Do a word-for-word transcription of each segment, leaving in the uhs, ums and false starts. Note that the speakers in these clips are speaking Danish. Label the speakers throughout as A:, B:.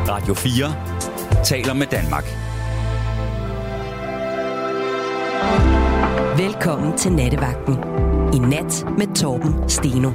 A: Radio fire taler med Danmark.
B: Velkommen til Nattevagten. I nat med Torben Steno.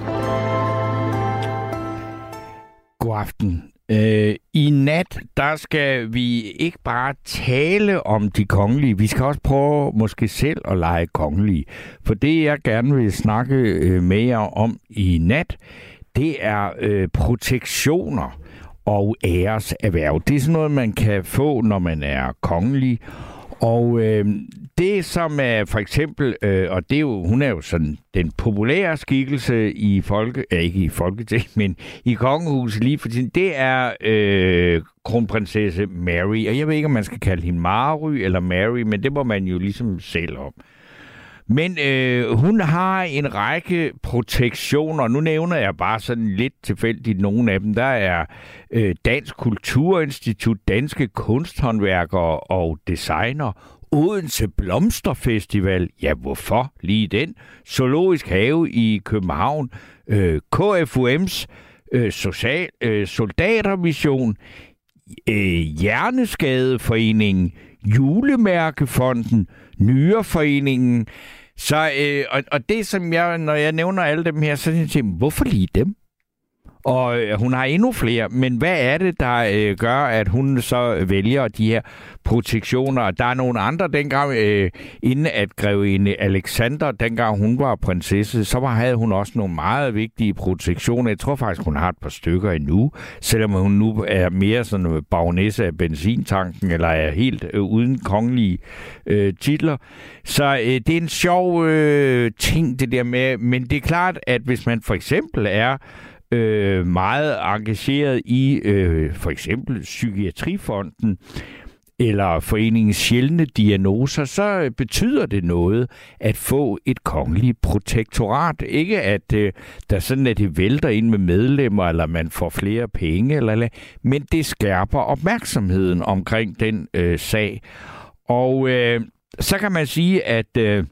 C: God aften. Øh, I nat, der skal vi ikke bare tale om de kongelige. Vi skal også prøve måske selv at lege kongelige. For det, jeg gerne vil snakke øh, med jer om i nat, det er øh, protektioner og æreserhverv. Det er sådan noget, man kan få, når man er kongelig. Og øh, det, som er for eksempel, øh, og det er jo, hun er jo sådan den populære skikkelse i folke, øh, ikke i Folketinget, men i kongehuset lige for tiden, det er øh, kronprinsesse Mary. Og jeg ved ikke, om man skal kalde hende Mary eller Mary, men det må man jo ligesom selv om. Men øh, hun har en række protektioner. Nu nævner jeg bare sådan lidt tilfældigt nogle af dem. Der er øh, Dansk Kulturinstitut, Danske Kunsthåndværkere og Designer, Odense Blomsterfestival. Ja, hvorfor lige den? Zoologisk Have i København, øh, K F U M's øh, social, øh, Soldatermission, øh, Hjerneskadeforeningen, Julemærkefonden, Nyreforeningen. Så, øh, og, og det, som jeg, når jeg nævner alle dem her, så tænker jeg, hvorfor lige dem? Og øh, hun har endnu flere, men hvad er det, der øh, gør, at hun så vælger de her protektioner? Der er nogle andre, dengang, øh, inden at grevinde Alexander, dengang hun var prinsesse, så var, havde hun også nogle meget vigtige protektioner. Jeg tror faktisk, hun har et par stykker endnu, selvom hun nu er mere sådan en baronesse af benzintanken, eller er helt øh, uden kongelige øh, titler. Så øh, det er en sjov øh, ting, det der med, men det er klart, at hvis man for eksempel er Øh, meget engageret i øh, for eksempel Psykiatrifonden eller Foreningens Sjældne Diagnoser, så betyder det noget at få et kongeligt protektorat. Ikke at øh, der sådan at det vælter ind med medlemmer, eller man får flere penge, eller, eller, men det skærper opmærksomheden omkring den øh, sag. Og øh, så kan man sige, at øh,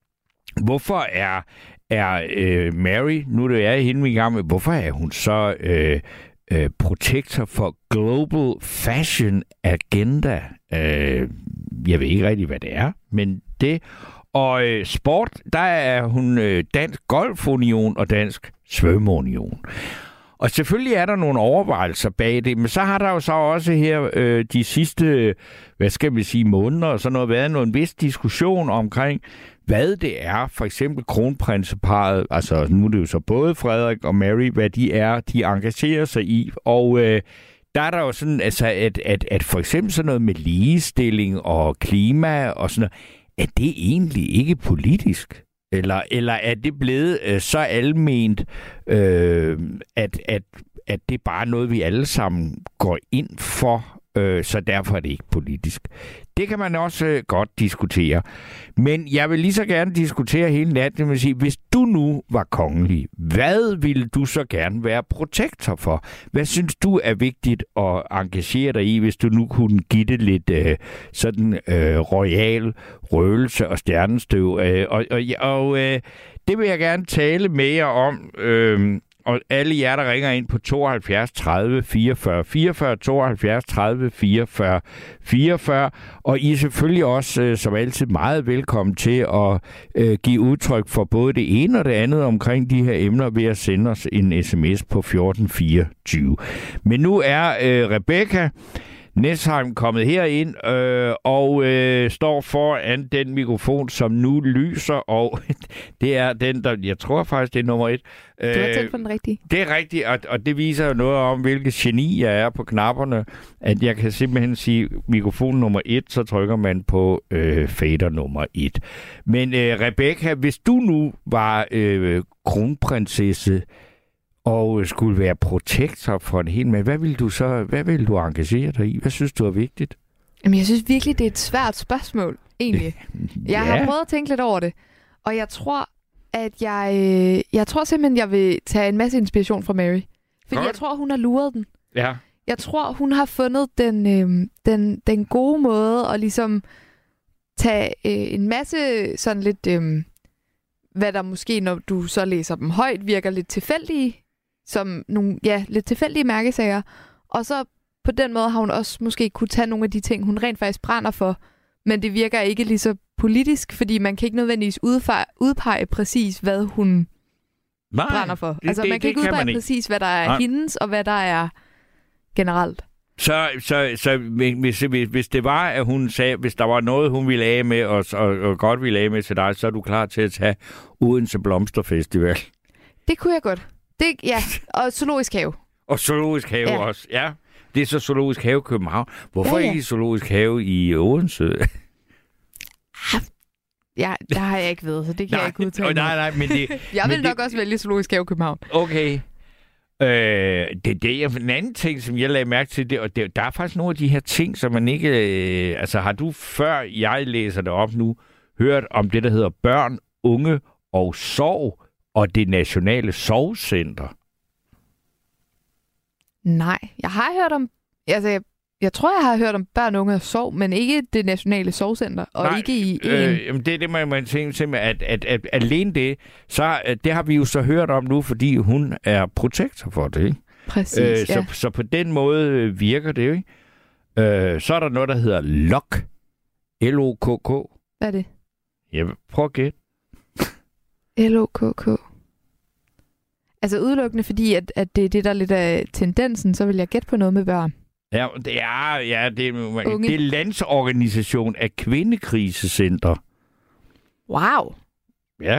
C: hvorfor er er øh, Mary, nu det er hende i gang med, hvorfor er hun så øh, øh, protektor for Global Fashion Agenda? Øh, jeg ved ikke rigtig, hvad det er, men det. Og øh, sport, der er hun øh, Dansk Golfunion og Dansk Svømmeunion. Og selvfølgelig er der nogle overvejelser bag det, men så har der jo så også her øh, de sidste, hvad skal vi sige, måneder og sådan noget, været en vis diskussion omkring, hvad det er, for eksempel kronprinseparret, altså nu er det jo så både Frederik og Mary, hvad de er, de engagerer sig i. Og øh, der er der jo sådan, altså, at, at, at for eksempel sådan noget med ligestilling og klima og sådan noget, er det egentlig ikke politisk? Eller, eller er det blevet øh, så alment, øh, at, at, at det er bare noget, vi alle sammen går ind for, øh, så derfor er det ikke politisk. Det kan man også øh, godt diskutere. Men jeg vil lige så gerne diskutere hele natten, det vil sige, hvis du nu var kongelig, hvad ville du så gerne være protektor for? Hvad synes du er vigtigt at engagere dig i, hvis du nu kunne give det lidt øh, sådan øh, royal røgelse og stjernestøv? Øh, og og, og øh, det vil jeg gerne tale med jer om. Øh, Og alle jer, der ringer ind på tooghalvfjerds tredive fireogfyrre fireogfyrre, tooghalvfjerds tredive fireogfyrre fireogfyrre. Og I er selvfølgelig også, øh, som altid, meget velkommen til at øh, give udtryk for både det ene og det andet omkring de her emner ved at sende os en sms på fjorten fireogtyve. Men nu er øh, Rebecca Nesheim kommet herind øh, og øh, står foran den mikrofon, som nu lyser, og det er den, der, jeg tror faktisk, det er nummer et.
D: Du har tænkt på den rigtige.
C: Det er rigtigt, og, og det viser jo noget om, hvilket geni jeg er på knapperne, at jeg kan simpelthen sige mikrofon nummer et, så trykker man på øh, fader nummer et. Men øh, Rebecca, hvis du nu var øh, kronprinsesse, og skulle være protektor for en hel masse, hvad vil du så, hvad vil du engagere dig i? Hvad synes du er vigtigt?
D: Jamen, jeg synes virkelig, det er et svært spørgsmål, egentlig. Jeg
C: ja.
D: har prøvet at tænke lidt over det, og jeg tror, at jeg, jeg tror simpelthen, jeg vil tage en masse inspiration fra Mary. Fordi
C: Godt.
D: jeg tror, hun har luret den.
C: Ja.
D: Jeg tror, hun har fundet den, øh, den, den gode måde at ligesom tage øh, en masse sådan lidt, øh, hvad der måske, når du så læser dem højt, virker lidt tilfældige, som nogle, ja, lidt tilfældige mærkesager, og så på den måde har hun også måske kunne tage nogle af de ting, hun rent faktisk brænder for, men det virker ikke lige så politisk, fordi man kan ikke nødvendigvis udpege, udpege præcis, hvad hun Nej, brænder for.
C: Det,
D: altså
C: det,
D: man kan
C: det
D: ikke
C: kan
D: udpege
C: ikke.
D: præcis, hvad der er
C: Nej.
D: hendes, og hvad der er generelt.
C: Så, så, så hvis, hvis, hvis det var, at hun sagde, hvis der var noget, hun ville af med, og, og, og godt ville af med til dig, så er du klar til at tage Odense Blomsterfestival.
D: Det kunne jeg godt. Det, ja, og Zoologisk Have.
C: Og Zoologisk Have ja. også, ja. Det er så Zoologisk Have København. Hvorfor ja, ja. ikke Zoologisk Have i Odense?
D: Ja, der har jeg ikke ved, så det kan nej, jeg ikke udtale.
C: Nej, nej, men det...
D: jeg vil
C: men
D: nok
C: det,
D: også vælge Zoologisk Have København.
C: Okay. Øh, det, det er en anden ting, som jeg lagde mærke til, det, og det, der er faktisk nogle af de her ting, som man ikke... Øh, altså, har du, før jeg læser det op nu, hørt om det, der hedder Børn, Unge og Sorg og det Nationale Sorgcenter?
D: Nej, jeg har hørt om... Altså, jeg, jeg tror, jeg har hørt om Børn, Unge og Sorg, men ikke det Nationale Sorgcenter, og Nej, ikke i en...
C: Øh, det er det, man, man tænker simpelthen, at, at, at alene det, så det har vi jo så hørt om nu, fordi hun er protektor for det, ikke?
D: Præcis,
C: øh,
D: ja.
C: Så, så på den måde virker det jo, ikke? Øh, så er der noget, der hedder L O K. L O K K.
D: Hvad er det?
C: Jeg prøv at gætte.
D: L O K K. Altså udelukkende fordi, at, at det er det, der er lidt af tendensen, så vil jeg gætte på noget med børn.
C: Ja, det er, ja, det, er, det er Landsorganisation af Kvindekrisecenter.
D: Wow.
C: Ja.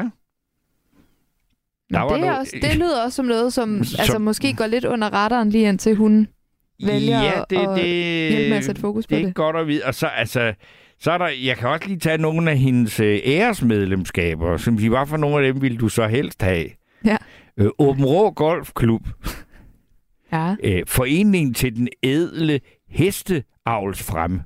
D: Men det, er også, det lyder også som noget, som, som altså, måske går lidt under radaren lige indtil hun vælger
C: ja, det,
D: at
C: det,
D: hjælpe med at sætte fokus på det.
C: Det er godt at vide. Og så, altså, så er der, jeg kan også lige tage nogle af hendes øh, æresmedlemskaber, som de var for nogle af dem, ville du så helst have.
D: Ja.
C: Øh, Åben Rå Golfklub.
D: Ja.
C: Øh, Foreningen til den ædle hesteavlsfremme.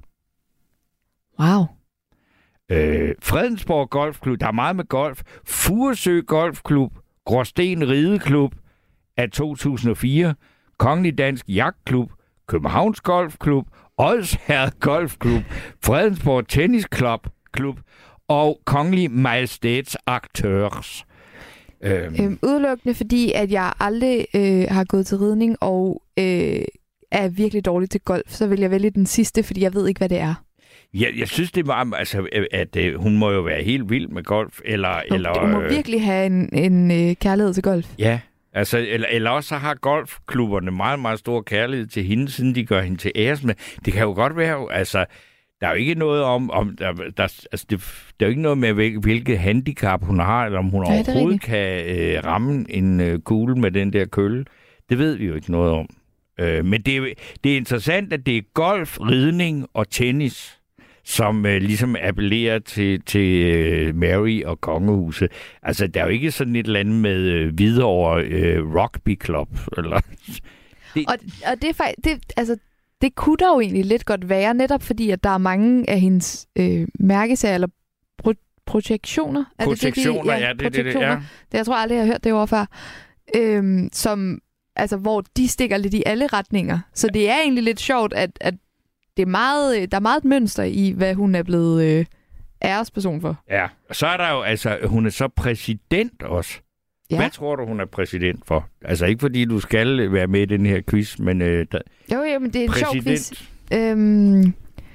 D: Wow.
C: Øh, Fredensborg Golfklub, der er meget med golf. Furesø Golfklub, Gråsten Rideklub af to tusind og fire, Kongelig Dansk Jagtklub, Københavns Golfklub, Odsherred Golfklub, Fredensborg Tennisklub Klub og Kongelig Majestæts Aktørs.
D: Øhm. Øhm, udelukkende fordi, at jeg aldrig øh, har gået til ridning og øh, er virkelig dårlig til golf, så vil jeg vælge den sidste, fordi jeg ved ikke, hvad det er.
C: Ja, jeg synes, det var, altså, at, at, at hun må jo være helt vild med golf. Eller,
D: hun,
C: eller,
D: hun må øh, virkelig have en, en øh, kærlighed til golf.
C: Ja, altså, eller, eller også har golfklubberne meget, meget stor kærlighed til hende, siden de gør hende til æres med. Det kan jo godt være, altså, der er jo ikke noget om, om der, der, altså, det, der er jo ikke noget med, hvilket handicap hun har, eller om hun ja, overhovedet kan øh, ramme en øh, kugle med den der kølle. Det ved vi jo ikke noget om. Øh, men det er, det er interessant, at det er golf, ridning og tennis, som øh, ligesom appellerer til, til øh, Mary og kongehuset. Altså, der er jo ikke sådan et eller andet med øh, Hvidovre øh, Rugby Club. Eller...
D: det... Og, og det er faktisk... Det, altså, det kunne der jo egentlig lidt godt være, netop fordi, at der er mange af hendes øh, mærkesager, eller pro- projektioner.
C: Projektioner,
D: det,
C: ja, det er det, det, ja.
D: Det, jeg tror aldrig, jeg har hørt det ord før. Øhm, som, altså, hvor de stikker lidt i alle retninger. Så det er egentlig lidt sjovt, at, at det er meget, der er meget et mønster i, hvad hun er blevet øh, æresperson for.
C: Ja, og så er der jo, altså, hun er så præsident også. Ja. Hvad tror du, hun er præsident for? Altså ikke fordi du skal være med i den her quiz, men... Øh, der...
D: Jo, jo, men det er en præsident. Sjov quiz. Øhm...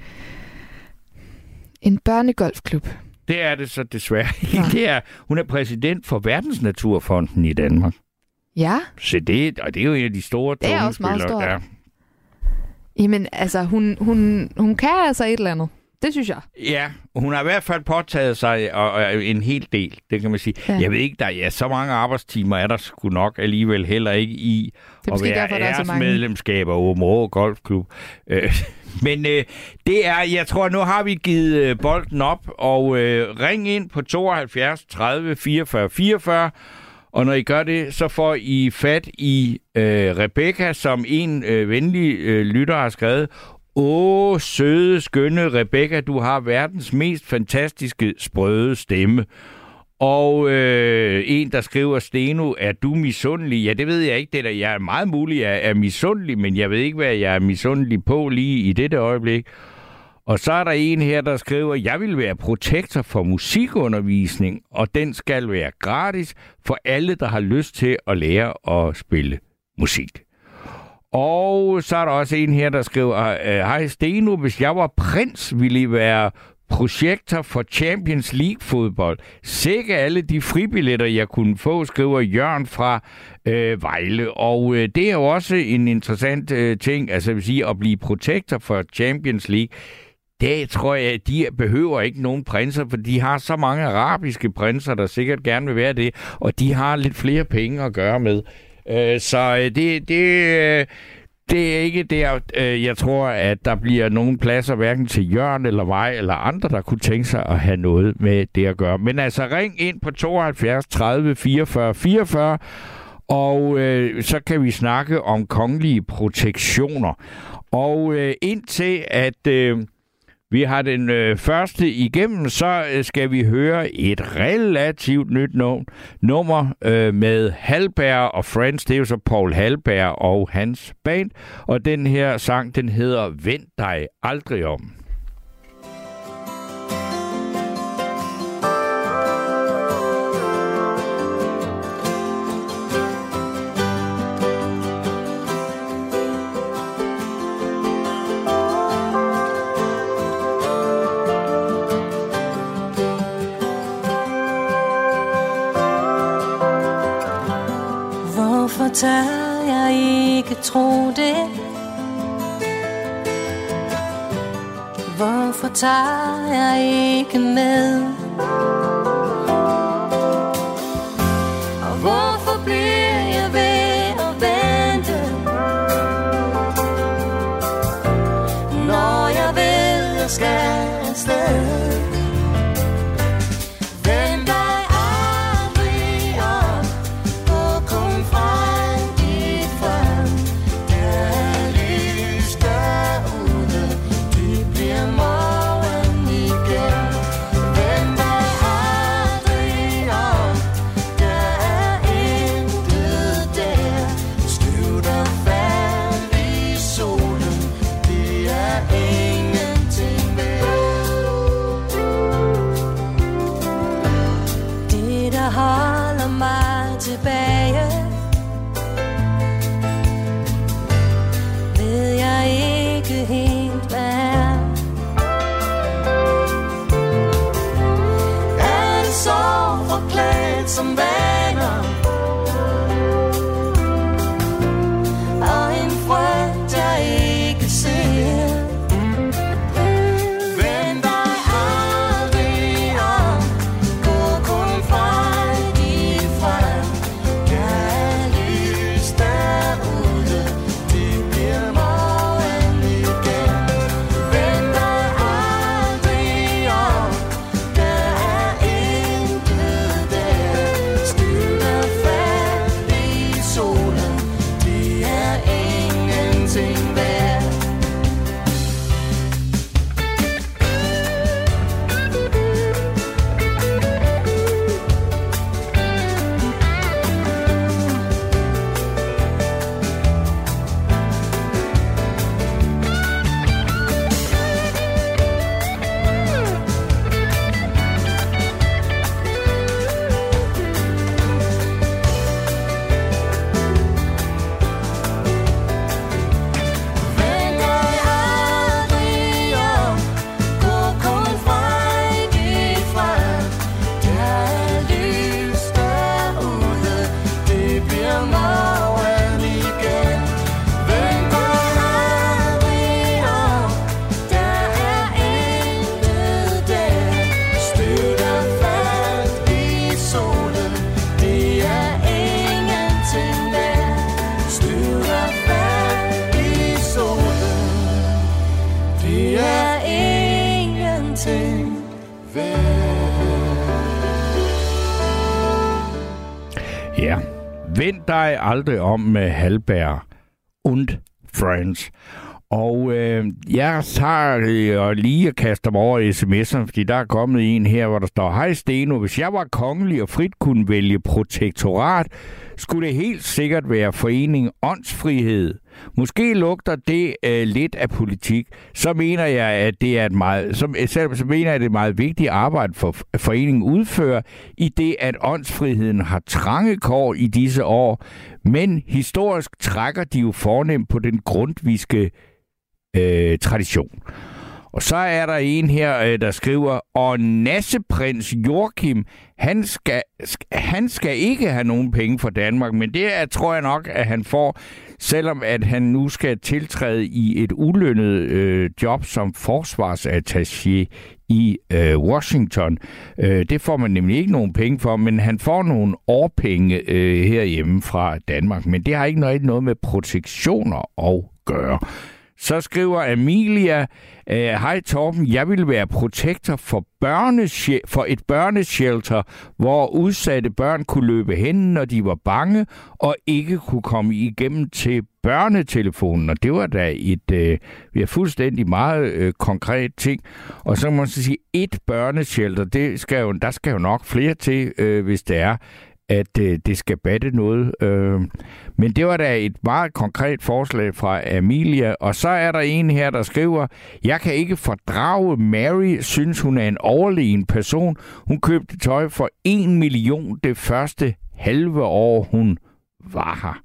D: En børnegolfklub.
C: Det er det så desværre. Ja. Det er, hun er præsident for Verdensnaturfonden i Danmark.
D: Ja.
C: Så det, og det er jo en af de store...
D: Det er også meget stort. Ja. Jamen, altså, hun, hun, hun kan altså et eller andet. Det synes jeg.
C: Ja, hun har i hvert fald påtaget sig og, og en hel del, det kan man sige. Ja. Jeg ved ikke, der ja, så mange arbejdstimer er der sgu nok alligevel heller ikke i at være æresmedlemskab af Åben Rå Golfklub. Øh, men øh, det er, jeg tror, nu har vi givet øh, bolden op, og øh, ring ind på tooghalvfjerds tredive fireogfyrre fireogfyrre, og når I gør det, så får I fat i øh, Rebecca, som en øh, venlig øh, lytter har skrevet. Åh, søde, skønne Rebecca, du har verdens mest fantastiske, sprøde stemme. Og øh, en, der skriver, Steno, er du misundelig? Ja, det ved jeg ikke. Det der. Jeg er meget mulig, jeg er misundelig, men jeg ved ikke, hvad jeg er misundelig på lige i dette øjeblik. Og så er der en her, der skriver, jeg vil være protektor for musikundervisning, og den skal være gratis for alle, der har lyst til at lære at spille musik. Og så er der også en her, der skriver, hej Steno, hvis jeg var prins, ville I være projekter for Champions League-fodbold. Sikke alle de fribilletter, jeg kunne få, skriver Jørgen fra øh, Vejle. Og øh, det er jo også en interessant øh, ting, altså jeg vil sige, at blive protektor for Champions League. Det tror jeg, de behøver ikke nogen prinser, for de har så mange arabiske prinser, der sikkert gerne vil være det, og de har lidt flere penge at gøre med. Øh, så det... det øh, Det er ikke der, jeg tror, at der bliver nogen pladser, hverken til Jørgen eller Vej eller andre, der kunne tænke sig at have noget med det at gøre. Men altså, ring ind på tooghalvfjerds tredive fireogfyrre fireogfyrre, og øh, så kan vi snakke om kongelige protektioner. Og øh, indtil at øh, vi har den øh, første igennem, så øh, skal vi høre et relativt nyt num- nummer øh, med Hallberg og Friends. Det er jo så Paul Hallberg og hans band. Og den her sang, den hedder Vend dig aldrig om.
E: Tør jeg ikke tro det? Hvorfor tager jeg ikke med? Og hvorfor bliver jeg ved at vente, når jeg ved, jeg skal afsted? Som vaner og en frygt, jeg ikke ser. Vend dig aldrig om, gå kun frejdig frem. Der er lys derude, det bliver morgen igen. Vend dig aldrig om, der er intet der.
C: Ja, Vend dig aldrig om med Hallberg und Friends. Og øh, jeg tager øh, og lige kaster mig over sms'erne, fordi der er kommet en her, hvor der står: hej Steno, hvis jeg var kongelig og frit kunne vælge protektorat, skulle det helt sikkert være forening åndsfrihed. Måske lugter det øh, lidt af politik. Så mener jeg, at det er et meget, så, selv, så mener jeg, at det er et meget vigtigt arbejde for foreningen udfører, i det, at åndsfriheden har trange kår i disse år, men historisk trækker de jo fornemt på den grundviske øh, tradition. Og så er der en her, der skriver, og nasseprins Joachim, han skal, han skal ikke have nogen penge fra Danmark, men det er, tror jeg nok, at han får, selvom at han nu skal tiltræde i et ulønnet øh, job som forsvarsattaché i øh, Washington. Øh, det får man nemlig ikke nogen penge for, men han får nogle årpenge øh, herhjemme fra Danmark. Men det har ikke noget, noget med protektioner at gøre. Så skriver Amelia, hej Torben, jeg vil være protektor for, børneshe- for et børneshelter, hvor udsatte børn kunne løbe hen, når de var bange, og ikke kunne komme igennem til børnetelefonen. Og det var da et øh, vi har fuldstændig meget øh, konkret ting. Og så må man så sige, et børneshelter, det skal jo, der skal jo nok flere til, øh, hvis det er, at øh, det skal batte noget. Øh. Men det var da et meget konkret forslag fra Amelia. Og så er der en her, der skriver, jeg kan ikke fordrage Mary, synes hun er en overlegen person. Hun købte tøj for en million det første halve år, hun var her.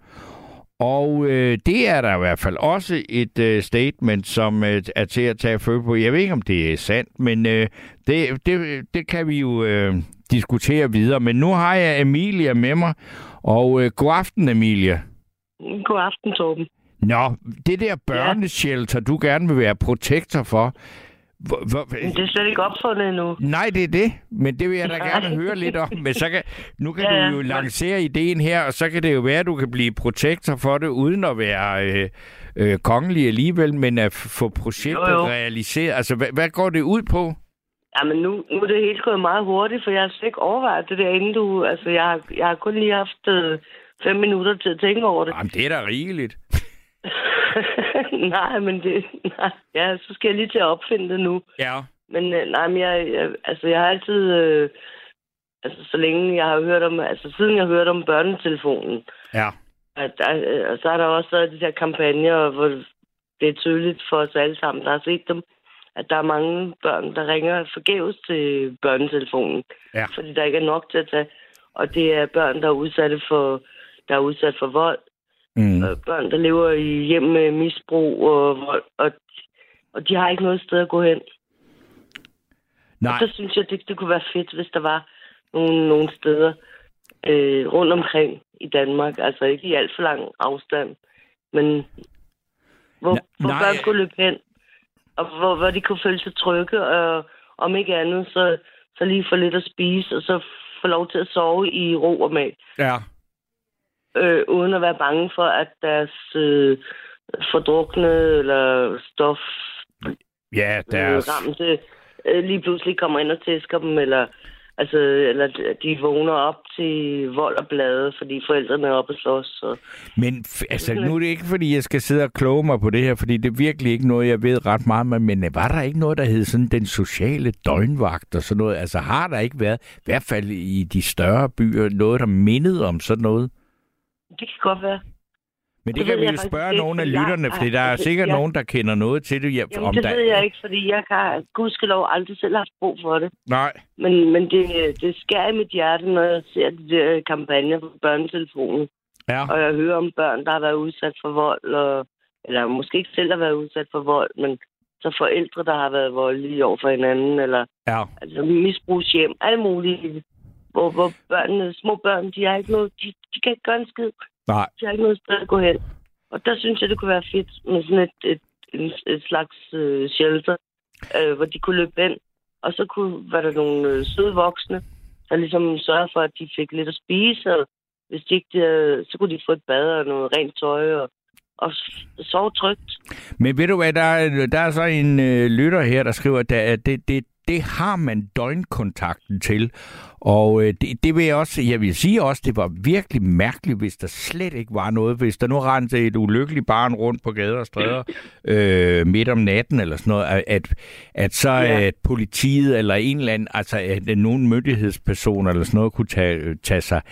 C: Og øh, det er der i hvert fald også et øh, statement, som øh, er til at tage følge på. Jeg ved ikke, om det er sandt, men øh, det, det, det kan vi jo øh, diskutere videre. Men nu har jeg Emilia med mig, og øh, god aften, Emilia.
F: God aften, Torben.
C: Nå, det der børneshelter, du gerne vil være protektor for. Hvor, hvor,
F: det er slet ikke opfundet endnu.
C: Nej, det er det, men det vil jeg da gerne høre lidt om. Men så kan, nu kan ja, du jo lancere ideen her, og så kan det jo være, at du kan blive protektor for det, uden at være øh, øh, kongelig alligevel, men at få projektet jo, jo. realiseret. Altså, hvad, hvad går det ud på?
F: Jamen, nu, nu er det helt gået meget hurtigt, for jeg har slet ikke overvejet det der, inden du... Altså, jeg har, jeg har kun lige haft øh, fem minutter til at tænke over det.
C: Jamen, det er da rigeligt.
F: nej, men det... Nej, ja, så skal jeg lige til at opfinde det nu.
C: Ja.
F: Men øh, nej, men jeg, jeg... Altså, jeg har altid... Øh, altså, så længe jeg har hørt om... Altså, siden jeg har hørt om børnetelefonen. Ja. At, der, og så har der også været de der kampagner, hvor det er tydeligt for os alle sammen, der har set dem, at der er mange børn, der ringer forgæves til børnetelefonen. Ja. Fordi der ikke er nok til at tage. Og det er børn, der er udsatte for, der er udsat for vold. Mm. Og børn, der lever i hjem med misbrug og vold. Og, og de har ikke noget sted at gå hen. Nej. Og så synes jeg, det, det kunne være fedt, hvis der var nogle, nogle steder øh, rundt omkring i Danmark. Altså ikke i alt for lang afstand. Men hvor, hvor børn kunne løbe hen. Og hvor, hvor de kunne føle sig trygge, og om ikke andet, så, så lige få lidt at spise, og så få lov til at sove i ro og mag. Ja. Øh, uden at være bange for, at deres øh, fordrukne eller stof
C: ja, deres...
F: øh, ramte øh, lige pludselig kommer ind og tæsker dem, eller, altså, eller de vågner op til vold og blade, fordi forældrene er oppe og slås. Og...
C: Men altså, nu er det ikke, fordi jeg skal sidde og kloge mig på det her, fordi det er virkelig ikke noget, jeg ved ret meget med, men var der ikke noget, der hed sådan den sociale døgnvagt og sådan noget? Altså har der ikke været, i hvert fald i de større byer, noget, der mindede om sådan noget?
F: Det kan godt være.
C: Men det, det kan vi jo spørge nogle af lytterne, fordi der er sikkert ja. nogen, der kender noget til det. Ja,
F: Jamen,
C: om
F: det
C: der...
F: ved jeg ikke, fordi jeg har gudskelov aldrig selv haft brug for det.
C: Nej.
F: Men, men det, det skærer i mit hjerte, når jeg ser de der kampagner på børnetelefonen. Ja. Og jeg hører om børn, der har været udsat for vold, og, eller måske ikke selv har været udsat for vold, men så forældre, der har været voldelige over for hinanden, eller ja. altså, misbrugshjem, alle mulige. Hvor, hvor børnene, små børn, de har ikke noget, de, de kan ikke gøre en skid. Nej. De har ikke noget sted at gå hen. Og der synes jeg, det kunne være fedt med sådan et, et, et, et slags uh, shelter, uh, hvor de kunne løbe ind. Og så kunne være der nogle uh, søde voksne, der ligesom sørger for, at de fik lidt at spise. Og hvis de ikke, de, så kunne de få et bad og noget rent tøj og, og sove trygt.
C: Men ved du hvad, der er, der er så en øh, lytter her, der skriver, at det, det, det har man døgnkontakten til. Og øh, det, det vil jeg også, jeg vil sige også, det var virkelig mærkeligt, hvis der slet ikke var noget. Hvis der nu rendte et ulykkeligt barn rundt på gader og stræder øh, midt om natten eller sådan noget, at, at så ja. at politiet eller en eller anden, altså at nogle myndighedspersoner eller sådan noget kunne tage, tage sig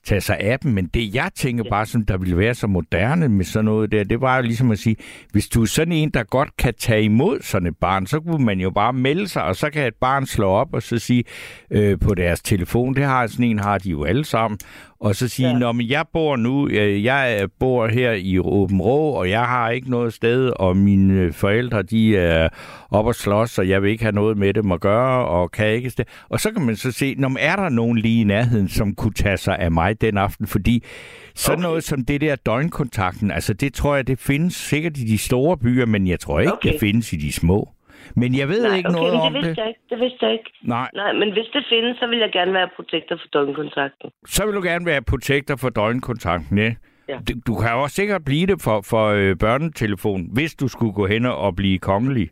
C: tage sig af dem. Men det, jeg tænker
F: Ja.
C: bare, som der ville være så moderne med sådan noget der, det var jo ligesom at sige, hvis du er sådan en, der godt kan tage imod sådan et barn, så kunne man jo bare melde sig, og så kan et barn slå op og så sige øh, på deres telefon, det har sådan en, har de jo alle sammen, og så sige,
F: Ja.
C: nå, men jeg bor nu, øh, jeg bor her i Åben Rå, og jeg har ikke noget sted, og mine forældre, de er op og slås, og jeg vil ikke have noget med dem at gøre, og kan ikke sted. Og så kan man så se, når er der nogen lige i nærheden, som kunne tage sig af mig den aften, fordi sådan
F: Okay.
C: noget som det der døgnkontakten, altså det tror jeg, det findes sikkert i de store byer, men jeg tror ikke,
F: Okay.
C: det findes i de små. Men jeg ved
F: Nej,
C: ikke
F: okay,
C: noget
F: men
C: om
F: det
C: det.
F: vidste jeg ikke. Det vidste jeg ikke.
C: Nej,
F: Nej, men hvis det findes, så vil jeg gerne være protektor for døgnkontakten.
C: så vil du gerne være protektor for døgnkontakten, ja.
F: Ja.
C: Du, du kan jo også sikkert blive det for, for øh, børnetelefon, hvis du skulle gå hen og blive kongelig.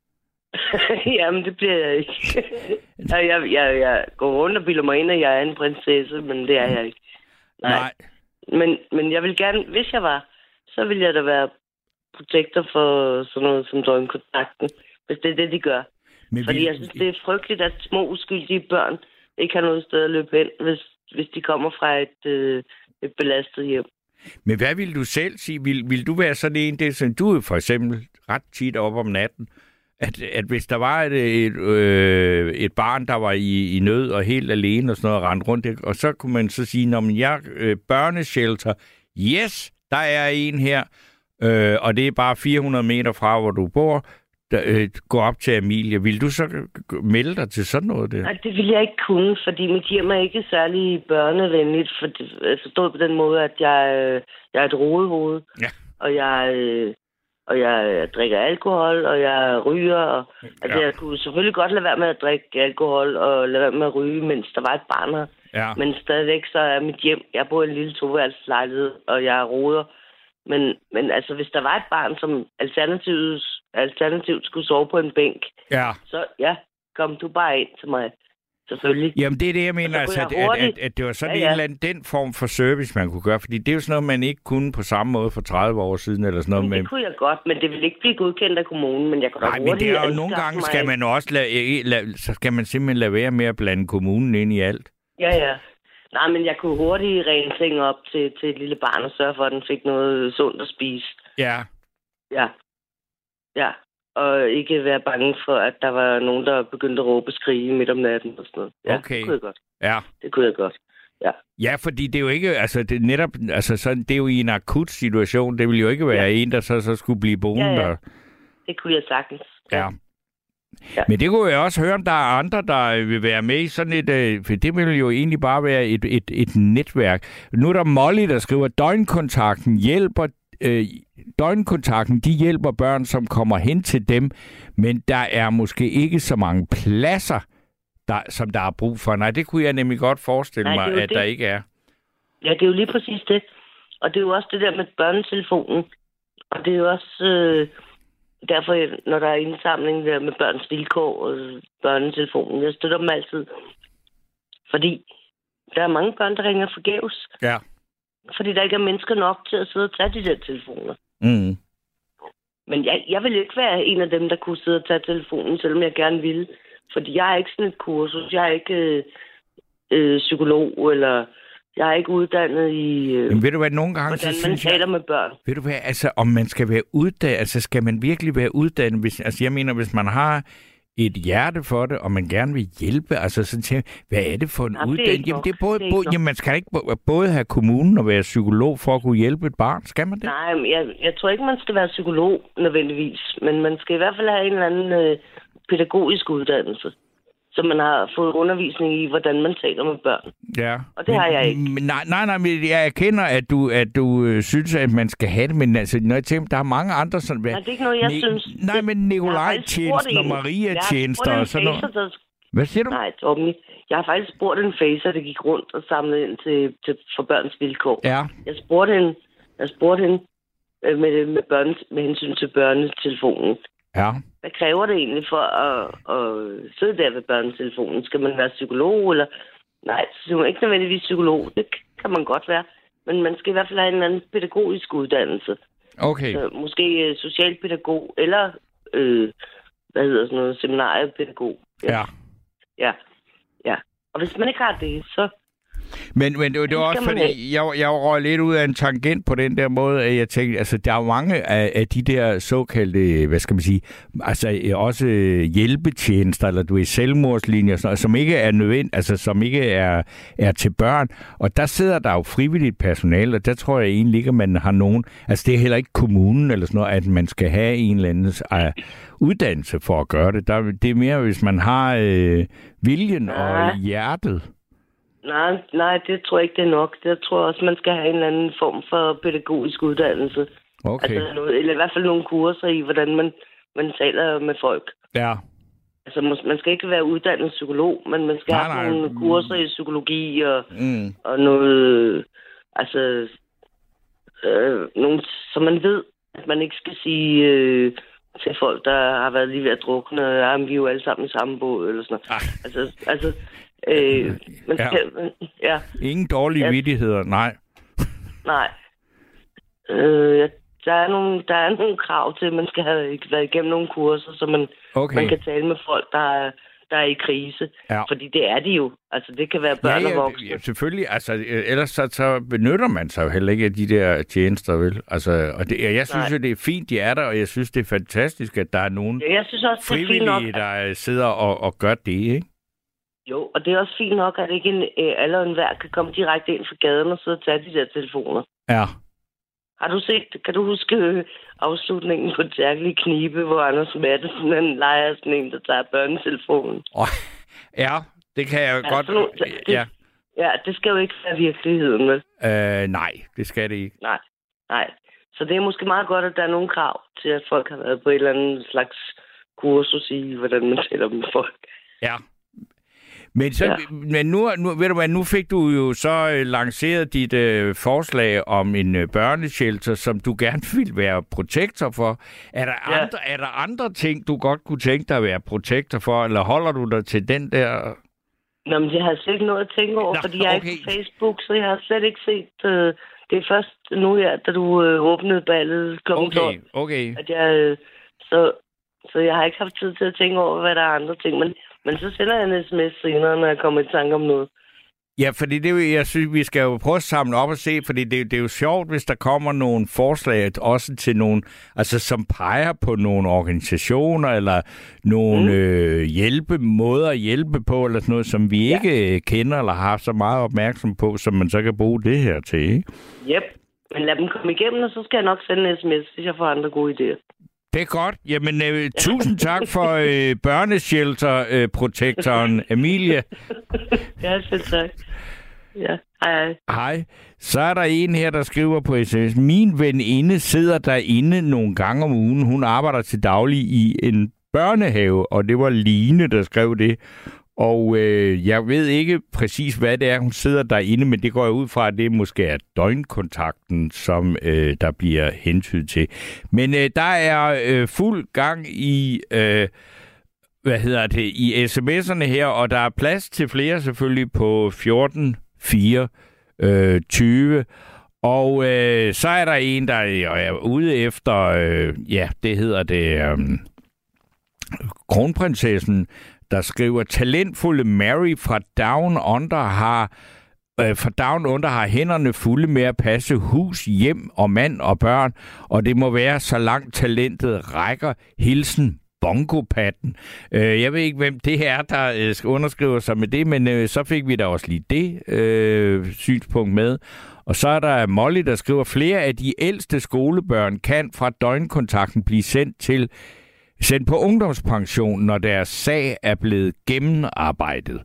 F: Jamen, det bliver jeg ikke. jeg, jeg, jeg, jeg går rundt og bilder mig ind, at jeg er en prinsesse, men det er jeg ikke. Nej.
C: Nej.
F: Men, men jeg vil gerne, hvis jeg var, så ville jeg da være protektor for sådan noget som døgnkontakten, hvis det er det, de gør.
C: Men
F: Fordi
C: vi-
F: jeg synes, det er frygteligt, at små uskyldige børn ikke har noget sted at løbe hen, hvis, hvis de kommer fra et, øh, et belastet hjem.
C: Men hvad vil du selv sige? Vil, vil du være sådan en, det som du er for eksempel ret tit op om natten, at, at hvis der var et, et, øh, et barn, der var i, i nød og helt alene og sådan noget, og rendte rundt, ikke? Og så kunne man så sige, når man jeg øh, børneshelter, yes, der er en her, øh, og det er bare fire hundrede meter fra, hvor du bor, der, øh, gå op til Amelie. Vil du så g- melde dig til sådan noget der?
F: Nej, det vil jeg ikke kunne, fordi mit hjem er ikke særlig børnevenligt, for det, forstået på den måde, at jeg, øh, jeg er et rodehoved,
C: Ja.
F: og jeg, øh, og jeg drikker alkohol, og jeg ryger, og altså,
C: Ja.
F: jeg kunne selvfølgelig godt lade være med at drikke alkohol, og lade være med at ryge, mens der var et barn her.
C: Ja.
F: Men stadigvæk så er mit hjem, jeg bor i en lille toværelseslejlighed, og jeg er roder. Men, men altså, hvis der var et barn, som alternativt, alternativt skulle sove på en bænk,
C: Ja.
F: så ja, kom du bare ind til mig. Selvfølgelig.
C: Jamen, det er det, jeg mener,
F: så
C: altså,
F: kunne
C: at,
F: jeg
C: at,
F: hurtigt-
C: at, at det var sådan
F: Ja,
C: ja,
F: ja.
C: en eller anden den form for service, man kunne gøre, fordi det er jo sådan noget, man ikke kunne på samme måde for tredive år siden, eller sådan noget.
F: Men
C: Men,
F: det kunne jeg godt, men det vil ikke blive godkendt af kommunen, men jeg kan da
C: nej, men
F: hurtigt
C: det er jo
F: anskaffe
C: nogle gange,
F: mig-
C: skal man også lade, lade, så skal man simpelthen lade være med at blande kommunen ind i alt.
F: Ja, ja. Nej, men jeg kunne hurtigt rene ting op til, til et lille barn og sørge for, at den fik noget sundt at spise.
C: Ja,
F: Ja. Ja. Og ikke være bange for, at der var nogen, der begyndte at råbe og skrige midt om natten og sådan noget. Ja,
C: Okay.
F: det kunne jeg godt.
C: ja.
F: Det kunne jeg godt. Ja.
C: Ja, fordi det er jo ikke, altså det er netop, altså sådan, det er jo i en akut situation, det vil jo ikke være ja. en, der så, så skulle blive boende
F: Ja, ja.
C: der.
F: Det kunne jeg sagtens.
C: Ja.
F: Ja.
C: Men det kunne jeg også høre, om der er andre, der vil være med i sådan et... Øh, for det vil jo egentlig bare være et, et, et netværk. Nu er der Molly, der skriver, at døgnkontakten hjælper... Øh, døgnkontakten, de hjælper børn, som kommer hen til dem, men der er måske ikke så mange pladser, der, som der er brug for. Nej, det kunne jeg nemlig godt forestille
F: Nej,
C: mig,
F: det er jo
C: at
F: det.
C: der ikke er.
F: Ja, det er jo lige præcis det. Og det er jo også det der med børnetelefonen. Og det er jo også øh, derfor, når der er indsamling der med børns vilkår og børnetelefonen, jeg støtter dem altid. Fordi der er mange børn, der ringer forgæves.
C: Ja.
F: Fordi der ikke er mennesker nok til at sidde og tage de der telefoner.
C: Mm.
F: Men jeg, jeg vil ikke være en af dem, der kunne sidde og tage telefonen, selvom jeg gerne ville. Fordi jeg er ikke sådan et kursus. Jeg er ikke øh, øh, psykolog, eller jeg er ikke uddannet i, øh,
C: Men ved du hvad, nogle gange, så
F: hvordan man
C: synes jeg...
F: taler med børn.
C: Ved du hvad, altså om man skal være uddannet, altså skal man virkelig være uddannet, hvis, altså jeg mener, hvis man har et hjerte for det, og man gerne vil hjælpe, altså sådan til, hvad er det for en
F: Nej, det er
C: uddannelse?
F: ikke
C: Jamen
F: nok.
C: det er både,
F: Det er ikke
C: både
F: nok.
C: jamen man skal ikke bo- både have kommunen og være psykolog for at kunne hjælpe et barn, skal man det?
F: Nej, men jeg, jeg tror ikke, man skal være psykolog nødvendigvis. Men man skal i hvert fald have en eller anden øh, pædagogisk uddannelse. Så man har fået undervisning i, hvordan man taler med børn.
C: Ja.
F: Og det har jeg ikke.
C: Men, nej, nej, nej, men jeg erkender, at du, at du øh, synes, at man skal have det, men altså, når jeg tænker, der er mange andre sådan...
F: Nej, det er ikke noget, jeg synes.
C: Nej, men Nikolaj-tjenesten og Maria-tjenester og sådan noget.
F: Der...
C: Hvad siger du?
F: Nej, Tommy. Jeg har faktisk spurgt en facer, der gik rundt og samlede ind til, til, for børns vilkår.
C: Ja.
F: Jeg spurgte hende, jeg spurgte hende øh, med, med, børne, med hensyn til børnetelefonen.
C: Ja.
F: Hvad kræver det egentlig for at, at sidde der ved børnetelefonen? Skal man være psykolog, eller... Nej, så er ikke nødvendigvis psykolog. Det kan man godt være. Men man skal i hvert fald have en eller anden pædagogisk uddannelse.
C: Okay.
F: Så måske øh, socialpædagog, eller... Øh, hvad hedder sådan noget? Seminariepædagog.
C: Ja.
F: Ja. Ja. Og hvis man ikke har det, så
C: Men, men det, det var også fordi, jeg, jeg røg lidt ud af en tangent på den der måde, at jeg tænkte, altså der er jo mange af, af de der såkaldte, hvad skal man sige, altså også hjælpetjenester, eller du er selvmordslinjer, sådan, som ikke er nødvendigt, altså som ikke er, er til børn. Og der sidder der jo frivilligt personale, og der tror jeg egentlig ikke, at man har nogen, altså det er heller ikke kommunen eller sådan noget, at man skal have en eller anden uh, uddannelse for at gøre det. Der, det er mere, hvis man har øh, viljen Nej. og hjertet.
F: Nej, nej, det tror jeg ikke, det er nok. Det tror jeg også, man skal have en eller anden form for pædagogisk uddannelse.
C: Okay.
F: Altså noget, eller i hvert fald nogle kurser i, hvordan man, man taler med folk.
C: Ja.
F: Altså, man skal ikke være uddannet psykolog, men man skal nej, have nej. nogle kurser i psykologi og, mm. og noget, altså, øh, nogle, så man ved, at man ikke skal sige øh, til folk, der har været lige ved at drukne, at vi er jo alle sammen i samme båd, eller sådan noget. Ah. Altså, altså Øh, men
C: ja.
F: Skal, ja.
C: Ingen dårlige ja. vittigheder, nej.
F: Nej. Øh, ja, der, er nogle, der er nogle krav til, at man skal have været igennem nogle kurser, så man, okay. man kan tale med folk, der er, der er i krise. Ja. Fordi det er de jo. Altså, det kan være børn ja, ja, og voksne. Ja,
C: selvfølgelig. Altså, ellers så, så benytter man sig jo heller ikke af de der tjenester, vel? Altså, og det, jeg synes jo, det er fint, de er der, og jeg synes, det er fantastisk, at der er nogen
F: ja, jeg synes også,
C: frivillige,
F: det er fint nok,
C: der sidder og, og gør det, ikke?
F: Jo, og det er også fint nok, at ikke en, alle og enhver kan komme direkte ind fra gaden og sidde og tage de der telefoner.
C: Ja.
F: Har du set, kan du huske afslutningen på Tærkelige Knibe, hvor Anders Mattesen, han leger sådan en, der tager børnetelefonen?
C: Oh, ja, det kan jeg ja, godt...
F: Nogle, det, ja. ja, det skal jo ikke være virkeligheden, vel?
C: Øh, nej, det skal det ikke.
F: Nej, nej. Så det er måske meget godt, at der er nogle krav til, at folk har været på et eller andet slags kursus i, hvordan man taler med folk.
C: Ja. Men, så, ja. men nu, nu, ved du hvad, nu fik du jo så øh, lanceret dit øh, forslag om en øh, børneshelter, som du gerne vil være protektor for. Er der, ja. andre, er der andre ting, du godt kunne tænke dig at være protektor for, eller holder du dig til den der...
F: Nå, men jeg har slet ikke noget at tænke over, Nå, fordi jeg okay. er ikke på Facebook, så jeg har slet ikke set... Øh, det er først nu, ja, da du øh, åbnede ballet klokken
C: okay, tolv, okay.
F: at jeg... Øh, så, så jeg har ikke haft tid til at tænke over, hvad der er andre ting, men... Men så sender jeg en sms senere, når jeg kommer i tanke om noget.
C: Ja, fordi det, jeg synes, vi skal jo prøve at samle op og se, fordi det, det er jo sjovt, hvis der kommer nogle forslag også til nogle, altså som peger på nogle organisationer, eller nogle mm. øh, hjælpe, måder at hjælpe på, eller sådan noget, som vi ja. ikke kender, eller har så meget opmærksom på, som man så kan bruge det her til, ikke?
F: Yep, men lad dem komme igennem, og så skal jeg nok sende en sms, hvis jeg får andre gode idéer.
C: Det er godt. Jamen, øh, tusind tak for øh, børneshelter-protektoren, øh, Emilie.
F: Ja, selv tak. Ja, hej, hej.
C: Hej. Så er der en her, der skriver på sms. Min veninde sidder derinde nogle gange om ugen. Hun arbejder til daglig i en børnehave, og det var Line, der skrev det. Og øh, jeg ved ikke præcis, hvad det er, hun sidder derinde, men det går jeg ud fra, at det måske er døgnkontakten, som øh, der bliver hentydet til. Men øh, der er øh, fuld gang i, øh, hvad hedder det, i sms'erne her, og der er plads til flere selvfølgelig på fjorten fire tyve. Og øh, så er der en, der er ude efter, øh, ja, det hedder det, øh, kronprinsessen, der skriver, talentfulde Mary fra Down Under har øh, fra Down Under har hænderne fulde med at passe hus, hjem og mand og børn, og det må være så langt talentet rækker. Hilsen Bongopatten. Øh, jeg ved ikke, hvem det er, der øh, underskriver sig med det, men øh, så fik vi da også lige det øh, synspunkt med. Og så er der Molly, der skriver, flere af de ældste skolebørn kan fra døgnkontakten blive sendt til sendt på ungdomspension, når deres sag er blevet gennemarbejdet.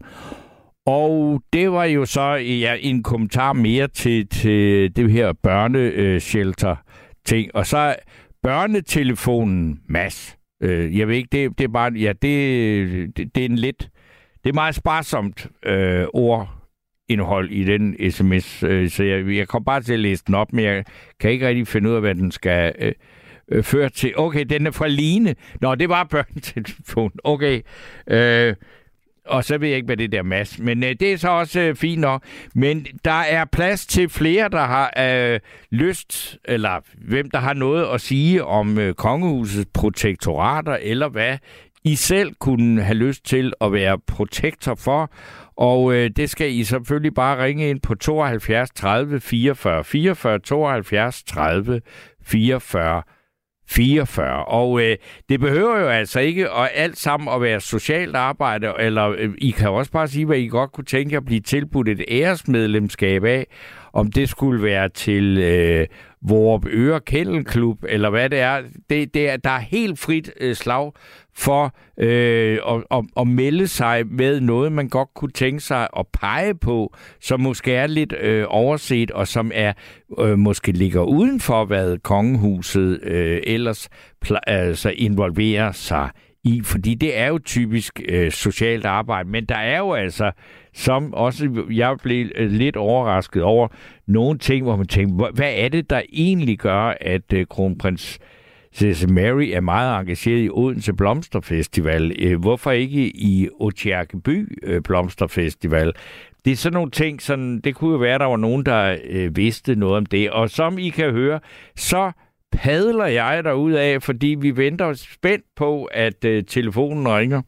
C: Og det var jo så ja, en kommentar mere til, til det her børneshelter-ting. Og så børnetelefonen, Mads. Jeg ved ikke, det, det er bare, ja, det, det, det er en lidt, det er meget sparsomt øh, ordindhold i den sms, så jeg, jeg kom bare til at læse den op, men jeg kan ikke rigtig finde ud af, hvad den skal øh, øh, føre til. Okay, den er fra Line. Nå, det var børnetelefonen. Okay, øh, og så ved jeg ikke, hvad det der Mads. Men øh, det er så også øh, fint nok. Men der er plads til flere, der har øh, lyst, eller hvem der har noget at sige om øh, kongehusets protektorater, eller hvad I selv kunne have lyst til at være protektor for. Og øh, det skal I selvfølgelig bare ringe ind på tooghalvfjerds tredive fireogfyrre fireogfyrre, tooghalvfjerds tredive fireogfyrre fireogfyrre. Og øh, det behøver jo altså ikke at alt sammen at være socialt arbejde, eller øh, I kan også bare sige, hvad I godt kunne tænke at blive tilbudt et æresmedlemskab af, om det skulle være til øh, Vorup Øre Kennelklub, eller hvad det er. Det, det er der er helt frit øh, slag for øh, at, at, at melde sig med noget, man godt kunne tænke sig at pege på, som måske er lidt øh, overset, og som er øh, måske ligger uden for, hvad kongehuset øh, ellers pl- altså involverer sig i. Fordi det er jo typisk øh, socialt arbejde, men der er jo altså, som også jeg blev øh, lidt overrasket over, nogle ting, hvor man tænker, hvad er det, der egentlig gør, at øh, kronprins Mary er meget engageret i Odense Blomsterfestival. Hvorfor ikke i Aakirkeby Blomsterfestival? Det er sådan nogle ting, sådan, det kunne jo være, der var nogen, der øh, vidste noget om det. Og som I kan høre, så padler jeg derudad, fordi vi venter spændt på, at øh, telefonen ringer.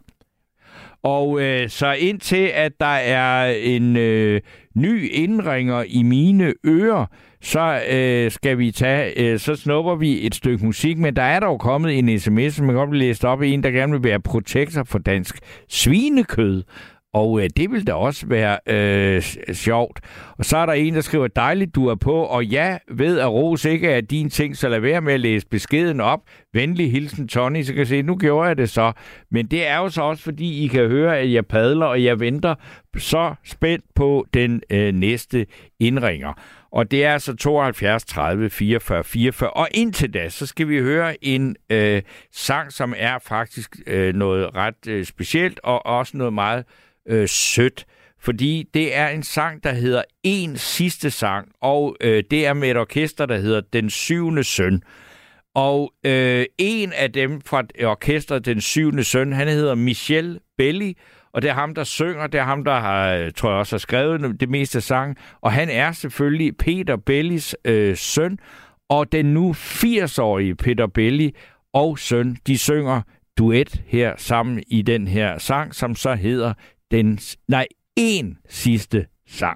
C: Og øh, så indtil, at der er en øh, ny indringer i mine ører, så øh, skal vi tage, øh, så snupper vi et stykke musik, men der er dog kommet en sms, som man godt vil læse op i, en, der gerne vil være protektor for dansk svinekød. Og øh, det vil da også være øh, sjovt. Og så er der en, der skriver, dejligt du er på, og ja, ved at Ros ikke er din ting, så lad være med at læse beskeden op. Venlig hilsen, Tony, så kan jeg se, nu gjorde jeg det så. Men det er jo så også, fordi I kan høre, at jeg padler, og jeg venter så spændt på den øh, næste indringer. Og det er altså tooghalvfjerds tredive fireogfyrre fireogfyrre. Og indtil da, så skal vi høre en øh, sang, som er faktisk øh, noget ret øh, specielt, og også noget meget øh, sødt. Fordi det er en sang, der hedder En sidste sang, og øh, det er med et orkester, der hedder Den syvende søn. Og øh, en af dem fra orkestret Den syvende søn, han hedder Michel Belli, og det er ham, der synger, det er ham, der har, tror jeg også har skrevet det meste af sangen, og han er selvfølgelig Peter Bellis øh, søn, og den nu firs-årige Peter Belli og søn, de synger duet her sammen i den her sang, som så hedder den, nej, en sidste sang.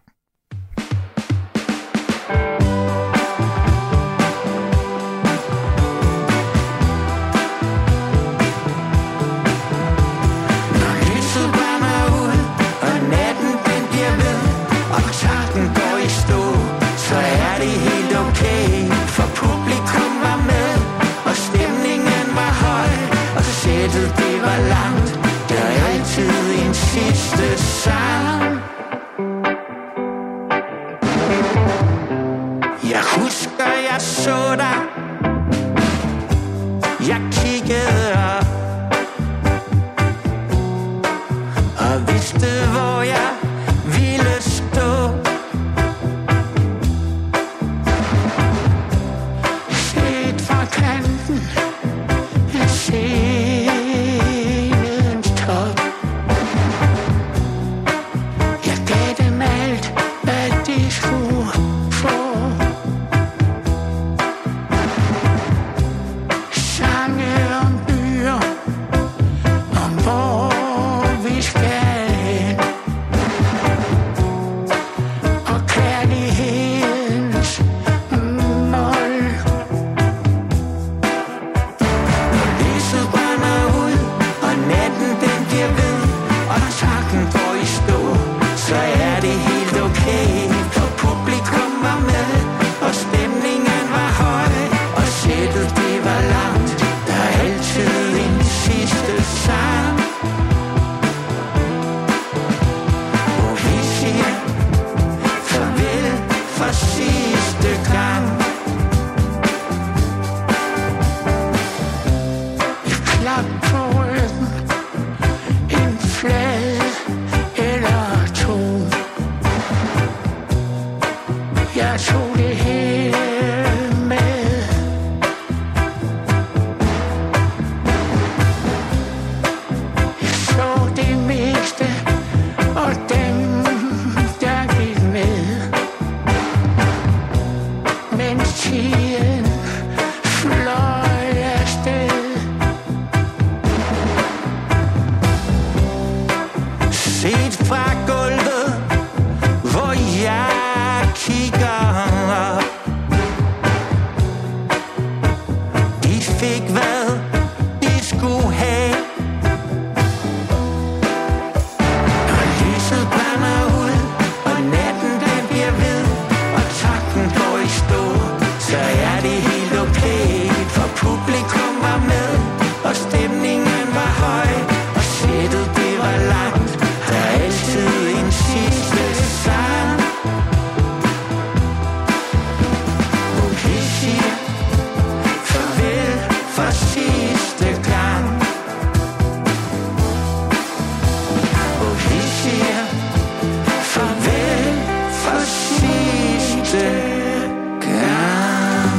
E: Det var langt, der er altid en sidste sang. Jeg husker, jeg så dig. Jeg kiggede op og vidste, hvor jeg ville stå. Set fra kanten af scenen. fik, hvad I skulle have. Når lyset brænder ud, og natten den bliver ved, og takten går i stå, så er det helt okay, for publikum var med, og stemningen var høj, og sættet det var langt. Der er altid en sidste sang, hvor vi siger farvel for sidste gang. Hvor vi siger farvel for sidste gang.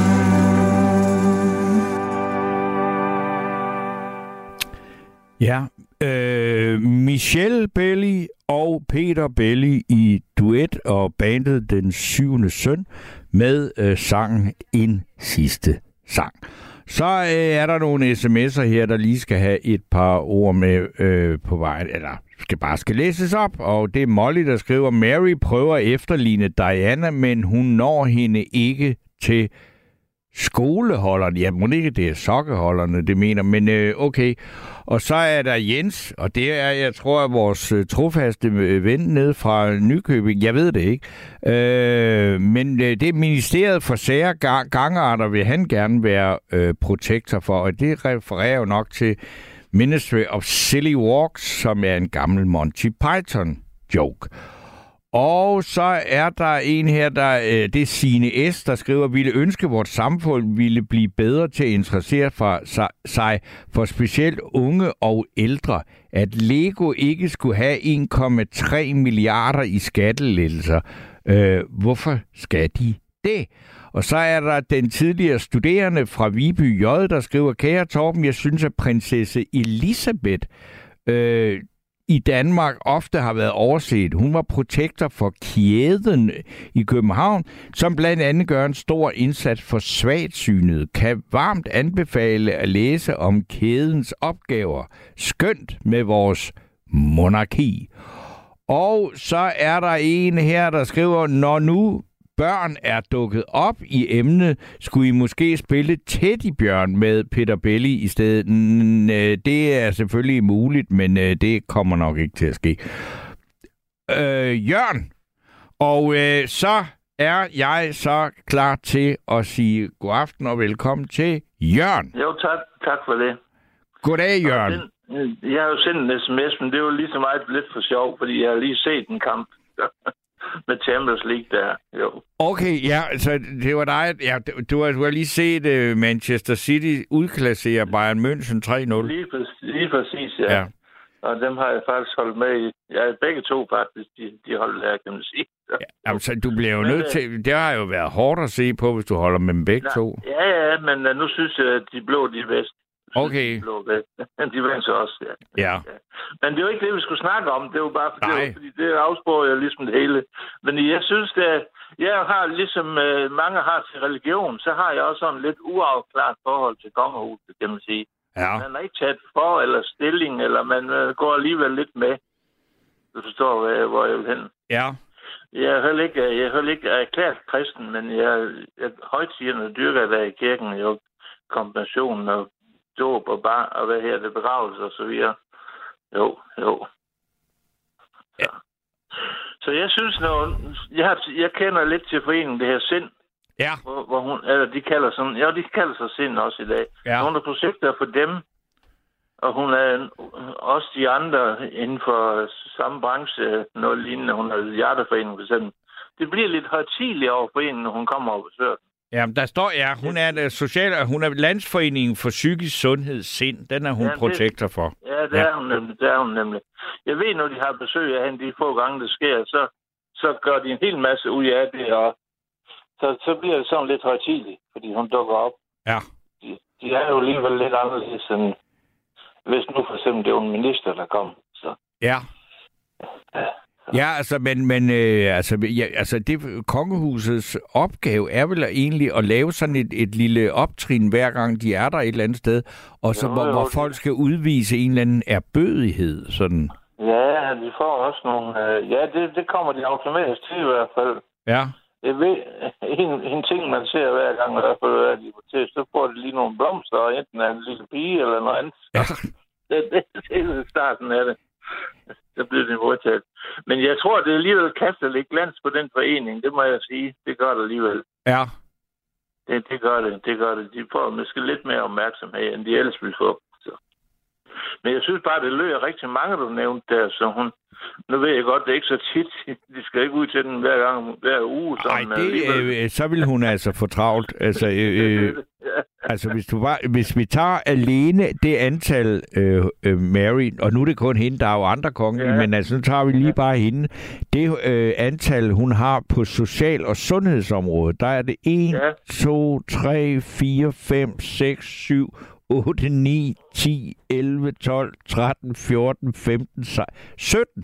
C: Ja, øh, Michelle Belli og Peter Belli i duet og bandet Den syvende søn med øh, sangen En sidste sang. Så øh, er der nogle sms'er her, der lige skal have et par ord med øh, på vejen, eller skal bare skal læses op. Og det er Molly, der skriver, Mary prøver at efterligne Diana, men hun når hende ikke til skoleholderne. Ja, må ikke det er sokkeholderne, det mener, men øh, okay. Og så er der Jens, og det er, jeg tror, er vores øh, trofaste ven nede fra Nykøbing. Jeg ved det ikke. Øh, men øh, det er Ministeriet for Sager gang, Gangarter, vil han gerne være øh, protektor for, og det refererer jo nok til Ministry of Silly Walks, som er en gammel Monty Python joke. Og så er der en her, der, øh, det er Signe S., der skriver, ville ønske, at vores samfund ville blive bedre til at interessere for sig, sig for specielt unge og ældre. At Lego ikke skulle have en komma tre milliarder i skattelettelser. Øh, hvorfor skal de det? Og så er der den tidligere studerende fra Viby J, der skriver, kære Torben, jeg synes, at prinsesse Elisabeth øh, i Danmark ofte har været overset. Hun var protektor for Kæden i København, som blandt andet gør en stor indsats for svagsynede. Kan varmt anbefale at læse om Kædens opgaver. Skønt med vores monarki. Og så er der en her, der skriver, når nu børn er dukket op i emnet, skulle I måske spille Teddybjørn med Peter Belli i stedet? Det er selvfølgelig muligt, men det kommer nok ikke til at ske. Øh, Jørgen, og øh, så er jeg så klar til at sige god aften og velkommen til Jørgen.
G: Jo, tak. Tak for det.
C: Goddag, Jørgen.
G: Jeg har jo sendt en sms, men det var lige så meget lidt for sjov, fordi jeg har lige set en kamp med Champions League der, jo. Okay, ja, så det var dig. Ja, du, har, du har lige set uh, Manchester City udklassere Bayern München tre nul. Lige, lige præcis, ja. ja. Og dem har jeg faktisk holdt med i. Ja, begge to faktisk, de, de holdt der, kan man sige.
C: Ja, altså, du bliver jo men, nødt til... Det har jo været hårdt at se på, hvis du holder med dem begge nej, to.
G: Ja, ja, men uh, nu synes jeg, at de blå, de er bedst.
C: Okay.
G: De blå, de vandt så også, ja.
C: ja. ja.
G: Men det er jo ikke det, vi skulle snakke om. Det er jo bare fordi, det, fordi det afsporer jeg ligesom det hele. Men jeg synes, at jeg har ligesom uh, mange har til religion, så har jeg også sådan lidt uafklaret forhold til kongehuset, kan man sige.
C: Ja.
G: Man har ikke taget for eller stilling, eller man uh, går alligevel lidt med. Du forstår, hvor jeg, hvor jeg vil hen.
C: Ja.
G: Jeg er heller ikke, jeg er heller ikke erklæret kristen, men jeg, jeg højtiderne dyrker der i kirken, jo kombinationen og dåb og bar, og hvad her det begravelse og så videre. Jo, jo. Ja. Så jeg synes, når jeg, har, jeg kender lidt til foreningen, det her sind,
C: ja.
G: hvor, hvor hun, eller de kalder sådan, ja, de kalder sig sind også i dag.
C: Ja.
G: Hun har projekter for dem, og hun er også de andre inden for samme branche, noget lignende. Hun har hjerteforeningen for eksempel. Det bliver lidt højtideligt over foreningen, når hun kommer og besøger den.
C: Ja, der står, ja, hun er social, hun er Landsforeningen for Psykisk Sundhed Sind. Den er hun ja, det, protektor for.
G: Ja, det er, ja. Hun nemlig, det er hun nemlig. Jeg ved, når de har besøg af hende, de få gange, det sker, så, så gør de en hel masse ud af det, og så, så bliver det sådan lidt højtideligt, fordi hun dukker op.
C: Ja.
G: De, de er jo alligevel lidt anderledes, end hvis nu for eksempel det var en minister, der kom. Så.
C: Ja. Ja. Ja, altså, men, men øh, altså, ja, altså det, kongehusets opgave er vel egentlig at lave sådan et, et lille optrin, hver gang de er der et eller andet sted, og så, jo, hvor, jo, hvor folk skal udvise en eller anden erbødighed, sådan.
G: Ja, de får også nogle... Øh, ja, det, det kommer de automatisk til i hvert fald.
C: Ja.
G: jeg ved, en, en ting, man ser hver gang, når der er libertet, så får det lige nogle blomster, og enten er en lille pige eller noget andet.
C: Ja.
G: Det, det, det er starten af det. Så bliver det modtaget. Men jeg tror, det alligevel kaster lidt glans på den forening, det må jeg sige. Det gør det alligevel.
C: Ja.
G: Det, det gør det, det gør det. De får måske lidt mere opmærksomhed, end de ellers ville få. Så. Men jeg synes bare, det løber rigtig mange, du nævnte der, så hun... Nu ved jeg godt, det er ikke så tit. De skal ikke ud til den hver gang, hver uge.
C: Nej, øh, så vil hun altså få travlt. Altså, øh, øh, altså hvis, du bare, hvis vi tager alene det antal øh, øh, Mary, og nu er det kun hende, der er jo andre kongelige, ja. Men altså nu tager vi lige bare hende. Det øh, antal, hun har på social- og sundhedsområdet, der er det en, ja. to, tre, fire, fem, seks, syv, otte, ni, ti, elleve, tolv, tretten, fjorten, femten, sytten.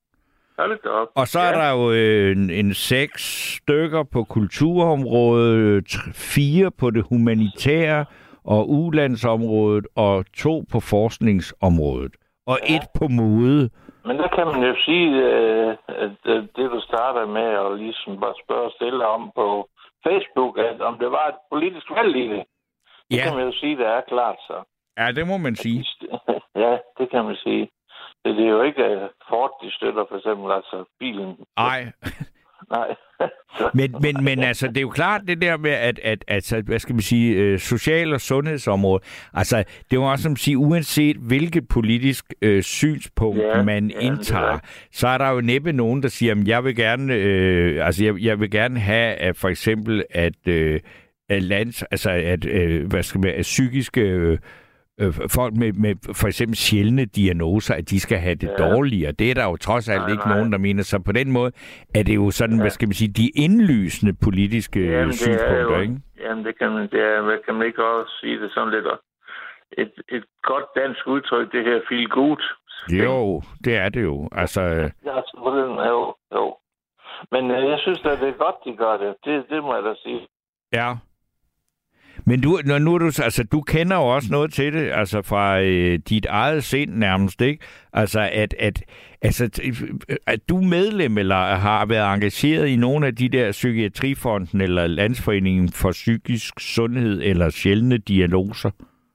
C: Og så er ja. der jo en, en seks stykker på kulturområdet, fire på det humanitære og ulandsområdet, og to på forskningsområdet, og ja. et på mode.
G: Men der kan man jo sige, at det du starter med at ligesom bare spørge stille om på Facebook, at om det var et politisk valg i det. Det ja. kan man jo sige, det er klart så.
C: Ja, det må man sige.
G: Ja, det kan man sige. Det er jo ikke Ford, de støtter for eksempel, altså bilen.
C: Nej.
G: Nej.
C: men, men, men altså, det er jo klart det der med, at, at altså, hvad skal man sige, øh, social- og sundhedsområde, altså, det var også som at sige, uanset hvilket politisk øh, synspunkt ja, man ja, indtager, så er der jo næppe nogen, der siger, at jeg vil gerne, øh, altså, jeg, jeg vil gerne have, at for eksempel, at, øh, at lands, altså, at, øh, hvad skal man, at psykiske øh, Øh, folk med, med for eksempel sjældne diagnoser, at de skal have det ja. dårligere. Det er der jo trods alt nej, ikke nej. nogen, der mener. Så på den måde er det jo sådan, ja. hvad skal man sige, de indlysende politiske jamen, synspunkter, jo, ikke?
G: Jamen, det kan man, det er, hvad kan man ikke også sige det sådan lidt. Et, et godt dansk udtryk, det her feel good.
C: Jo, det er det jo. Altså...
G: Ja, på den, jo, jo. Men øh, jeg synes at det er godt, de gør det. Det, det må jeg da sige.
C: Ja. Men du, når nu er du, altså, du kender jo også noget til det, altså fra øh, dit eget sind nærmest, ikke? Altså, at, at, altså, at du er medlem eller har været engageret i nogle af de der Psykiatrifonden eller Landsforeningen for Psykisk Sundhed eller sjældne diagnoser.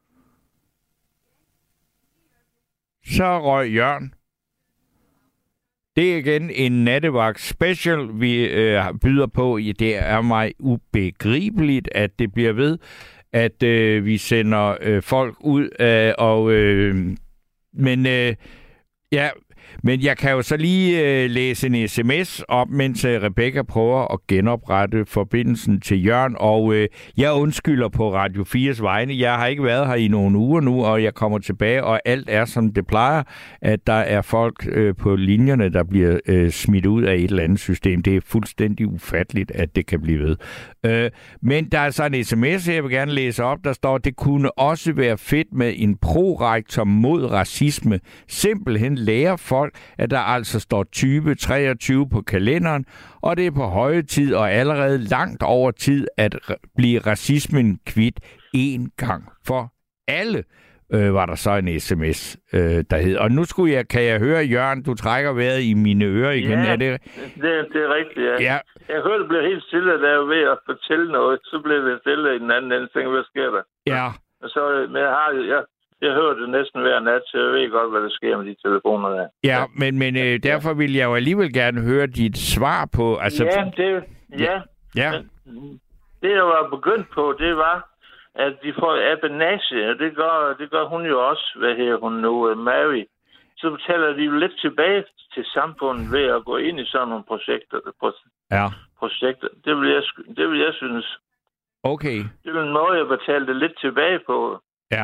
C: Så røg Jørgen. Det er igen en nattevagt special, vi øh, byder på. Det er mig ubegribeligt, at det bliver ved, at øh, vi sender øh, folk ud. Øh, og øh, Men øh, ja, men jeg kan jo så lige øh, læse en sms op, mens øh, Rebecca prøver at genoprette forbindelsen til Jørgen. Og øh, jeg undskylder på Radio fires vegne. Jeg har ikke været her i nogle uger nu, og jeg kommer tilbage, og alt er som det plejer, at der er folk øh, på linjerne, der bliver øh, smidt ud af et eller andet system. Det er fuldstændig ufatteligt, at det kan blive ved. Øh, men der er så en sms, jeg vil gerne læse op, der står, det kunne også være fedt med en prorektor mod racisme. Simpelthen lære folk, at der altså står tyve treogtyve på kalenderen, og det er på høje tid og allerede langt over tid at blive racismen kvit en gang for alle, øh, var der så en sms, øh, der hed. Og nu skulle jeg, kan jeg høre, Jørgen, du trækker vejret i mine ører igen.
G: Ja,
C: er det...
G: Det, det er rigtigt, ja.
C: ja.
G: Jeg hørte, det blev helt stille, da jeg var ved at fortælle noget. Så blev det stille i den anden ende. Tænkte, hvad sker der?
C: Ja.
G: Og så, men jeg har jeg, jeg hører det næsten hver nat, så jeg ved godt, hvad der sker med de telefoner der.
C: Ja, men, men øh, derfor vil jeg jo alligevel gerne høre dit svar på... Altså,
G: ja, det, ja.
C: ja.
G: Men, det, jeg var begyndt på, det var, at de får apanage, og det gør, det gør hun jo også, hvad her hun nu, Mary. Så betaler de jo lidt tilbage til samfundet ved at gå ind i sådan nogle projekter.
C: Ja.
G: projekter. Det, vil jeg, det vil jeg synes.
C: Okay.
G: Det er en måde, jeg betalte det lidt tilbage på.
C: Ja.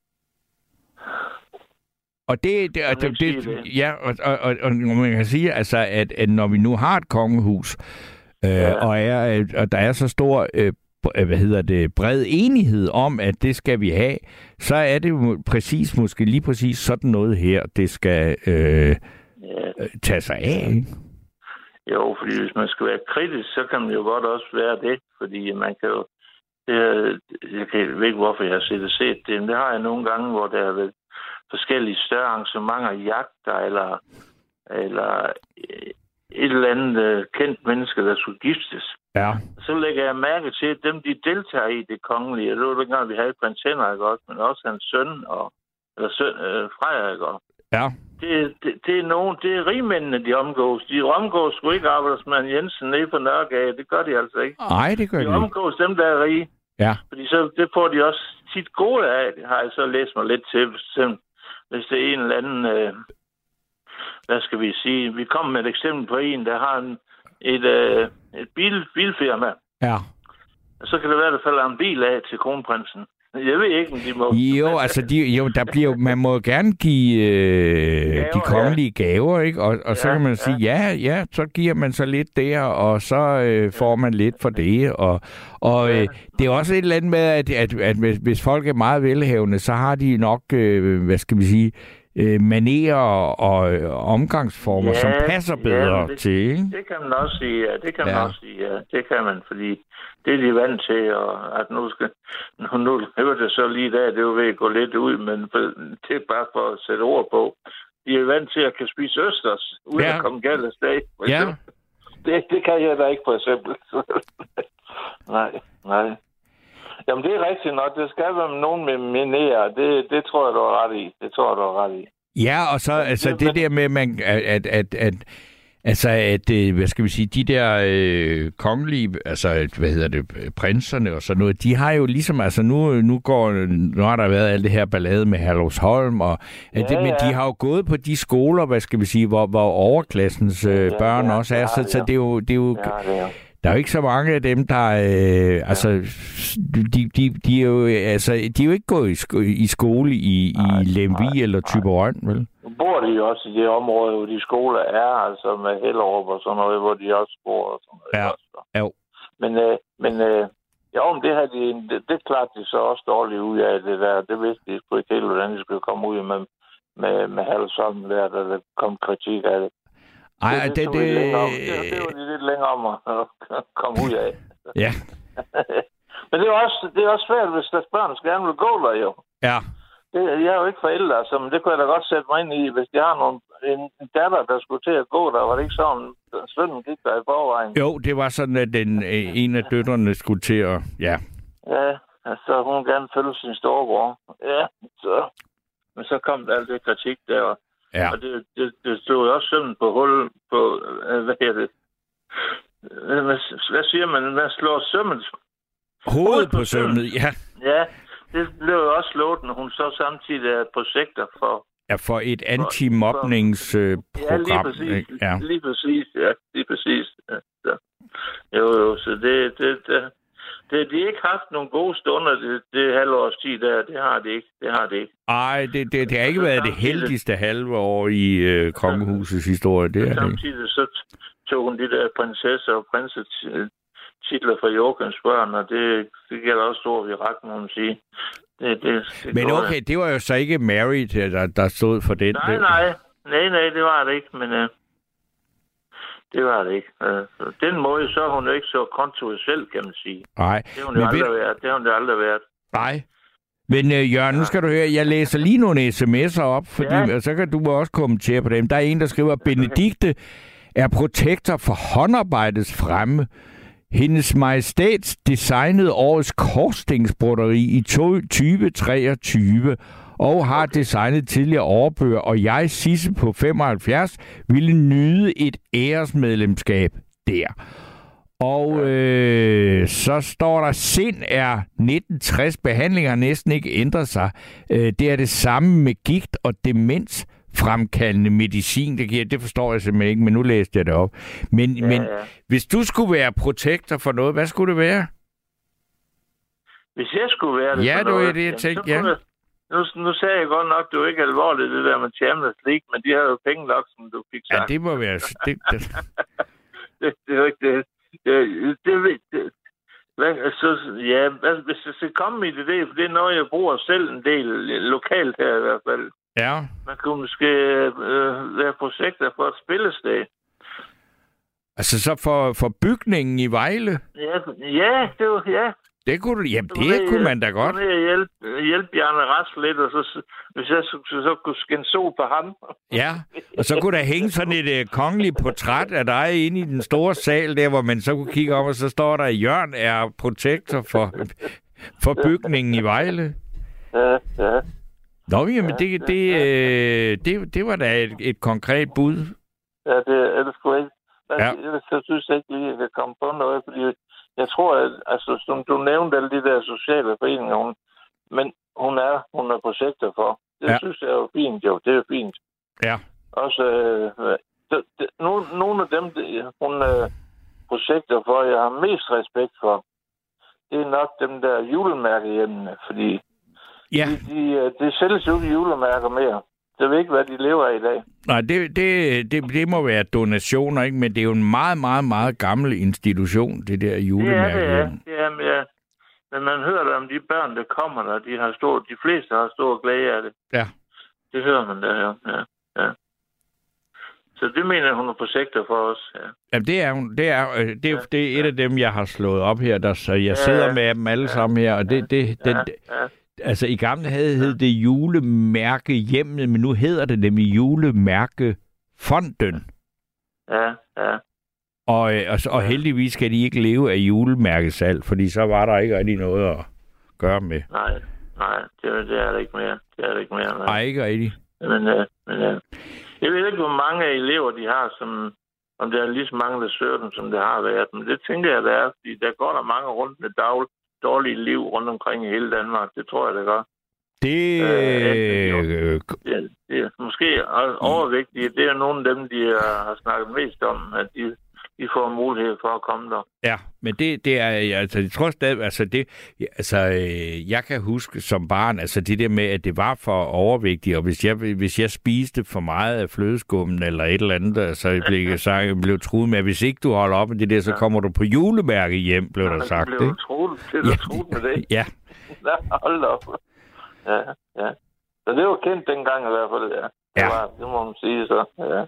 C: Og det, det, og det, det, det. Ja, og, og, og, og man kan sige, altså, at, at når vi nu har et kongehus, øh, ja. og, er, og der er så stor, øh, hvad hedder det, bred enighed om, at det skal vi have, så er det jo præcis, måske lige præcis sådan noget her, det skal øh, ja. tage sig af, ikke?
G: Jo, fordi hvis man skal være kritisk, så kan man jo godt også være det, fordi man kan jo, det er, jeg kan ikke, hvorfor jeg har set det set det, men det har jeg nogle gange, hvor der har været forskellige større arrangementer, jagter, eller, eller et eller andet uh, kendt menneske, der skulle giftes.
C: Ja.
G: Så lægger jeg mærke til, at dem, de deltager i det kongelige, det var dengang, vi havde prins Henrik også, men også hans søn, og, eller søn, øh, Frederik også.
C: Ja.
G: Det, det, det, er nogen, det er rigmændene, de omgås. De omgås sgu ikke arbejdsmand Jensen nede på Nørregade. Det gør de altså ikke.
C: Nej, det gør de
G: ikke.
C: De
G: omgås dem, der er rige.
C: Ja.
G: Fordi så, det får de også tit gode af. Det har jeg så læst mig lidt til. Hvis det er en eller anden... Øh, hvad skal vi sige? Vi kommer med et eksempel på en, der har en, et, øh, et bil, bilfirma.
C: Ja.
G: Så kan det være, at der falder en bil af til kronprinsen. Jeg ved ikke, om de må...
C: Jo, altså, de, jo, der bliver, man må gerne give øh, gaver, de kongelige ja. gaver, ikke? Og, og ja, så kan man sige, ja. ja, ja, så giver man så lidt der, og så øh, får man lidt for det. Og, og øh, det er også et eller andet med, at, at, at hvis, hvis folk er meget velhavende, så har de nok, øh, hvad skal vi sige, øh, manerer og øh, omgangsformer, ja, som passer bedre
G: ja, det,
C: til, ikke?
G: Det kan man også sige, ja. Det kan
C: ja.
G: man også sige, ja. Det kan man, fordi det er de vant til, og at nu skal... Nu, nu hører det så lige der, det er jo ved at gå lidt ud, men det er bare for at sætte ord på. De er vant til at kan spise østers, uden ja. at komme galt af sted.
C: Ja.
G: Det, det kan jeg da ikke, for eksempel. nej, nej. Jamen, det er rigtigt nok. Det skal være nogen med minerer. Det, det tror jeg, du er ret i. Det tror jeg, du er ret i.
C: Ja, og så altså, det der med, man, at, at, at Altså, at, hvad skal vi sige, de der øh, kongelige, altså, hvad hedder det, prinserne og sådan noget, de har jo ligesom, altså, nu, nu går, nu har der været alt det her ballade med Herlufsholm, og ja, det, men ja. de har jo gået på de skoler, hvad skal vi sige, hvor, hvor overklassens øh, ja, børn ja, også er, ja, så, så det er jo, det er jo, ja, det er. Der er jo ikke så mange af dem, der, øh, ja. altså, de, de, de, er jo, altså, de er jo ikke gået i, sko- i skole i, nej, i Lemvig nej, eller Thyborøn, vel?
G: Nu bor de jo også i det område, hvor de skoler er, altså med Hellerup og sådan noget, hvor de også bor og sådan noget.
C: Ja,
G: også.
C: jo.
G: Men, øh, men øh, jo, men det har de, det, det klart de så også dårligt ud af det der. Det vidste de sgu ikke helt, hvordan de skulle komme ud med, med, med Herlufsholm der, da der kom kritik af det.
C: Ej, det, det, det, det,
G: det, det var de lidt længere om at komme ud af.
C: Ja.
G: Men det er, også, det er også svært, hvis deres børn skal gerne vil gå der, jo.
C: Ja.
G: Det, jeg er jo ikke forældre, så men det kunne jeg da godt sætte mig ind i, hvis de har nogle, en, en datter, der skulle til at gå der. Var det ikke sådan, at sønnen gik der i forvejen?
C: Jo, det var sådan, at den, en af døtrene skulle til at... Ja.
G: Ja, så hun gerne følge sin storebror. Ja, så... Men så kom der alt det kritik der,
C: ja.
G: Og det, det, det stod jo også sømmen på hul på, hvad hedder det? Hvad, hvad siger man? Man slår sømmen?
C: Hovedet på sømmet, ja.
G: Ja, det blev jo også slået, når hun så samtidig er projekter for...
C: Ja, for et anti-mobningsprogram.
G: Ja, lige præcis. Ja. Lige præcis, ja. Lige præcis. Ja. Så. Jo, jo, så det... det, det Det, de har ikke haft nogle gode stunder, det, det halvårs tid der. Det har de ikke. Det har de ikke.
C: Ej, det, det, det har ikke været det heldigste halve år i øh, kongehusets historie. Det er
G: samtidig så tog hun de der prinsesser og prinsetitler fra Joachims børn, og det, det gælder også stor ved ret, må man sige. Det, det, det
C: men okay, det. det var jo så ikke Mary, der, der stod for det.
G: Nej, nej. Nej, nej, det var det ikke, men... Øh, Det var det ikke. Uh, den måde, så er hun jo ikke så kontroversiel, kan man sige.
C: Nej.
G: Det har hun jo aldrig ved... været. Det har hun jo aldrig været.
C: Nej. Men uh, Jørgen, nu skal du høre, jeg læser lige nogle sms'er op, fordi ja. Så kan du også kommentere på dem. Der er en, der skriver, at Benedikte er protektor for håndarbejdets fremme. Hendes Majestæts designede årets korsstængsbroderi i tyve treogtyve og har designet tidligere overbøger, og jeg, Sisse på femoghalvfjerds, ville nyde et æresmedlemskab der. Og øh, så står der, sind er nitten tres, behandlinger næsten ikke ændret sig. Øh, det er det samme med gigt og demens fremkaldende medicin. Det, giver, det forstår jeg simpelthen ikke, men nu læste jeg det op. Men, ja, men ja. Hvis du skulle være protektor for noget, hvad skulle det være?
G: Hvis jeg skulle være det
C: ja,
G: for
C: noget?
G: Ja,
C: det er det, jeg tænkte, ja.
G: Jeg, nu, nu sagde jeg godt nok, det var ikke alvorligt, det der med Champions League, men de har jo penge nok, som du fik sagt.
C: Ja, det må være... Det, det.
G: det, det er jo ikke det. Det, det, det hvad, altså, ja, hvis det skal komme i det, for det er noget, jeg bruger selv en del lokalt her i hvert fald.
C: Ja.
G: Man kunne måske øh, være projekter for et spillested.
C: Altså så for, for bygningen i Vejle?
G: Ja, ja, det var, ja.
C: Det kunne, jamen, det kunne man da godt.
G: Så kunne jeg hjælpe, hjælpe Bjarne Rask lidt, og så, hvis jeg så, så, så kunne skinne sol på ham.
C: Ja, og så kunne der hænge sådan et uh, kongeligt portræt af dig inde i den store sal, der hvor man så kunne kigge op, og så står der, Jørgen er protektor for, for bygningen i Vejle.
G: Ja, ja.
C: Nå, jamen, det, det, øh, det, det var da et, et konkret bud.
G: Ja, det er det sgu ikke. Men
C: ja.
G: jeg, jeg synes ikke lige, at jeg kan komme på noget, fordi jeg tror, at altså, som du nævnte, alle de der sociale foreninger, hun, men hun er, hun er projekter for. Det ja. synes jeg er jo fint, jo. Det er jo fint.
C: Ja.
G: Også, øh, det, det, nogle, nogle af dem, det, hun er øh, projekter for, jeg har mest respekt for, det er nok dem der julemærkehjemmene, fordi
C: ja.
G: de, de, de sælges jo ikke julemærker mere. Det ved ikke, hvad de lever af i dag.
C: Nej, det, det, det, det må være donationer, ikke? Men det er jo en meget, meget, meget gammel institution, det der julemærke.
G: Ja, det er. Det er ja. Men man hører da om de børn, der kommer der, de har stor, de fleste har stor glæde af det.
C: Ja.
G: Det hører man der, ja. ja. ja. Så det mener hun er projekter for os, ja.
C: Jamen, det er hun. Det er, det er, ja, det er et ja. af dem, jeg har slået op her, der, så jeg ja, sidder med dem alle ja, sammen her, og det, det, ja, det, ja. Altså, i gamle havde hed det julemærke hjemmet, men nu hedder det nemlig julemærkefonden.
G: Ja, ja.
C: Og, og, og heldigvis skal de ikke leve af julemærkesalg, fordi så var der ikke rigtig noget at gøre med.
G: Nej, nej, det, det er det ikke mere. Det er det ikke mere. Nej,
C: nej ikke rigtigt.
G: Men, ja, men ja. Jeg ved ikke, hvor mange elever de har, som, om der er lige så mange, der søger dem, som det har været. Men det tænker jeg, der er, fordi der går der mange rundt med dagligt. Dårlige liv rundt omkring i hele Danmark. Det tror jeg, det gør.
C: Det...
G: Øh, det, det er måske overvægtige. Det er nogle af dem, de har snakket mest om, at de, de får mulighed for at komme der.
C: Ja, men det, det er... Altså, jeg tror stadig... Altså, det, altså, jeg kan huske som barn, altså det der med, at det var for overvægtige, og hvis jeg, hvis jeg spiste for meget af flødeskummen eller et eller andet, så jeg blev, så jeg blev truet med, at hvis ikke du holder op med det der, så kommer du på julemærke hjem, blev ja, der sagt.
G: Det blev truet. Det er ja, truet med det.
C: Ja.
G: Nå, hold op. Ja, ja. Så det var kendt dengang i hvert fald, ja. Det,
C: ja.
G: var, det må man sige så, ja.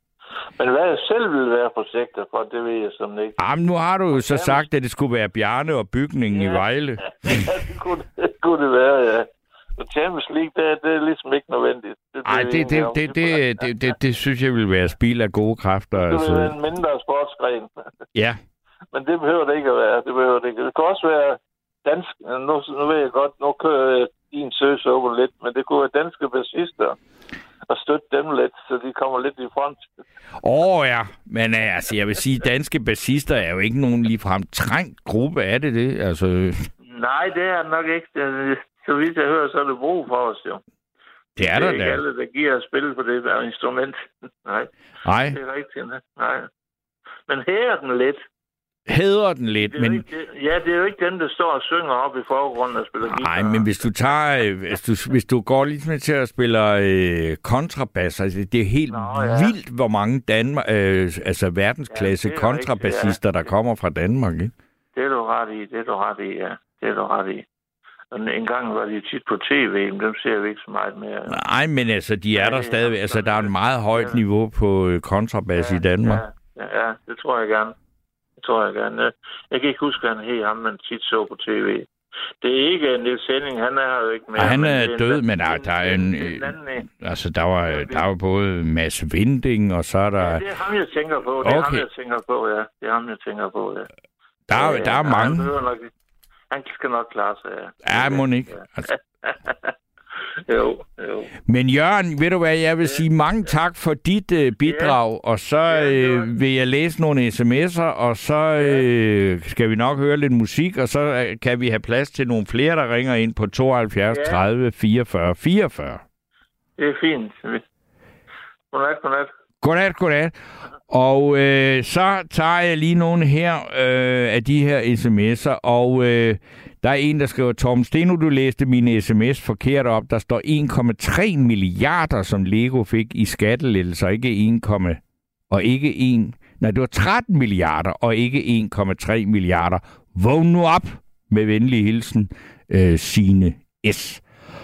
G: Men hvad jeg selv ville være projekter for, det ved jeg sådan ikke.
C: Jamen, nu har du jo så sagt, at det skulle være Bjarne og bygningen ja. i Vejle.
G: Ja, det kunne det, kunne det være, ja. Og Champions League, det, det er ligesom ikke nødvendigt.
C: Nej, det, det, det, det, det, det, det, det synes jeg vil være spild af gode kræfter.
G: Det
C: altså.
G: vil være en mindre sportsgren.
C: Ja.
G: Men det behøver det ikke at være. Det behøver det ikke. Det kan også være dansk. Nu, nu ved jeg godt, nu kører jeg din søsuppe lidt, men det kunne være danske bassister. Og støtte dem lidt, så de kommer lidt i front.
C: Åh oh, ja, men altså, jeg vil sige, danske bassister er jo ikke nogen ligefrem trængt gruppe, er det det? Altså...
G: Nej, det er nok ikke. Det, så vidt jeg hører, så er det brug for os jo.
C: Det er der da.
G: Det er ikke alle, der giver at spille på det der instrument. Nej.
C: Nej.
G: Det er rigtigt, nej. Men hæder den lidt.
C: Hæder den lidt,
G: det
C: men...
G: Ikke, det, ja, det er jo ikke den, der står og synger op i forgrunden og spiller guitar.
C: Nej, men hvis du tager... Hvis du, hvis du går lidt med til at spille øh, kontrabas, altså det er helt Nå, ja. vildt, hvor mange Danmark, øh, altså verdensklasse ja, kontrabassister, ja. der kommer fra Danmark, ikke?
G: Det er du ret i, det er du ret i, ja. Det er du ret i. Og en gang var de tit på tv, men dem ser vi ikke så meget mere.
C: Nej, men altså, de er ja, der stadigvæk. Altså, der er et meget højt ja. niveau på kontrabas ja, i Danmark.
G: Ja, ja, ja, det tror jeg gerne. Det tror jeg gerne. Jeg kan ikke huske, at han hed ham, man tit så på tv. Det er ikke Niels Henning, han er jo ikke mere.
C: Ja, han er
G: men
C: død,
G: en,
C: men der, der er en... en anden, altså, der var, der var både Mads Vinding, og så er der...
G: Ja, det er ham, jeg tænker på. Det er okay. ham, jeg tænker på, ja. Det er ham, jeg tænker på, ja.
C: Der er,
G: ja,
C: der er
G: ja,
C: mange.
G: Han, nok, han skal nok klare sig, ja.
C: Ja, må ikke. Altså.
G: jo, jo.
C: Men Jørgen, ved du hvad, jeg vil sige mange tak for dit uh, bidrag, ja. og så uh, vil jeg læse nogle sms'er, og så uh, skal vi nok høre lidt musik, og så uh, kan vi have plads til nogle flere, der ringer ind på tooghalvfjerds tredive fireogfyrre fireogfyrre.
G: Det er fint. Godnat, godnat.
C: Godnat, godnat. Og øh, så tager jeg lige nogle her øh, af de her sms'er, og øh, der er en, der skriver, Torben Steno, du læste mine sms forkert op. Der står en komma tre milliarder, som Lego fik i skattelettelser, ikke en, og ikke en, nej, det var tretten milliarder, og ikke en komma tre milliarder. Vågn nu op, med venlig hilsen, øh, Signe S.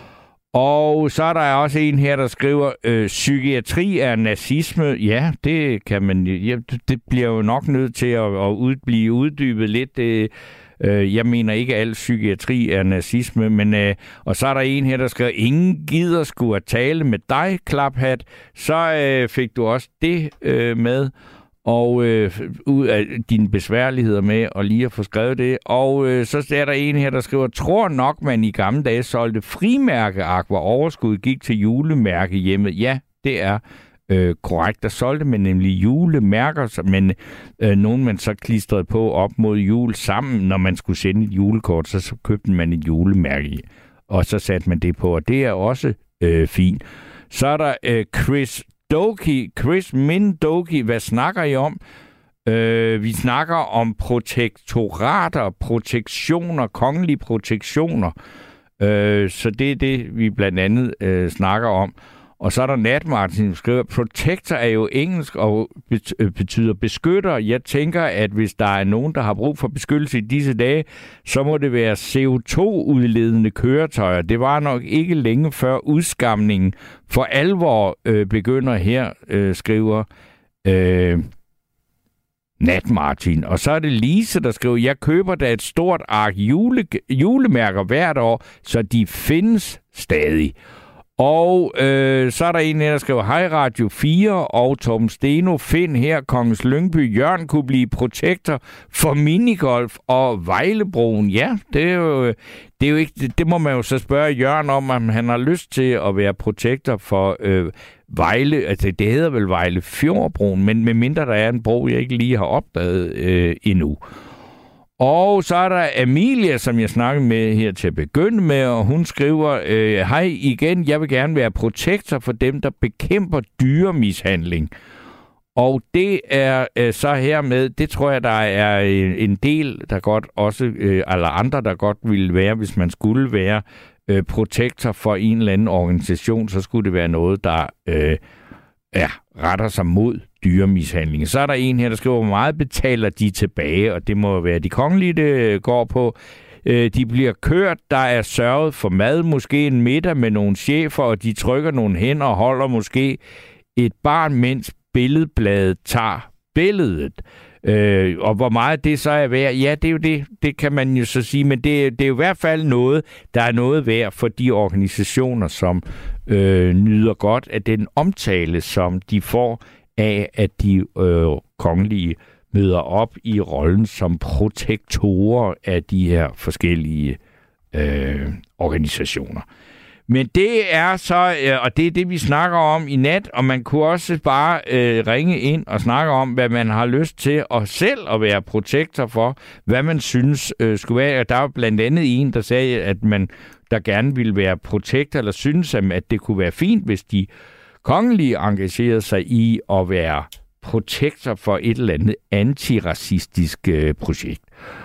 C: Og så er der også en her, der skriver, øh, psykiatri er nazisme. Ja, det kan man. Ja, det bliver jo nok nødt til at, at ud, blive uddybet lidt. Øh, Øh, jeg mener ikke, at al psykiatri er nazisme, men øh, og så er der en her, der skriver, ingen gider skulle at tale med dig, klaphat. Så øh, fik du også det øh, med, og øh, ud af dine besværligheder med at lige at få skrevet det. Og øh, så er der en her, der skriver, tror nok, man i gamle dage solgte frimærkeark, hvor overskud gik til julemærke hjemme. Ja, det er øh, korrekt. Der solgte man nemlig julemærker, men øh, nogen man så klistrede på op mod jul sammen, når man skulle sende et julekort, så, så købte man et julemærke, og så satte man det på, og det er også øh, fint. Så er der øh, Chris Doki, Chris Min Doki, hvad snakker I om? Øh, vi snakker om protektorater, protektioner, kongelige protektioner. Øh, så det er det, vi blandt andet øh, snakker om. Og så er der Nat Martin, der skriver, protector er jo engelsk og betyder beskytter. Jeg tænker, at hvis der er nogen, der har brug for beskyttelse i disse dage, så må det være C O to udledende køretøjer. Det var nok ikke længe før udskamningen for alvor øh, begynder her, øh, skriver øh, Nat Martin. Og så er det Lise, der skriver, jeg køber da et stort ark jule, julemærker hvert år, så de findes stadig. Og øh, så er der en her, der skriver, hej Radio fire og Torben Steno, find her, Kongens Lyngby, Jørgen kunne blive protektor for minigolf og Vejlebroen. Ja, det er jo, det er jo ikke, det, det må man jo så spørge Jørgen om, om han har lyst til at være protektor for øh, Vejle, altså det hedder vel Vejle Fjordbroen, men med mindre der er en bro, jeg ikke lige har opdaget øh, endnu. Og så er der Amelia, som jeg snakkede med her til at begynde med, og hun skriver, øh, hej igen, jeg vil gerne være protektor for dem, der bekæmper dyremishandling. Og det er øh, så hermed, det tror jeg, der er en del, der godt også, øh, eller andre, der godt ville være, hvis man skulle være øh, protektor for en eller anden organisation, så skulle det være noget, der øh, ja, retter sig mod dyremishandling. Så er der en her, der skriver, hvor meget betaler de tilbage, og det må være de kongelige, det går på. De bliver kørt, der er sørget for mad, måske en middag med nogle chefer, og de trykker nogle hænder og holder måske et barn, mens billedbladet tager billedet. Øh, og hvor meget det så er værd, ja, det er jo det, det kan man jo så sige, men det, det er jo i hvert fald noget, der er noget værd for de organisationer, som øh, nyder godt af den omtale, som de får af, at de øh, kongelige møder op i rollen som protektorer af de her forskellige øh, organisationer. Men det er så, og det er det, vi snakker om i nat, og man kunne også bare øh, ringe ind og snakke om, hvad man har lyst til at selv at være protektor for, hvad man synes øh, skulle være. Der var blandt andet en, der sagde, at man der gerne ville være protektor, eller synes, at det kunne være fint, hvis de kongelige engagerede sig i at være protektor for et eller andet antiracistisk øh, projekt.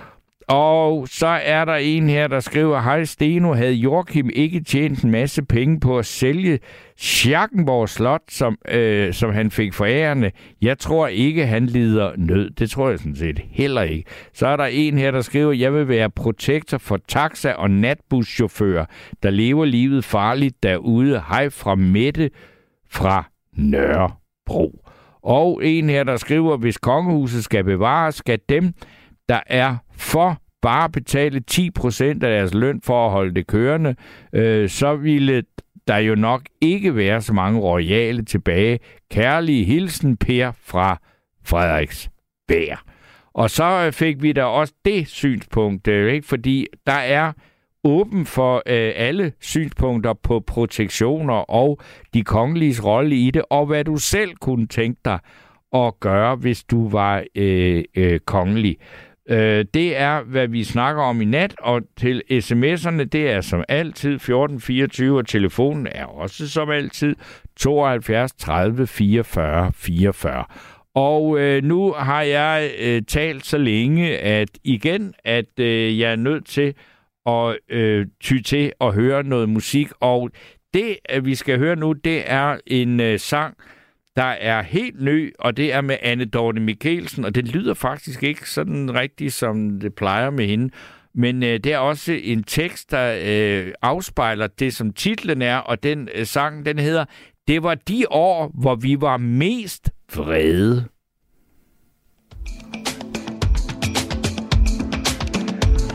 C: Og så er der en her, der skriver, hej Steno, havde Joachim ikke tjent en masse penge på at sælge Schackenborg Slot, som, øh, som han fik forærende? Jeg tror ikke, han lider nød. Det tror jeg sådan set heller ikke. Så er der en her, der skriver, jeg vil være protektor for taxa- og natbuschauffører, der lever livet farligt derude. Hej fra Mette fra Nørrebro. Og en her, der skriver, hvis kongehuset skal bevares, skal dem, der er for bare betale ti procent af deres løn for at holde det kørende, øh, så ville der jo nok ikke være så mange royale tilbage. Kærlige hilsen, Per fra Frederiksberg. Og så fik vi da også det synspunkt, øh, ikke? Fordi der er åben for øh, alle synspunkter på protektioner og de kongeliges rolle i det, og hvad du selv kunne tænke dig at gøre, hvis du var øh, øh, kongelig. Øh, det er, hvad vi snakker om i nat, og til sms'erne, det er som altid fjorten fireogtyve, og telefonen er også som altid tooghalvfjerds tredive fireogfyrre fireogfyrre. Og øh, nu har jeg øh, talt så længe, at igen, at øh, jeg er nødt til at øh, ty til at høre noget musik, og det, at vi skal høre nu, det er en øh, sang, der er helt ny, og det er med Anne Dorthe Michelsen, og det lyder faktisk ikke sådan rigtigt, som det plejer med hende. Men øh, det er også en tekst, der øh, afspejler det, som titlen er, og den øh, sang, den hedder, det var de år, hvor vi var mest vrede.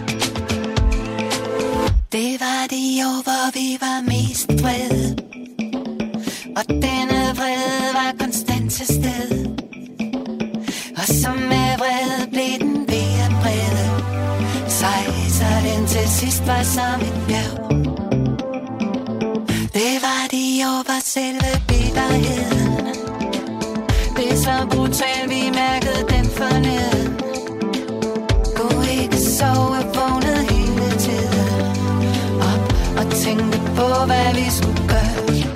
H: det år, hvor vi var mest vrede, og denne vrede var konstant til stede. Og som med vrede blev den ved at brede sig, så den til sidst var som et bjerg. Det var de år, hvor selve bitterheden blev så brutal, vi mærkede den forneden. Kunne ikke sove, vågnede hele tiden op og tænkte på, hvad vi skulle gøre.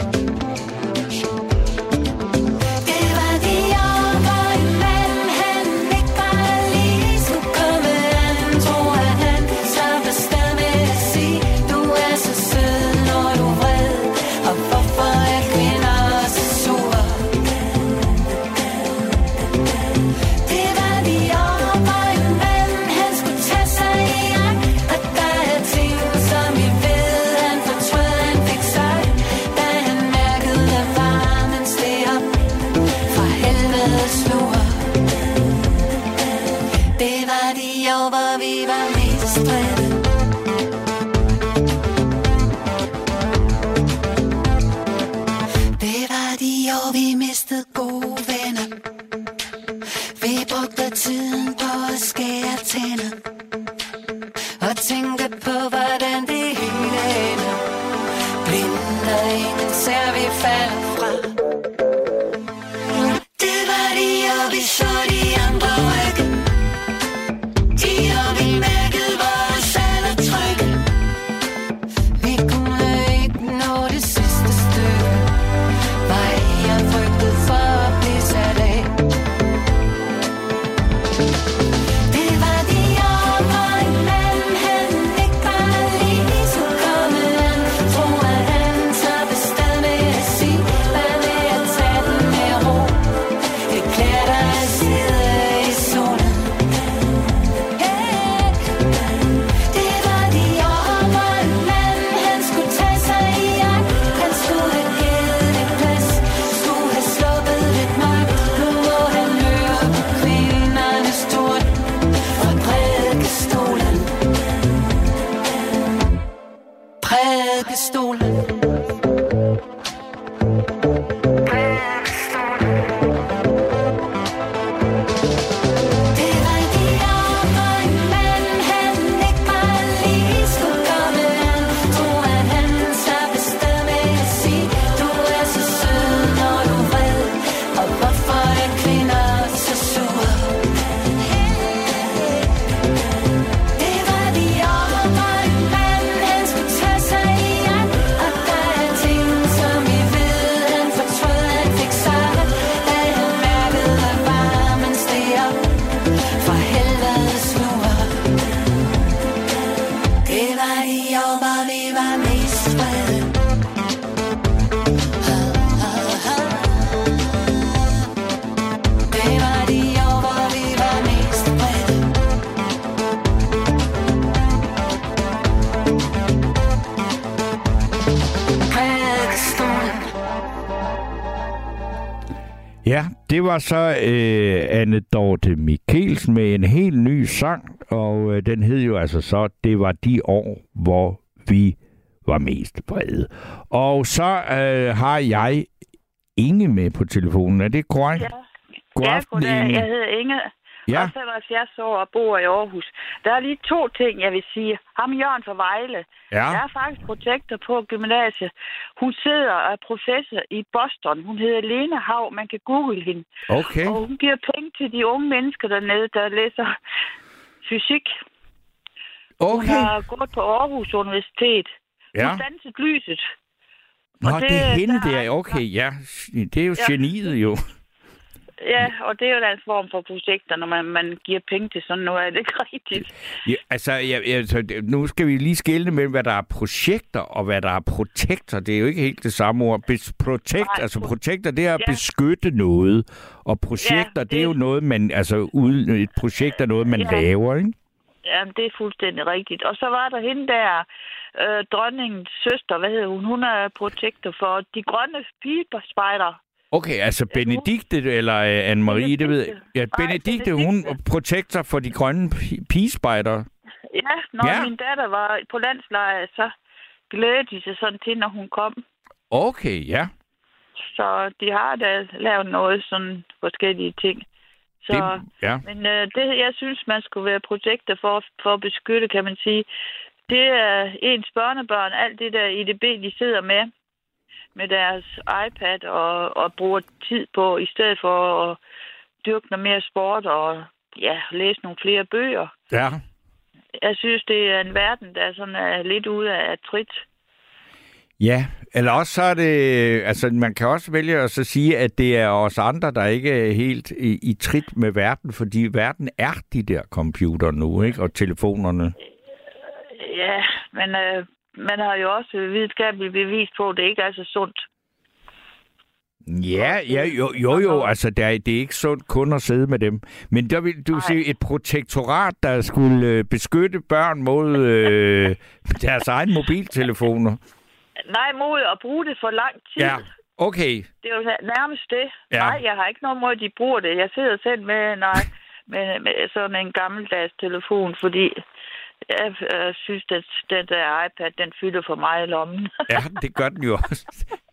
C: Ja, det var så øh, Anne Dorte Michelsen med en helt ny sang, og øh, den hed jo altså så, det var de år, hvor vi var mest vrede. Og så øh, har jeg Inge med på telefonen, er det korrekt?
I: Ja,
C: God
I: ja
C: aften,
I: goddag.
C: Inge.
I: Jeg hedder Inge,
C: ja.
I: og femoghalvfjerds år og bor i Aarhus. Der er lige to ting, jeg vil sige. Ham Jørgen fra Vejle.
C: Ja.
I: Der er faktisk protektor på gymnasiet. Hun sidder og er professor i Boston. Hun hedder Lena Hav. Man kan google hende.
C: Okay.
I: Og hun giver penge til de unge mennesker dernede, der læser fysik.
C: Okay.
I: Hun har gået på Aarhus Universitet.
C: Ja.
I: Hun dansede lyset.
C: Nå,
I: Og
C: det, det er hende
I: der,
C: der. Okay, ja. Det er jo
I: ja.
C: geniet jo.
I: Ja, og det er jo en form for projekter, når man, man giver penge til sådan noget. Er det ikke rigtigt?
C: Ja, altså, ja, altså, nu skal vi lige skelne mellem, hvad der er projekter og hvad der er protekter. Det er jo ikke helt det samme ord. Protect, Nej, altså protekter, det er at ja. beskytte noget. Og projekter, ja, det... det er jo noget, man, altså et projekt er noget, man ja. laver, ikke?
I: Ja, det er fuldstændig rigtigt. Og så var der hende der, øh, dronningens søster, hvad hedder hun? Hun er protektor for de grønne pigespejder.
C: Okay, altså Benedikte eller uh, Anne-Marie, det ved jeg. Ja, Benedikte, hun protektor for de grønne pigespejder.
I: Ja, når ja. min datter var på landslejr, så glædede de sig sådan til, når hun kom.
C: Okay, ja.
I: Så de har da lavet noget sådan forskellige ting. Så,
C: det, ja.
I: Men øh, det, jeg synes, man skulle være projekter for, for at beskytte, kan man sige. Det er ens børnebørn, alt det der I D B, de sidder med, med deres iPad og, og bruger tid på, i stedet for at dyrke noget mere sport og ja, læse nogle flere bøger.
C: Ja.
I: Jeg synes, det er en verden, der sådan er lidt ude af trit.
C: Ja, eller også så er det, altså man kan også vælge at så sige, at det er os andre, der ikke er helt i, i trit med verden, fordi verden er de der computer nu, ikke? Og telefonerne.
I: Ja, men øh, man har jo også videnskabeligt bevis på, at det ikke er så sundt.
C: Ja, ja, jo, jo, jo, altså det er, det er ikke sundt kun at sidde med dem. Men der vil du sige et protektorat, der skulle beskytte børn mod øh, deres egen mobiltelefoner.
I: Nej, mod at bruge det for lang tid.
C: Ja, okay.
I: Det er jo nærmest det.
C: Ja.
I: Nej, jeg har ikke noget mod, at de bruger det. Jeg sidder selv med, nej, med, med sådan en gammeldags telefon, fordi jeg øh, synes, at den der iPad, den fylder for mig i lommen.
C: Ja, det gør den jo også.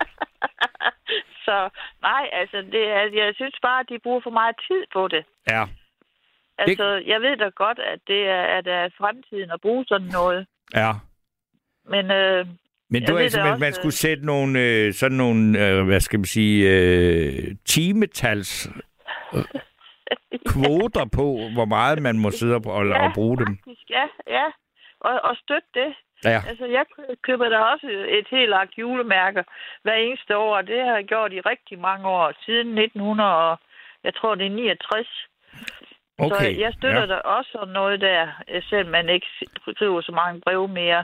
I: Så nej, altså, det er, jeg synes bare, at de bruger for meget tid på det.
C: Ja.
I: Altså, det... jeg ved da godt, at det er, at det er fremtiden at bruge sådan noget.
C: Ja.
I: Men... Øh,
C: Men du altså, man, man skulle sætte nogle, øh, sådan nogle, øh, hvad skal man sige, øh, timetals øh, kvoter på, hvor meget man må sidde og,
I: ja,
C: og bruge dem.
I: Faktisk, ja, ja. Og, og støtte det.
C: Ja.
I: Altså, jeg køber da også et helt lagt julemærker hver eneste år, og det har jeg gjort i rigtig mange år, siden nitten hundrede, og jeg tror, det er niogtres.
C: Okay.
I: Så jeg støtter ja. da også noget der, selvom man ikke skriver så mange brev mere.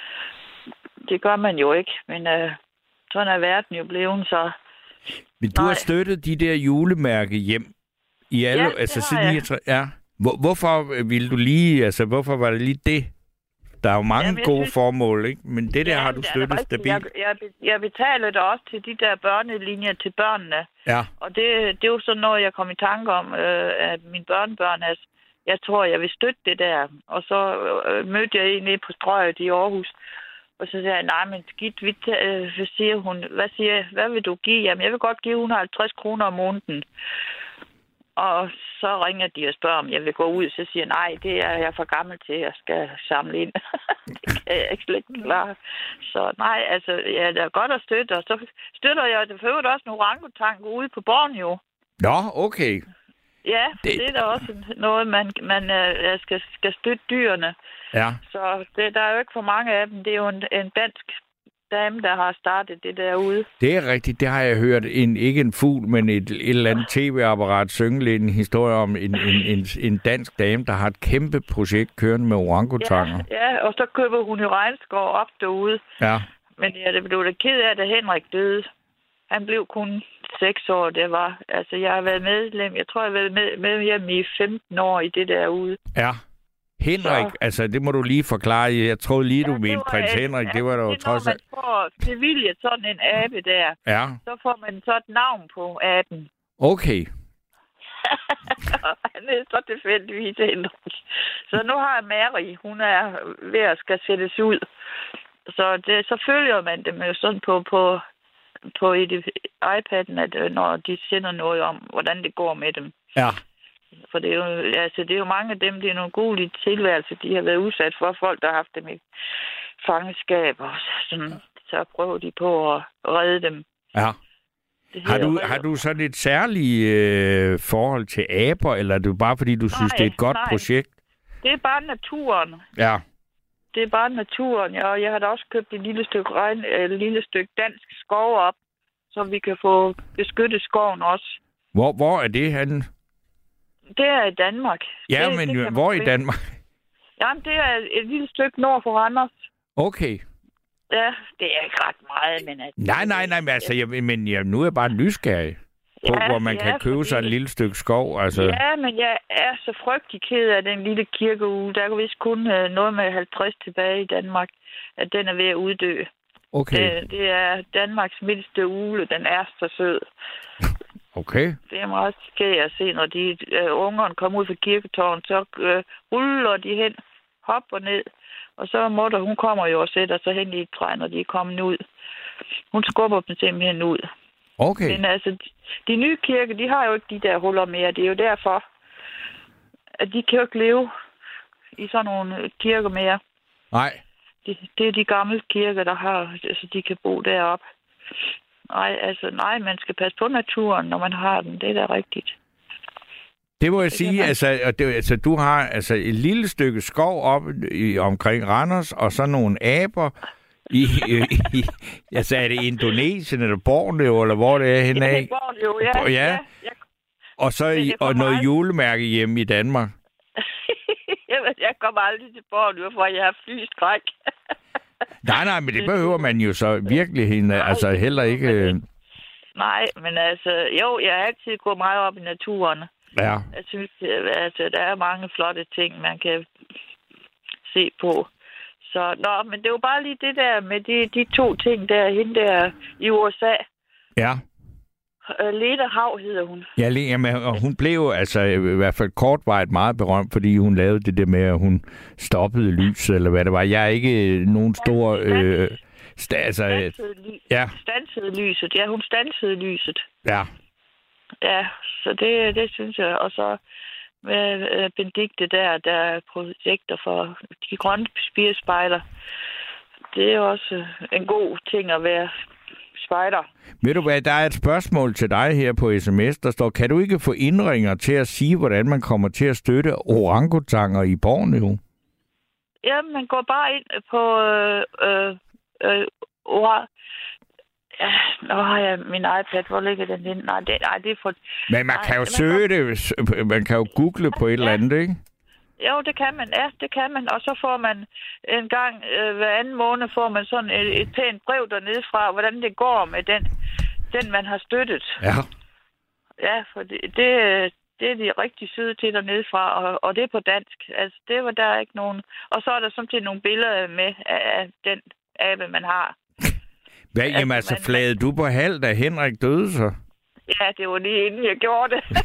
I: Det gør man jo ikke, men øh, sådan er verden jo blevet, så...
C: Men du Nej. har støttet de der julemærke hjem i alle...
I: Ja,
C: altså,
I: det
C: siden niogtres, ja. Hvor, hvorfor ville du lige... Altså, hvorfor var det lige det? Der er jo mange Jamen, gode synes... formål, ikke? Men det der ja, har du støttet stabilt.
I: Jeg, jeg, jeg betaler det også til de der børnelinjer til børnene.
C: Ja.
I: Og det, det er jo sådan noget, jeg kom i tanke om, øh, at mine børnebørn, altså, jeg tror, jeg vil støtte det der. Og så øh, mødte jeg en nede på Strøget i Aarhus. Og så siger jeg, nej, men skidt, øh, hvad siger hun? Hvad, siger, hvad vil du give? Jamen, jeg vil godt give et hundrede og halvtreds kroner om måneden. Og så ringer de og spørger, om jeg vil gå ud. Så siger jeg, nej, det er jeg for gammel til, jeg skal samle ind. Det kan jeg ikke slet ikke klare. Så nej, altså, ja, det er godt at støtte. Og så støtter jeg det for også nogle orangutanker ude på Borneo.
C: Nå, okay.
I: Ja, det, det er da også noget, man, man uh, skal, skal støtte dyrene.
C: Ja.
I: Så det, der er jo ikke for mange af dem. Det er jo en, en dansk dame, der har startet det derude.
C: Det er rigtigt. Det har jeg hørt. En, ikke en fugl, men et, et eller andet tv-apparat synge lidt en historie om en, en, en, en dansk dame, der har et kæmpe projekt kørende med orangutanger.
I: Ja, ja, og så køber hun jo regnskov op derude.
C: Ja.
I: Men ja, det blev da ked af, da Henrik døde. Han blev kun seks år, det var. Altså, jeg har været medlem. Jeg tror, jeg har været med, med hjem i femten år i det derude.
C: Ja. Henrik, så. Altså, det må du lige forklare. Jeg troede lige, du ja, mente prins et, Henrik. Det var da jo trods alt.
I: Når man får bevilget sådan en abe der,
C: ja.
I: Så får man så et navn på aben.
C: Okay.
I: Han er så tilfældigvis Henrik. Så nu har jeg Mary. Hun er ved at skal sættes ud. Så, det, så følger man dem jo sådan på... på på iPad'en, at når de sender noget om, hvordan det går med dem.
C: Ja.
I: For det er jo, altså, det er jo mange af dem, det er nogle gode tilværelser, de har været udsat for, folk, der har haft dem i fangenskab, og sådan, så prøver de på at redde dem.
C: Ja. Har du, har du sådan et særligt øh, forhold til aber, eller er det bare, fordi du nej, synes, det er et godt
I: nej.
C: projekt?
I: Det er bare naturen.
C: Ja.
I: Det er bare naturen, ja, og jeg har da også købt et lille stykke, regn, et lille stykke dansk skov op, så vi kan få beskyttet skoven også.
C: Hvor, hvor er det henne?
I: Det er i Danmark.
C: Ja,
I: det,
C: men
I: det
C: hvor i Danmark?
I: Jamen, det er et lille stykke nord for Randers.
C: Okay.
I: Ja, det er ikke ret meget, men... At,
C: nej, nej, nej, men, altså, jeg, men jeg, nu er jeg bare nysgerrig på, ja, hvor man ja, kan købe fordi... sig et lille stykke skov. Altså.
I: Ja, men jeg er så frygtelig ked af den lille kirkeugle. Der er vist kun uh, noget med halvtreds tilbage i Danmark, at den er ved at uddø.
C: Okay.
I: Det, det er Danmarks mindste ugle. Den er så sød.
C: Okay.
I: Det er meget skægt at se, når de uh, ungerne kommer ud fra kirketårnet, så uh, ruller de hen hop og ned. Og så mutter, hun kommer jo og sætter sig hen i et træ, når de er kommet ud. Hun skubber dem simpelthen ud.
C: Okay.
I: Men altså, de, de nye kirker, de har jo ikke de der huller mere. Det er jo derfor, at de kan jo ikke leve i sådan nogle kirker mere.
C: Nej.
I: Det, det er de gamle kirker, der har, altså de kan bo deroppe. Nej, altså, nej, man skal passe på naturen, når man har den. Det er da rigtigt.
C: Det må jeg det sige, man... altså, og det, altså, du har altså et lille stykke skov op i, omkring Randers, og så nogle aber i, i, i altså er det Indonesien eller Borneo, eller hvor det er henne af?
I: Ja, det er Borneo, ja.
C: Og, ja.
I: ja jeg...
C: Og så i, og noget mig. Julemærke hjemme i Danmark.
I: Jeg kommer aldrig til Borneo, for jeg har flyskræk.
C: nej, nej, men det behøver man jo så virkelig hende, altså heller ikke...
I: Nej, men altså, jo, jeg har altid gået meget op i naturen.
C: Ja.
I: Jeg synes, altså, der er mange flotte ting, man kan se på. Så, nå, men det var bare lige det der med de, de to ting der, hende der i U S A.
C: Ja.
I: Leda Hav hedder hun.
C: Ja, jamen, og hun blev altså i hvert fald kortvarigt meget berømt, fordi hun lavede det der med, at hun stoppede lyset, eller hvad det var. Jeg er ikke nogen stor... Øh, sta, altså,
I: stansede, ly-
C: ja.
I: stansede lyset. Ja, hun stansede lyset.
C: Ja.
I: Ja, så det, det synes jeg. Og så med øh, Benedikte der, der er projekter for de grønne spirespejler. Det er også en god ting at være spejder.
C: Ved du hvad, der er et spørgsmål til dig her på sms, der står, kan du ikke få indringer til at sige, hvordan man kommer til at støtte orangutanger i Borneo?
I: Ja, man går bare ind på øh, øh, øh, ora- ja, nå har jeg min iPad, hvor ligger den inde? Nej, det, nej, det er for...
C: Men man
I: nej,
C: kan jo
I: man
C: søge
I: kan...
C: det, man kan jo google på et ja. eller andet, ikke?
I: Jo, det kan man. Ja, det kan man. Og så får man en gang øh, hver anden måned, får man sådan et, et pænt brev dernede fra, hvordan det går med den, den man har støttet.
C: Ja.
I: Ja, for det, det, det er de rigtig søde til dernede fra, og, og det er på dansk. Altså, det var der ikke nogen... Og så er der samtidig nogle billeder med af, af den abe, man har.
C: Hvad, jamen altså, altså flagede du på halv, da Henrik døde så?
I: Ja, det var lige inden jeg gjorde det.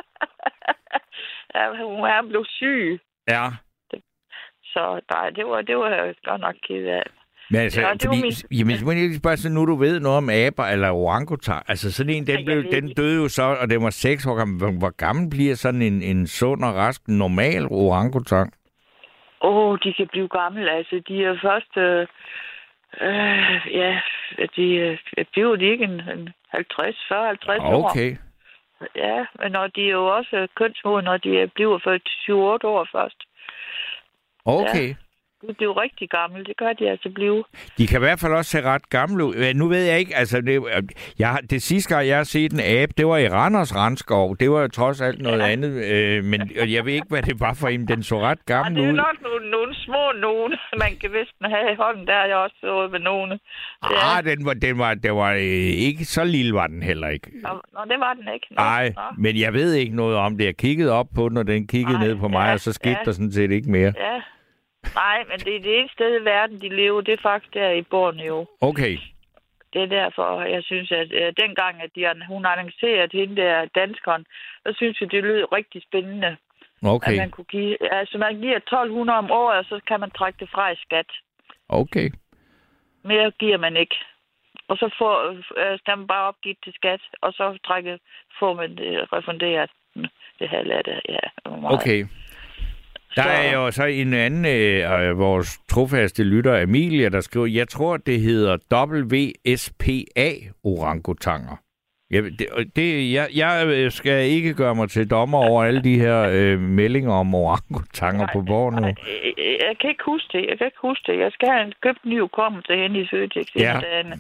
I: Ja, hun er blevet syg.
C: Ja.
I: Så nej, det var, det var jeg godt nok ked af.
C: Men altså, ja, fordi, min... jamen, må jeg bare så nu du ved noget om aber eller orangutan. Altså sådan en, den, ja, blev, den døde jo så, og den var seks år gammel. Hvor gammel bliver sådan en, en sund og rask, normal orangutan?
I: Åh, oh, de kan blive gamle. Altså, de er først... Øh, øh, ja, de øh, bliver de ikke en, en halvtreds, fyrre, halvtreds år.
C: Okay.
I: Ja, men når de er jo også kønsmodne, når de bliver for syv otte år først.
C: Okay.
I: Ja. De bliver rigtig gamle, det gør de altså blive.
C: De kan i hvert fald også se ret gamle ud. Nu ved jeg ikke, altså det, jeg, det sidste gang, jeg har set en abe, det var i Randers Randskov. Det var jo trods alt noget ja. andet, øh, men jeg ved ikke, hvad det var for en. Den så ret gammel ud.
I: Ja, det er nok nogle, nogle små nogen, man kan vist have i hånden. Der er jeg også så med nogle.
C: Ah, den var, den var, det var øh, ikke så lille, var den heller ikke.
I: Nå, nå det var den ikke.
C: Nej, men jeg ved ikke noget om det. Jeg kiggede op på den, og den kiggede Ej, ned på mig, ja, og så skete ja. der sådan set ikke mere.
I: Ja. Nej, men det er det eneste sted i verden, de lever, det er faktisk der i Borneo.
C: Okay.
I: Det er derfor, jeg synes, at øh, dengang, at de, hun annoncerede hende der danskeren, så synes jeg, det lød rigtig spændende.
C: Okay.
I: At man kunne give, altså man giver tolv hundrede om året, og så kan man trække det fra i skat.
C: Okay.
I: Mere giver man ikke. Og så får øh, stemmen bare opgivet til skat, og så trække, får man det refunderet. Det halve af det, ja.
C: Okay. Der er jo så en anden af øh, vores trofaste lytter, Amelia, der skriver, jeg tror, det hedder W S P A orangutanger. Jeg, det, det, jeg, jeg skal ikke gøre mig til dommer over alle de her øh, meldinger om orangutanger på Borneo.
I: Jeg, jeg kan ikke huske det. Jeg kan ikke huske det. Jeg skal have købt en ny hukommelse hen i Føtex.
C: Ja.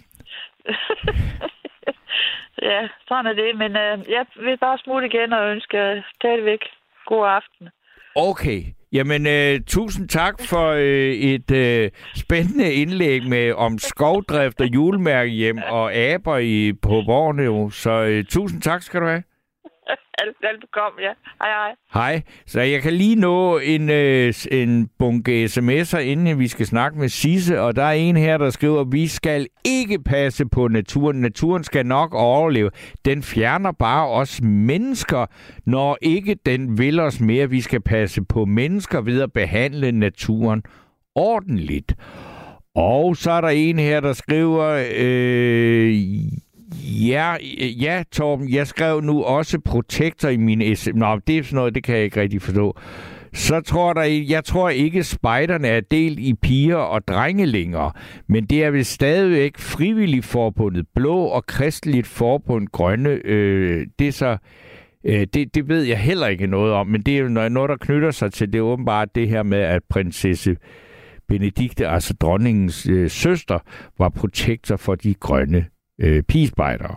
I: Ja, sådan er det. Men øh, jeg vil bare smutte igen og ønske stadigvæk god aften.
C: Okay. Jamen, øh, tusind tak for øh, et øh, spændende indlæg med om skovdrift og julemærkehjem og aber i, på Borneo. Så øh, tusind tak skal du have.
I: Velbekomme, ja. Hej, hej.
C: Hej. Så jeg kan lige nå en, øh, en bunke sms'er, inden vi skal snakke med Sisse, og der er en her, der skriver, vi skal ikke passe på naturen. Naturen skal nok overleve. Den fjerner bare os mennesker, når ikke den vil os mere. Vi skal passe på mennesker ved at behandle naturen ordentligt. Og så er der en her, der skriver, øh, ja, ja, Torben, jeg skrev nu også protektor i min S M. Nå, det er sådan noget, det kan jeg ikke rigtig forstå. Så tror der, jeg tror ikke, spejderne er delt i piger og drenge længere, men det er vel stadigvæk frivilligt forbundet blå og kristeligt forbund grønne. Øh, det er så... Det, det ved jeg heller ikke noget om, men det er jo noget, der knytter sig til det åbenbart det her med, at prinsesse Benedikte, altså dronningens øh, søster, var protektor for de grønne øh, pigespejdere.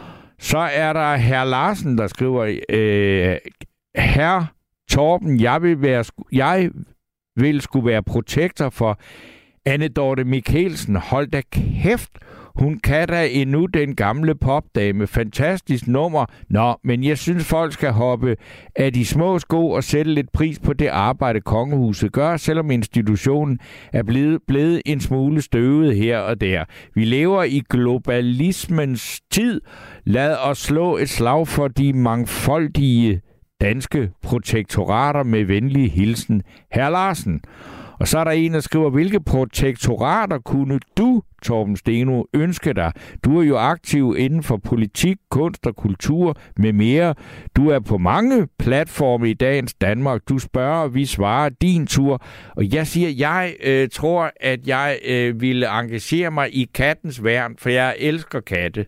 C: Så er der herr Larsen, der skriver, øh, herr Torben, jeg vil, være, jeg vil skulle være protektor for Anne Dorte Mikkelsen. Hold da kæft, hun kan da endnu den gamle popdame. Fantastisk nummer. Nå, men jeg synes, folk skal hoppe af de små sko og sætte lidt pris på det arbejde, kongehuset gør, selvom institutionen er blevet, blevet en smule støvet her og der. Vi lever i globalismens tid. Lad os slå et slag for de mangfoldige danske protektorater med venlig hilsen. Herr Larsen. Og så er der en, der skriver, hvilke protektorater kunne du, Torben Steno, ønske dig? Du er jo aktiv inden for politik, kunst og kultur med mere. Du er på mange platforme i dagens Danmark. Du spørger, vi svarer din tur. Og jeg siger, jeg øh, tror, at jeg øh, ville engagere mig i kattens værn, for jeg elsker katte.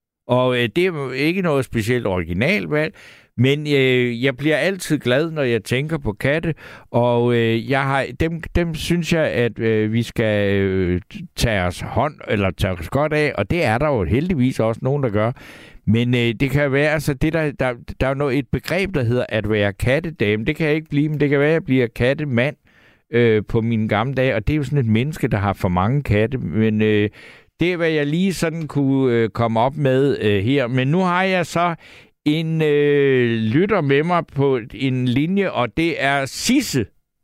C: Og øh, det er ikke noget specielt originalvalg. Men øh, jeg bliver altid glad, når jeg tænker på katte, og øh, jeg har dem, dem synes jeg, at øh, vi skal øh, tage os hånd eller tage os godt af, og det er der jo heldigvis også nogen, der gør. Men øh, det kan være, altså det der, der, der er jo et begreb, der hedder at være kattedame. Det kan jeg ikke blive, men det kan være, at jeg bliver kattemand øh, på mine gamle dage, og det er jo sådan et menneske, der har for mange katte, men øh, det er, hvad jeg lige sådan kunne øh, komme op med øh, her. Men nu har jeg så en øh, lytter med mig på en linje, og det er Sisse.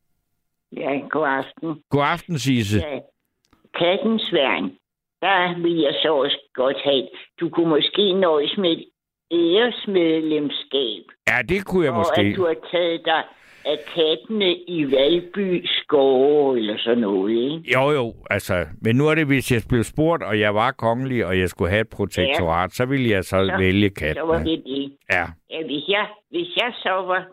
J: Ja, god aften.
C: God aften, Sisse.
J: Ja, kattens værn. Der vil jeg så også godt have. Du kunne måske nøjes med et æresmedlemskab.
C: Ja, det kunne jeg
J: og
C: måske.
J: Og at du har taget dig af kattene i Valby skove eller sådan noget, ikke?
C: Jo, jo, altså. Men nu er det, hvis jeg blev spurgt, og jeg var kongelig, og jeg skulle have et protektorat, ja. Så ville jeg så, så vælge kattene.
J: Så var det det.
C: Ja.
J: Ja, hvis jeg, hvis jeg så var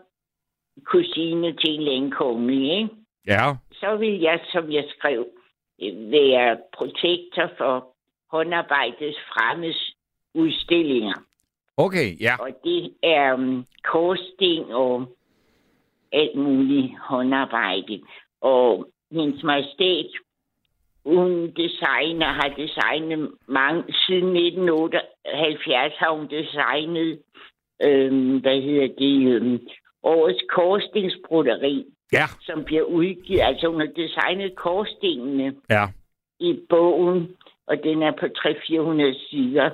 J: kusine til en længe kongelig, ikke?
C: Ja.
J: Så ville jeg, som jeg skrev, være protektor for håndarbejdets fremmes udstillinger.
C: Okay, ja.
J: Og det er um, korsting og alt muligt håndarbejde. Og hendes majestæt, hun designer, har designet mange, siden nitten otteoghalvfjerds har hun designet, øhm, hvad hedder det, øhm, årets korsstingsbroderi,
C: ja.
J: Som bliver udgivet. Altså hun har designet korstingene
C: ja.
J: I bogen, og den er på tre til fire hundrede sider.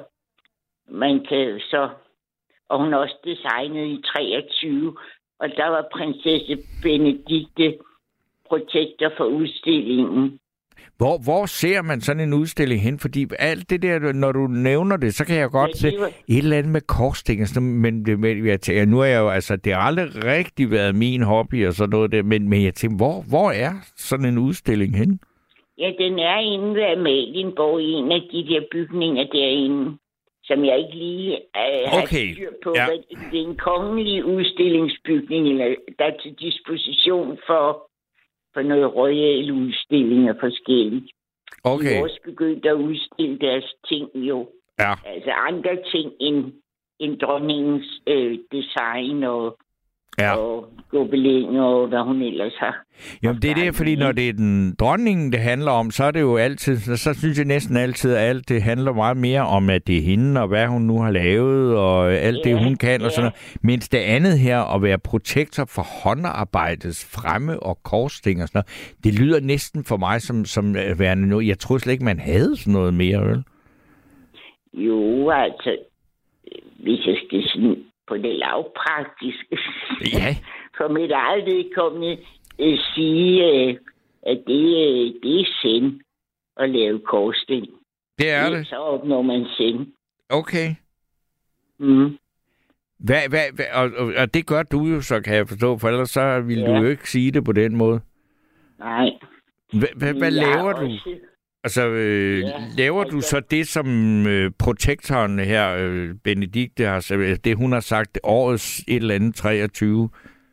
J: Man kan så, og hun har også designet i treogtyve, og der var prinsesse Benedikte protektor for udstillingen.
C: Hvor, hvor ser man sådan en udstilling hen? Fordi alt det der, når du nævner det, så kan jeg godt ja, se var... et eller andet med korsting. Men det, men jeg tænker, nu er jeg jo, altså, det har aldrig rigtig været min hobby og sådan noget der, men, men jeg tænker, hvor, hvor er sådan en udstilling hen?
J: Ja, den er inde ved Amalienborg i en af de der bygninger derinde, som jeg ikke lige øh, har
C: okay.
J: styr på.
C: Ja.
J: Det er en kongelig udstillingsbygning, eller der er til disposition for, for noget royale udstillinger forskelligt.
C: Okay.
J: De er også begyndt at udstille deres ting jo.
C: Ja.
J: Altså andre ting end, end dronningens øh, design og
C: ja.
J: Og gobelinger og hvad hun ellers har.
C: Jamen det er det, fordi når det er den dronningen, det handler om, så er det jo altid, så, så synes jeg næsten altid, at alt det handler meget mere om, at det er hende, og hvad hun nu har lavet, og alt ja, det, hun kan, ja. Og sådan noget. Mens det andet her, at være protektor for håndarbejdets fremme og korsting og sådan noget, det lyder næsten for mig som, som værende noget. Jeg troede slet ikke, man havde sådan noget mere, vel?
J: Jo, altså, hvis jeg skal sådan på det lavpraktiske.
C: Ja.
J: For mit eget vedkommende øh, sige, øh, at det, øh, det er sind at lave korsting.
C: Det er det.
J: Så opnår man sind.
C: Okay.
J: Mm.
C: Hvad, hvad, hvad, og, og, og det gør du jo så, kan jeg forstå, for ellers så ville ja. du jo ikke sige det på den måde.
J: Nej.
C: Hvad, hvad, hvad laver du?
J: Også...
C: Altså, øh, ja, laver altså... du så det, som øh, protektoren her, øh, Benedikte, har, det hun har sagt, årets et eller andet treogtyve?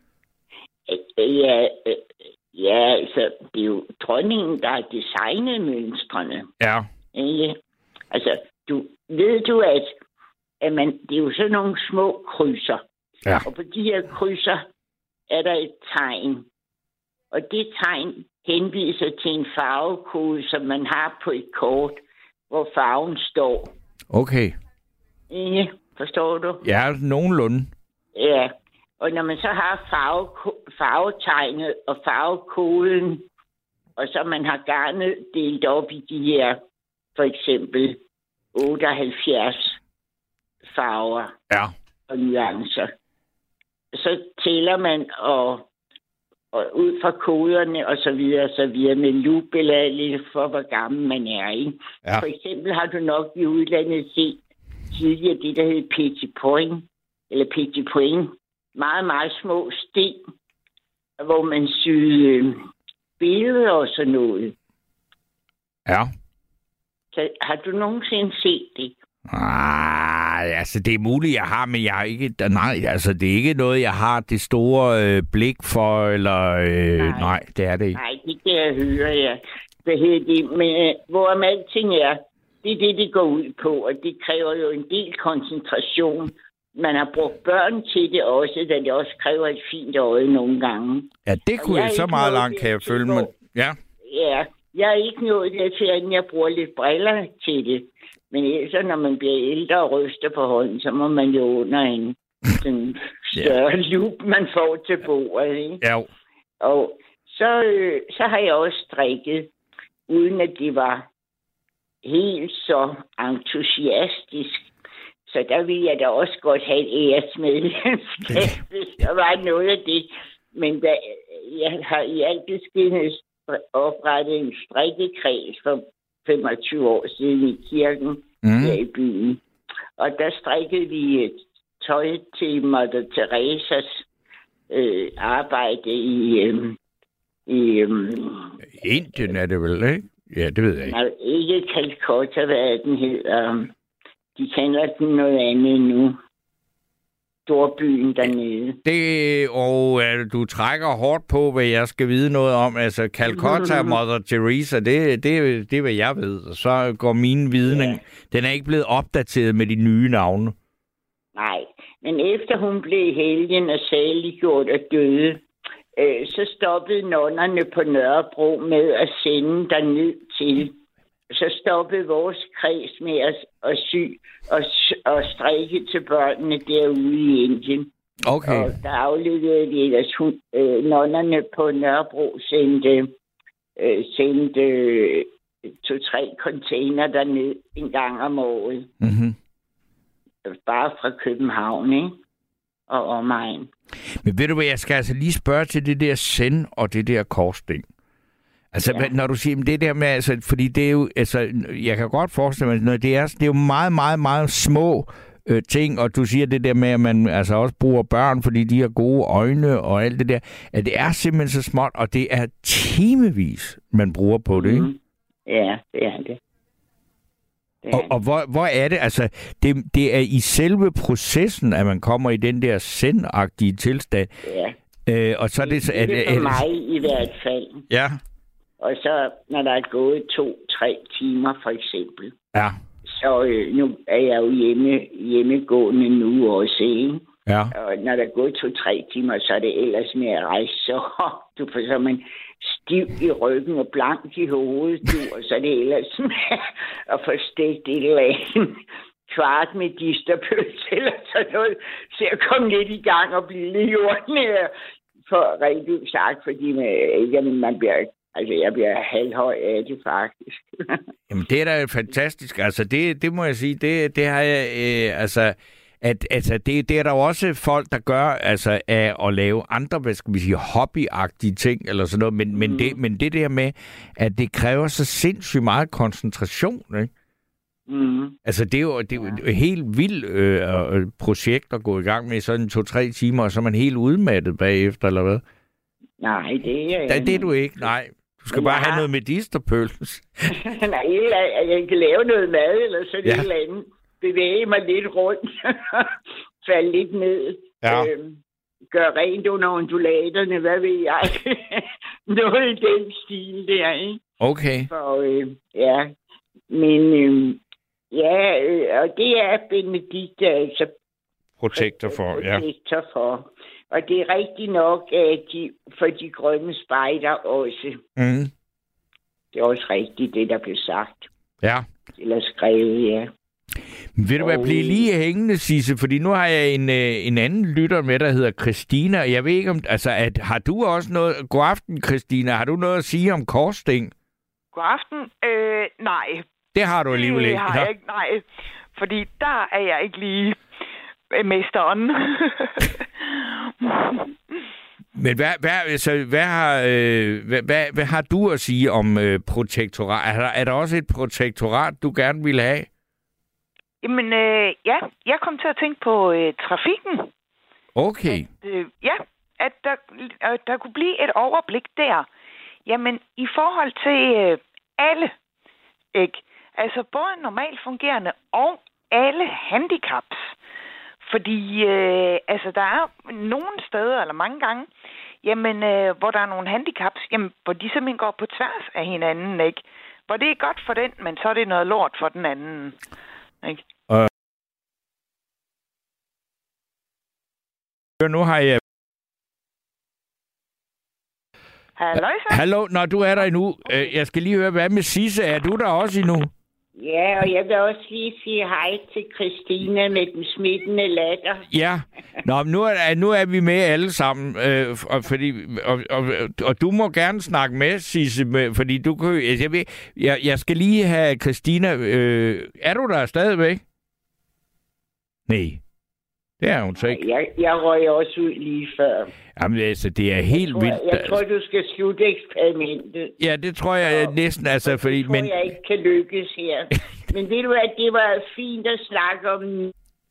J: Ja, øh, ja, altså, det er jo dronningen, der har designet mønstrene.
C: Ja.
J: Ja. Altså, du, ved du, at, at man, det er jo sådan nogle små krydser.
C: Ja.
J: Og på de her krydser er der et tegn. Og det tegn henviser til en farvekode, som man har på et kort, hvor farven står.
C: Okay.
J: Ja, forstår du?
C: Ja, nogenlunde.
J: Ja, og når man så har farve, farvetegnet og farvekoden, og så man har garnet delt op i de her, for eksempel otteoghalvfjerds farver
C: ja.
J: og nuancer, så tæller man og og ud fra koderne og så videre og så videre med lup eller lidt for, hvor gammel man er, ikke?
C: Ja.
J: For eksempel har du nok i udlandet set tidligere det, der hedder petit point, eller petit point. Meget, meget små sten, hvor man syede billeder og sådan noget.
C: Ja.
J: Så har du nogensinde set det?
C: Ah, altså det er muligt, jeg har, men jeg har ikke... Nej, altså det er ikke noget, jeg har det store øh, blik for, eller... Øh, nej. nej, det er det ikke.
J: Nej, det kan jeg høre, ja. Hvad hedder det? Men øh, hvorom alting er, det er det, det går ud på, og det kræver jo en del koncentration. Man har brugt børn til det også, da det også kræver et fint øje nogle gange.
C: Ja, det kunne jeg, jeg så meget langt, kan jeg følge mig. Ja.
J: Ja, jeg er ikke nået dertil, at jeg bruger lidt briller til det. Men ellers, når man bliver ældre og ryster på hånden, så må man jo under en sådan større yeah. lup, man får til bordet. Ikke?
C: Ja.
J: Og så, øh, så har jeg også strikket, uden at det var helt så entusiastisk. Så der ville jeg da også godt have et æresmedlemskab, hvis der var noget af det. Men da, jeg har i alt beskedenhed oprettet en strikkekreds for femogtyve år siden i kirken mm. her i byen. Og der strikkede vi et tøj til Mother Teresas øh, arbejde i... Øh, i øh,
C: Indien er det vel, ikke? Ja, det ved jeg ikke.
J: Nej, ikke Calcutta, hvad den hedder. De kender den noget andet nu. Storbyen dernede.
C: Det, og øh, du trækker hårdt på, hvad jeg skal vide noget om. Altså, Calcutta og Mother Teresa, det, det, det er, hvad jeg ved. Og så går min viden, ja. Den er ikke blevet opdateret med de nye navne.
J: Nej, men efter hun blev helgen og saliggjort og døde, øh, så stoppede nonnerne på Nørrebro med at sende der ned til. Så stoppede vores kreds med at, at sy og, og strikke til børnene derude i Indien.
C: Okay.
J: Og der afleverede de ellers hun, øh, nonnerne på Nørrebro sendte, øh, sendte øh, to-tre container derned en gang om året.
C: Mm-hmm.
J: Bare fra København, ikke? Og omegn.
C: Men ved du hvad, jeg skal altså lige spørge til det der send og det der korsting. Altså, ja. Når du siger det der med, altså, fordi det er jo, altså, jeg kan godt forestille mig, når det er, det er jo meget, meget, meget små øh, ting, og du siger det der med, at man altså også bruger børn, fordi de har gode øjne og alt det der, at det er simpelthen så småt, og det er timevis, man bruger på det,
J: mm-hmm.
C: ikke?
J: Ja, det er det. det er
C: og og hvor, hvor er det, altså, det, det er i selve processen, at man kommer i den der sendagtige tilstand.
J: Ja.
C: Øh, og så er det... Så,
J: det er det for mig i hvert fald.
C: Ja.
J: Og så, når der er gået to-tre timer, for eksempel,
C: ja.
J: så øh, nu er jeg jo hjemme, hjemmegående nu også, ikke?
C: Ja.
J: Og når der er gået to-tre timer, så er det ellers med at rejse, så du får så man stiv i ryggen og blank i hovedet, du, og så er det ellers med at få stegt et eller andet kvart med disterbøs eller sådan noget, så jeg kom lidt i gang og blive lidt jordnær, for rigtig sagt, fordi man, jamen, man bliver Altså, jeg bliver halvhøj af det, faktisk.
C: Jamen, det er da fantastisk. Altså, det, det må jeg sige, det, det har jeg... Øh, altså, at altså, det, det er der jo også folk, der gør altså, af at lave andre, hvad skal vi sige, hobbyagtige ting, eller sådan noget, men, mm. men, det, men det der med, at det kræver så sindssygt meget koncentration, ikke?
J: Mm.
C: Altså, det er jo, det er jo et helt vildt øh, projekt at gå i gang med i sådan to-tre timer, og så er man helt udmattet bagefter, eller hvad?
J: Nej, det er...
C: Nej, det er du ikke, nej. Du skal
J: Men
C: bare
J: jeg
C: have
J: har-
C: noget medisterpølse.
J: Nej, jeg, jeg kan lave noget mad, eller sådan
C: Ja.
J: ja. et eller andet. Bevæge mig lidt rundt. Falde lidt ned.
C: Ja.
J: Øhm, gør rent under undulaterne, hvad ved jeg. Noget i den stil der, ikke?
C: Okay.
J: For, øh, ja. Men, øh, ja, øh, og det er Benedikte altså
C: Protektor for, ja.
J: protektor for. Og det er rigtigt nok, at de, for de grønne spejder også.
C: Mm.
J: Det er også rigtigt, det der blev sagt.
C: Ja.
J: Eller skrevet, ja.
C: Vil du være blive lige hængende, Sisse? Fordi nu har jeg en, øh, en anden lytter med, der hedder Christina. Jeg ved ikke om... Altså, at, har du også noget... God aften, Christina. Har du noget at sige om korsting?
K: God aften. Øh, nej.
C: Det har du alligevel
K: Det
C: ikke.
K: har jeg ikke, nej. Fordi der er jeg ikke lige øh, mesteren.
C: Men hvad, hvad, altså, hvad, har, øh, hvad, hvad, hvad har du at sige om øh, protektorat? Er der, er der også et protektorat, du gerne vil have?
K: Jamen, øh, ja. Jeg kom til at tænke på øh, trafikken.
C: Okay.
K: At, øh, ja, at der, øh, der kunne blive et overblik der. Jamen, i forhold til øh, alle, ikke? Altså, både normalt fungerende og alle handicaps. Fordi, øh, altså, der er nogle steder, eller mange gange, jamen, øh, hvor der er nogle handicaps, jamen, hvor de simpelthen går på tværs af hinanden, ikke? Hvor det er godt for den, men så er det noget lort for den anden, ikke?
C: Uh... Nu har jeg...
K: Hallo, så?
C: Hallo, når du er der endnu. Øh, Jeg skal lige høre, hvad med Sisse? Er du der også endnu?
J: Ja, og jeg vil også lige sige hej til Christina med den smittende latter.
C: Ja. Nå, men nu er, nu er vi med alle sammen, øh, og, fordi, og, og, og du må gerne snakke med, Sisse, med, fordi du kan... Jeg, ved, jeg, jeg skal lige have Christina... Øh, er du der stadigvæk? Nej. Det er hun så ikke.
J: Jeg, jeg røg også ud lige før.
C: Jamen altså, det er helt
J: jeg tror,
C: vildt.
J: Jeg tror, du skal slutte eksperimentet.
C: Ja, det tror jeg næsten, altså, fordi...
J: Det tror
C: men...
J: jeg ikke kan lykkes her. Men ved du hvad, det var fint at snakke om...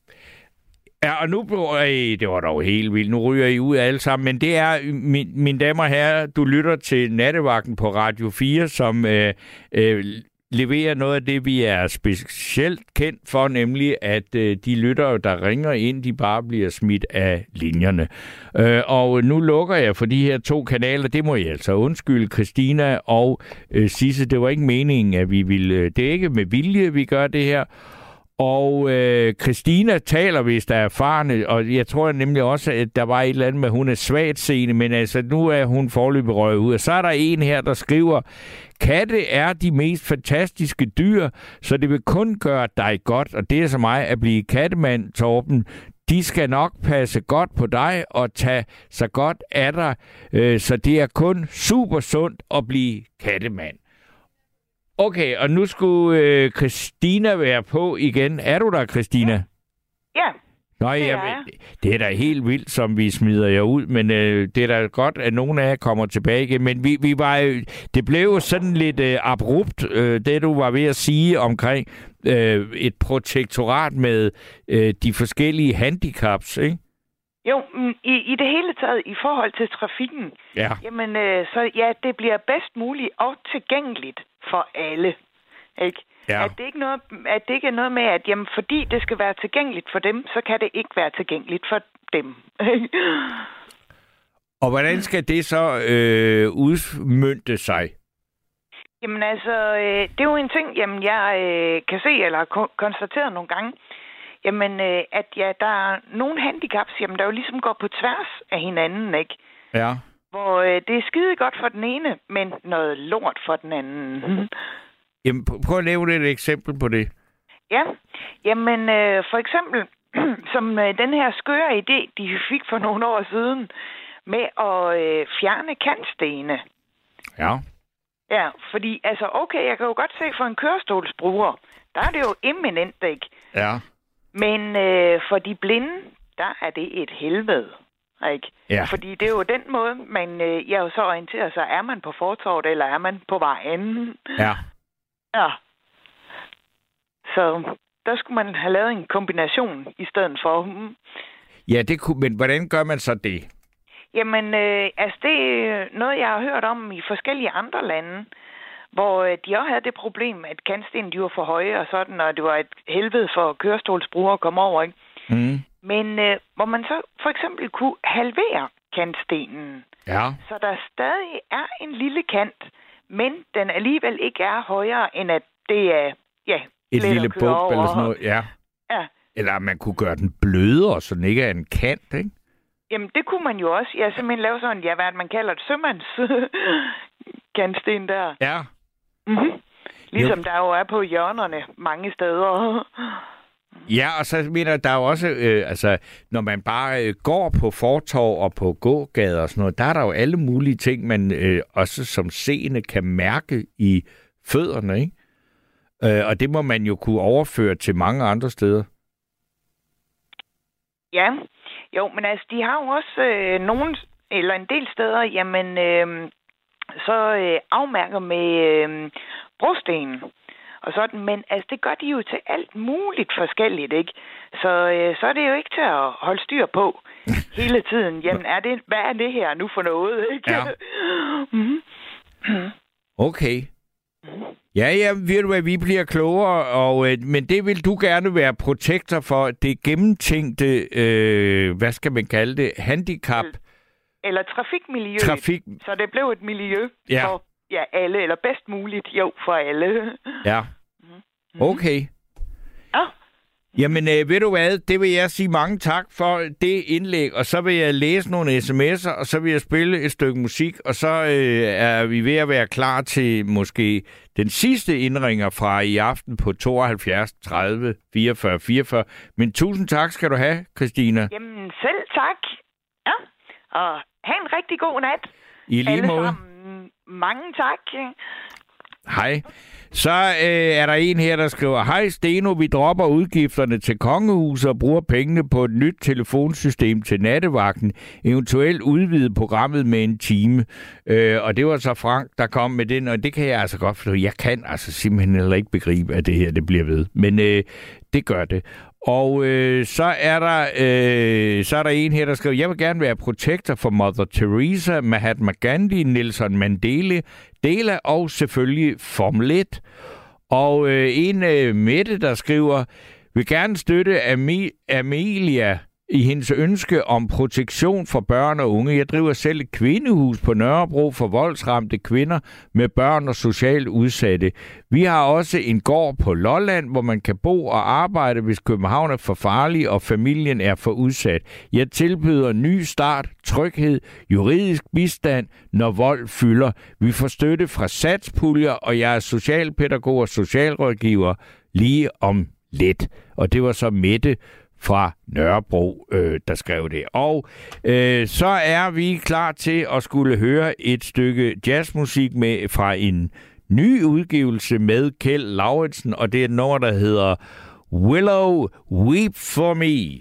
C: Ja, og nu... Øh, det var dog helt vildt. Nu ryger I ud alle sammen. Men det er, min, mine damer og herrer, du lytter til Nattevagten på Radio fire, som øh, øh, leverer noget af det, vi er specielt kendt for, nemlig at øh, de lyttere, der ringer ind, de bare bliver smidt af linjerne. Øh, og nu lukker jeg for de her to kanaler. Det må jeg altså undskylde, Christina og øh, Sisse. Det var ikke meningen, at vi ville... Det er ikke med vilje, vi gør det her. Og øh, Christina taler, hvis der er erfarne, og jeg tror nemlig også, at der var et eller andet med, at hun er svagt seende, men altså nu er hun foreløbig røget ud. Og så er der en her, der skriver, katte er de mest fantastiske dyr, så det vil kun gøre dig godt, og det er så mig at blive kattemand, Torben. De skal nok passe godt på dig og tage sig godt af dig, øh, så det er kun super sundt at blive kattemand. Okay, og nu skulle øh, Christina være på igen. Er du der, Christina?
K: Ja.
C: Nå,
K: det,
C: jeg,
K: er
C: det er da helt vildt, som vi smider jer ud, men øh, det er da godt, at nogen af jer kommer tilbage igen. Men vi, vi var jo, det blev jo sådan lidt øh, abrupt, øh, det du var ved at sige omkring øh, et protektorat med øh, de forskellige handicaps, ikke?
K: Jo, i, i det hele taget, i forhold til trafikken,
C: ja.
K: Jamen, øh, så ja, det bliver bedst muligt og tilgængeligt for alle, ikke?
C: Ja.
K: At, det ikke noget, at det ikke er noget med, at jamen, fordi det skal være tilgængeligt for dem, så kan det ikke være tilgængeligt for dem.
C: Og hvordan skal det så øh, udmønte sig?
K: Jamen altså, øh, det er jo en ting, jamen, jeg øh, kan se, eller har konstateret nogle gange, jamen, øh, at ja, der er nogle handicaps, jamen, der jo ligesom går på tværs af hinanden, ikke?
C: Ja.
K: Hvor øh, det er skide godt for den ene, men noget lort for den anden.
C: Jamen, prøv at lave et eksempel på det.
K: Ja, jamen øh, for eksempel, som øh, den her skøre idé, de fik for nogle år siden, med at øh, fjerne kantstene.
C: Ja.
K: Ja, fordi altså, okay, jeg kan jo godt se for en kørestolsbruger, der er det jo eminent, ikke?
C: Ja.
K: Men øh, for de blinde, der er det et helvede. Ikke?
C: Ja.
K: Fordi det er jo den måde, man øh, jeg jo så orienterer sig. Er man på fortovet, eller er man på vejen?
C: Ja.
K: Ja. Så der skulle man have lavet en kombination i stedet for.
C: Ja, det kunne, men hvordan gør man så det?
K: Jamen, øh, altså det er noget, jeg har hørt om i forskellige andre lande, hvor øh, de også havde det problem, at kantstenen de var for høje og sådan, og det var et helvede for kørestolsbrugere at komme over, ikke?
C: Mm.
K: Men øh, hvor man så for eksempel kunne halvere kantstenen,
C: ja.
K: så der stadig er en lille kant, men den alligevel ikke er højere, end at det er, ja,
C: et lille bump eller sådan noget, ja.
K: ja.
C: Eller man kunne gøre den blødere, så den ikke er en kant, ikke?
K: Jamen, det kunne man jo også. Jeg simpelthen lave sådan, ja, hvad man kalder et sømands kantsten der.
C: Ja.
K: Mm-hmm. Ligesom
C: jo.
K: Der jo er på hjørnerne mange steder.
C: Ja, og så mener jeg, der er jo også, øh, altså, når man bare øh, går på fortov og på gågader og sådan noget, der er der jo alle mulige ting, man øh, også som seende kan mærke i fødderne, ikke? Øh, og det må man jo kunne overføre til mange andre steder.
K: Ja, jo, men altså, de har jo også øh, nogen, eller en del steder, jamen, øh, så øh, afmærker med øh, brosten og sådan, men altså, det gør de jo til alt muligt forskelligt, ikke? Så, øh, så er det jo ikke til at holde styr på hele tiden. Jamen, er det, hvad er det her nu for noget, ikke?
C: Ja.
K: mm-hmm.
C: Okay. Ja, ja, ved du hvad, vi bliver klogere, og, øh, men det vil du gerne være protektor for, det gennemtænkte, øh, hvad skal man kalde det, handicap?
K: Eller trafikmiljø.
C: Trafik...
K: Så det blev et miljø
C: ja.
K: for ja, alle, eller bedst muligt, jo, for alle.
C: Ja, okay.
K: Ja.
C: Jamen, øh, ved du hvad, det vil jeg sige mange tak for det indlæg, og så vil jeg læse nogle sms'er, og så vil jeg spille et stykke musik, og så øh, er vi ved at være klar til måske den sidste indringer fra i aften på tooghalvfjerds tredive fireogfyrre fireogfyrre. Men tusind tak skal du have, Christina.
K: Jamen, selv tak. Ja, og have en rigtig god nat.
C: I lige
K: alle
C: måde.
K: Sammen. Mange tak.
C: Hej. Så øh, er der en her, der skriver, hej Steno, vi dropper udgifterne til kongehuset og bruger pengene på et nyt telefonsystem til nattevagten, eventuelt udvide programmet med en time. Øh, og det var så Frank, der kom med den, og det kan jeg altså godt forstå. Jeg kan altså simpelthen heller ikke begribe, at det her det bliver ved. Men øh, det gør det. Og øh, så er der øh, så er der en her, der skriver, jeg vil gerne være protektor for Mother Teresa, Mahatma Gandhi, Nelson Mandela, Dela og selvfølgelig Formel et. Og øh, en øh, Mette, der skriver, vil gerne støtte Am- Amelia i hendes ønske om protektion for børn og unge. Jeg driver selv et kvindehus på Nørrebro for voldsramte kvinder med børn og socialt udsatte. Vi har også en gård på Lolland, hvor man kan bo og arbejde, hvis København er for farlig og familien er for udsat. Jeg tilbyder ny start, tryghed, juridisk bistand, når vold fylder. Vi får støtte fra satspuljer, og jeg er socialpædagog og socialrådgiver lige om lidt. Og det var så Mette fra Nørrebro, øh, der skrev det. Og øh, så er vi klar til at skulle høre et stykke jazzmusik med fra en ny udgivelse med Kjeld Lauritsen, og det er noget, der hedder Willow Weep For Me.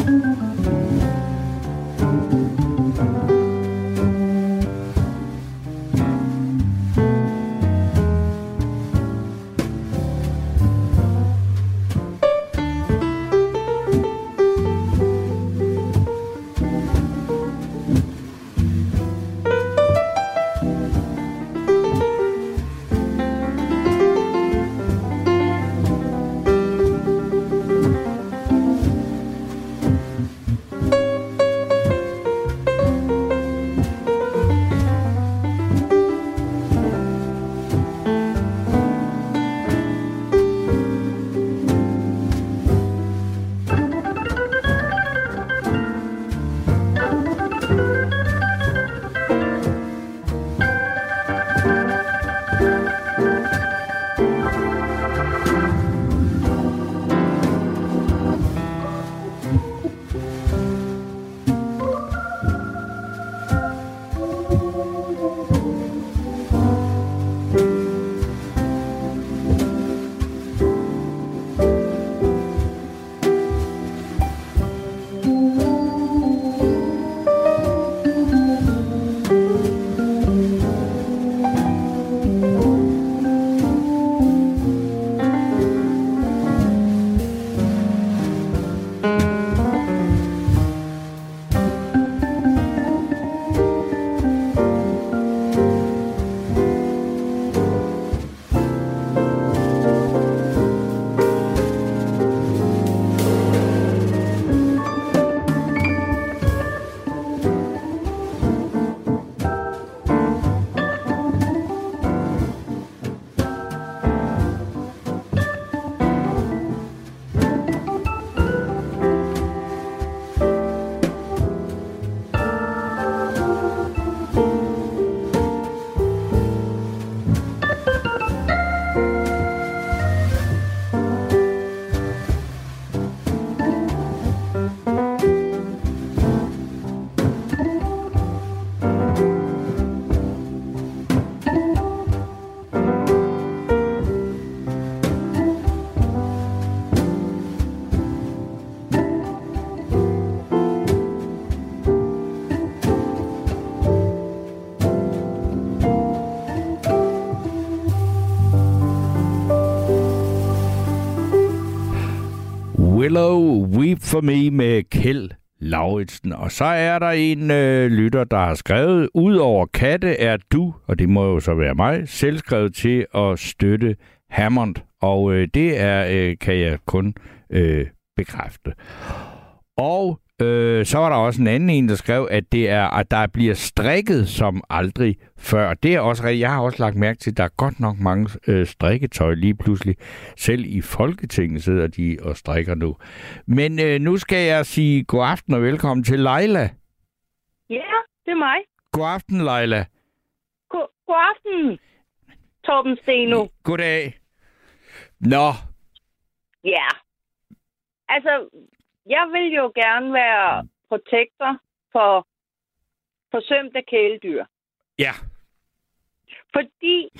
C: Willow Weep for Me med Kjeld Lauritsen. Og så er der en øh, lytter, der har skrevet, udover katte er du, og det må jo så være mig, selvskrevet til at støtte Hammond. Og øh, det er, øh, kan jeg kun øh, bekræfte. Og øh, så var der også en anden en, der skrev, at det er, at der bliver strikket som aldrig før. Det er også, jeg har også lagt mærke til, at der er godt nok mange øh, strikketøj lige pludselig. Selv i Folketinget sidder de og strikker nu. Men øh, nu skal jeg sige god aften og velkommen til Leila.
L: Ja, det er mig.
C: God aften, Leila.
L: God, god aften, Torben Steno.
C: Goddag. Nå.
L: Ja. Altså, jeg vil jo gerne være protektor for forsømte kæledyr.
C: Ja.
L: Fordi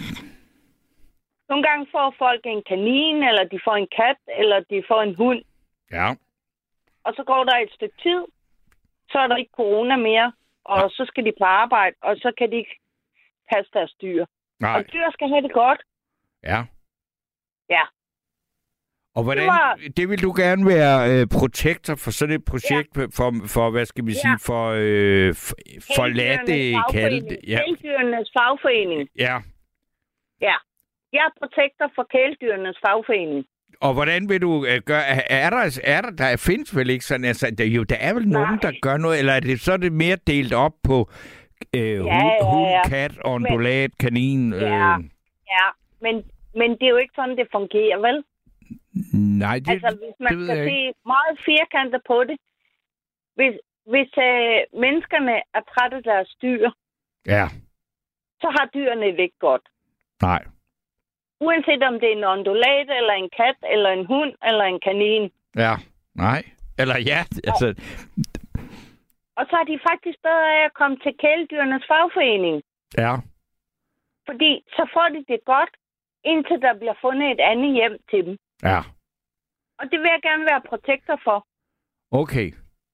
L: nogle gange får folk en kanin, eller de får en kat, eller de får en hund.
C: Ja.
L: Og så går der et stykke tid, så er der ikke corona mere, og ja. Så skal de på arbejde, og så kan de ikke passe deres dyr.
C: Nej.
L: Og dyr skal have det godt.
C: Ja.
L: Ja.
C: Og hvordan, det,
L: var...
C: det vil du gerne være øh, protektor for sådan et projekt, ja. for, for, hvad skal vi ja. sige, for øh, forladte kæledyr?
L: Ja. Kæledyrenes fagforening.
C: Ja.
L: Ja. Jeg er protektor for kæledyrenes fagforening.
C: Og hvordan vil du øh, gøre? Er der, er der, der findes vel ikke sådan, altså, der, jo, der er vel Nej. nogen, der gør noget, eller er det, så er det mere delt op på øh, ja, hund, ja, ja. hund, kat, ondulat, men, kanin? Øh.
L: Ja, ja. Men, men det er jo ikke sådan, det fungerer, vel?
C: Nej, det,
L: altså, hvis man
C: det
L: skal
C: se
L: meget firkantet på det. Hvis, hvis øh, menneskerne er trætte af deres dyr,
C: ja.
L: så har dyrene det ikke godt.
C: Nej.
L: Uanset om det er en ondulat, eller en kat, eller en hund, eller en kanin.
C: Ja, nej. Eller ja, altså...
L: Og så er de faktisk bedre af at komme til kæledyrenes fagforening.
C: Ja.
L: Fordi så får de det godt, indtil der bliver fundet et andet hjem til dem.
C: Ja.
L: Og det vil jeg gerne være protektor for.
C: Okay.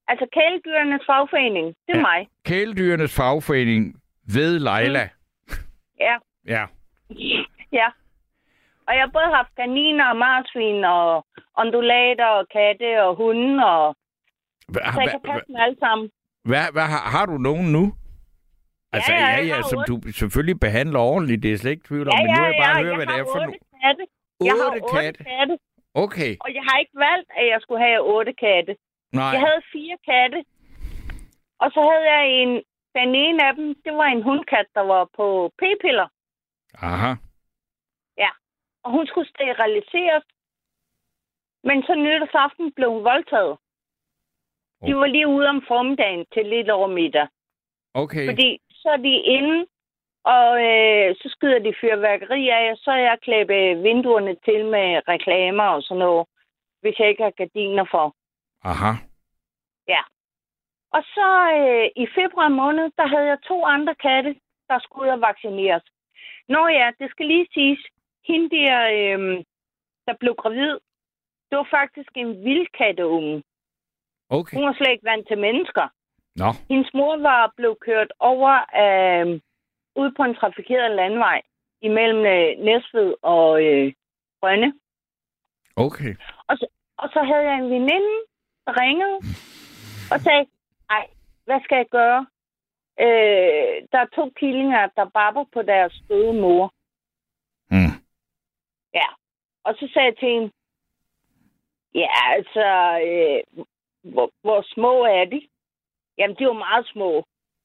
L: Altså kæledyrenes fagforening, det er ja. mig.
C: Kæledyrenes fagforening ved Leila.
L: Mm. Ja.
C: Ja.
L: Ja. Og jeg har både haft kaniner og marsvin og undulater og katte og hunde, og
C: hva,
L: så jeg kan passe dem alle sammen.
C: Hvad, hvad, har, har du nogen nu? Altså,
L: ja, ja,
C: ja, ja som du selvfølgelig behandler ordentligt, det er slet ikke tvivl om,
L: ja, ja,
C: men nu er jeg bare
L: ja,
C: høre, hvad det er for
L: nogle. Katte. Jeg har
C: otte
L: otte katte.
C: Okay.
L: Og jeg har ikke valgt, at jeg skulle have otte katte.
C: Nej.
L: Jeg havde fire katte. Og så havde jeg en, den ene af dem, det var en hundkat, der var på p-piller.
C: Aha.
L: Ja. Og hun skulle steriliseres. Men så nytårsaften blev hun voldtaget. De var lige ude om formiddagen til lidt over middag.
C: Okay.
L: Fordi så er de inde, og øh, så skyder de fyrværkeri af, og så er jeg klæbet vinduerne til med reklamer og sådan noget, hvis jeg ikke har gardiner for.
C: Aha.
L: Ja. Og så øh, i februar måned, der havde jeg to andre katte, der skulle ud og vaccineres. Nå ja, det skal lige siges, hende der, øh, der blev gravid, det var faktisk en vildkatteunge.
C: Okay.
L: Hun var slet ikke vant til mennesker.
C: Nå.
L: Hendes mor var blevet kørt over af, ude på en trafikeret landvej imellem øh, Næstved og øh, Rønne.
C: Okay.
L: Og så, og så havde jeg en veninde, der ringede og sagde, ej, hvad skal jeg gøre? Øh, der er to killinger, der babber på deres døde mor.
C: Mm.
L: Ja. Og så sagde jeg til hende, ja, altså, øh, hvor, hvor små er de? Jamen, de var meget små.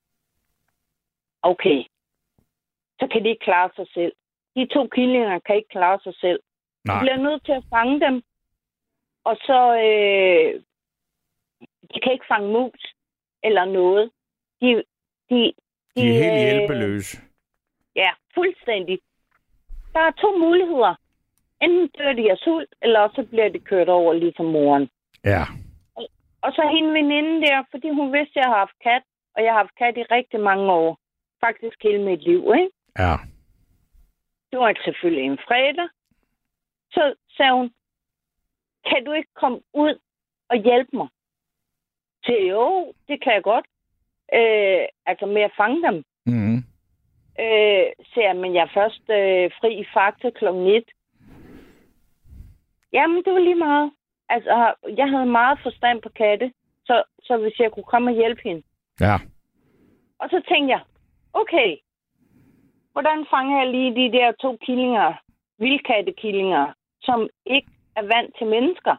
L: Okay. Så kan de ikke klare sig selv. De to killinger kan ikke klare sig selv.
C: Nej.
L: Vi bliver nødt til at fange dem. Og så, øh, de kan ikke fange mus eller noget. De, de, de,
C: de er helt
L: øh,
C: hjælpeløse.
L: Ja, fuldstændig. Der er to muligheder. Enten dør de af sult, eller så bliver de kørt over ligesom moren.
C: Ja.
L: Og, og så hende veninde der, fordi hun vidste, at jeg har haft kat, og jeg har haft kat i rigtig mange år. Faktisk hele mit liv, ikke?
C: Ja.
L: Det var selvfølgelig en fredag. Så sagde hun, kan du ikke komme ud og hjælpe mig? Så jo, det kan jeg godt. Øh, altså med at fange dem.
C: Mm-hmm.
L: Øh, så jeg, men jeg er først øh, fri i Fakta klokken et. Jamen, det var lige meget. Altså, jeg havde meget forstand på katte, så, så hvis jeg kunne komme og hjælpe hende.
C: Ja.
L: Og så tænkte jeg, okay, hvordan fanger jeg lige de der to killinger, vildkattekillinger, som ikke er vant til mennesker?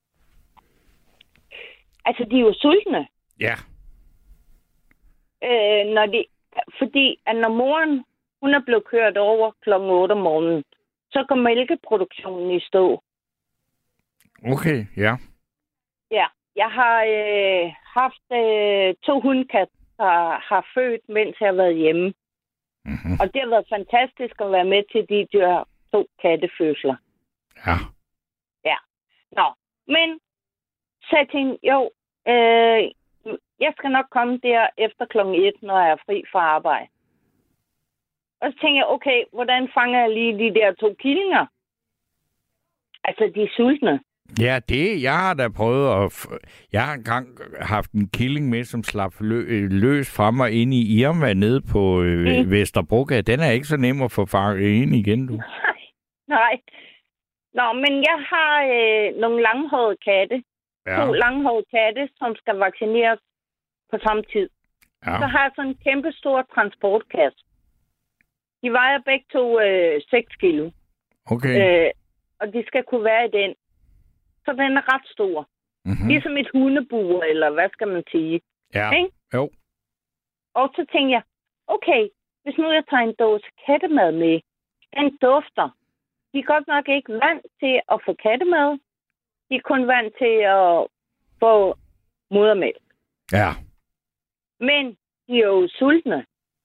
L: Altså, de er jo sultne.
C: Ja.
L: Øh, når de, fordi at når moren, hun er blevet kørt over klokken otte om morgenen, så går mælkeproduktionen i stå.
C: Okay, ja.
L: Ja, jeg har øh, haft øh, to hundkat, der har født, mens jeg har været hjemme.
C: Mm-hmm.
L: Og det har været fantastisk at være med til de der to kattefødsler.
C: Ja.
L: Ja. Nå, men så jeg tænkte, jo, øh, jeg skal nok komme der efter klokken et, når jeg er fri fra arbejde. Og så tænkte jeg, okay, hvordan fanger jeg lige de der to killinger? Altså, de er sultne.
C: Ja, det, jeg har da prøvet at... F- jeg har engang haft en killing med, som slap lø- løs fra mig ind i Irma nede på øh, mm. Vesterbrogade. Den er ikke så nem at få fanget ind igen, du.
L: Nej, nej. Nå, men jeg har øh, nogle langhårede katte. Ja. To langhårede katte, som skal vaccineres på samme tid. Ja. Så har jeg sådan en kæmpe stor transportkasse. De vejer begge to øh, seks kilo.
C: Okay.
L: Øh, og de skal kunne være i den. Så den er ret stor. Mm-hmm. Ligesom et hundebur, eller hvad skal man sige.
C: Ja,
L: ikke?
C: Jo.
L: Og så tænkte jeg, okay, hvis nu jeg tager en dåse kattemad med, den dufter. De er godt nok ikke vant til at få kattemad. De er kun vant til at få modermælk.
C: Ja.
L: Men de er jo sultne.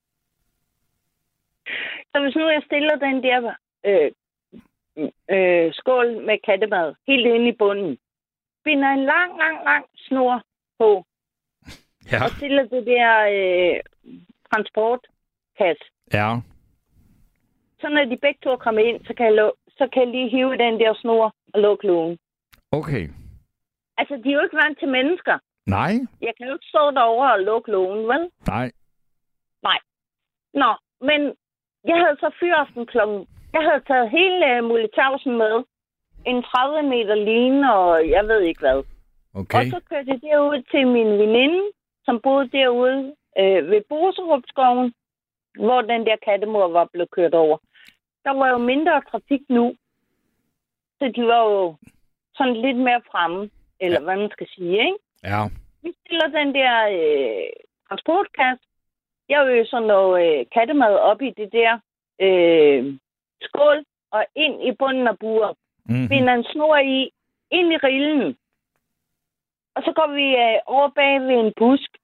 L: Så hvis nu jeg stiller den der øh, øh, skål med kattemad helt inde i bunden, binder en lang, lang, lang snor på, ja. Og stiller det der øh, transportkasse.
C: Ja.
L: Så når de begge to kommer ind, så kan, jeg lo- så kan jeg lige hive den der snor og lukke lågen.
C: Okay.
L: Altså, de er jo ikke vant til mennesker.
C: Nej.
L: Jeg kan jo ikke stå derovre og lukke lågen, vel?
C: Nej.
L: Nej. Nå, men jeg havde så fyraften klokken... Jeg havde taget hele uh, Mulletausen med. En tredive meter line, og jeg ved ikke hvad.
C: Okay.
L: Og så kørte jeg derud til min veninde, som boede derude øh, ved Boserupskoven, hvor den der kattemor var blevet kørt over. Der var jo mindre trafik nu, så de var jo sådan lidt mere fremme, eller ja. hvad man skal sige, ikke?
C: Ja.
L: Vi stiller den der øh, transportkasse. Jeg øger sådan noget øh, kattemad op i det der øh, skål, og ind i bunden af buret. Mm-hmm. Binder en snor i, ind i rillen. Og så går vi øh, over bag ved en busk.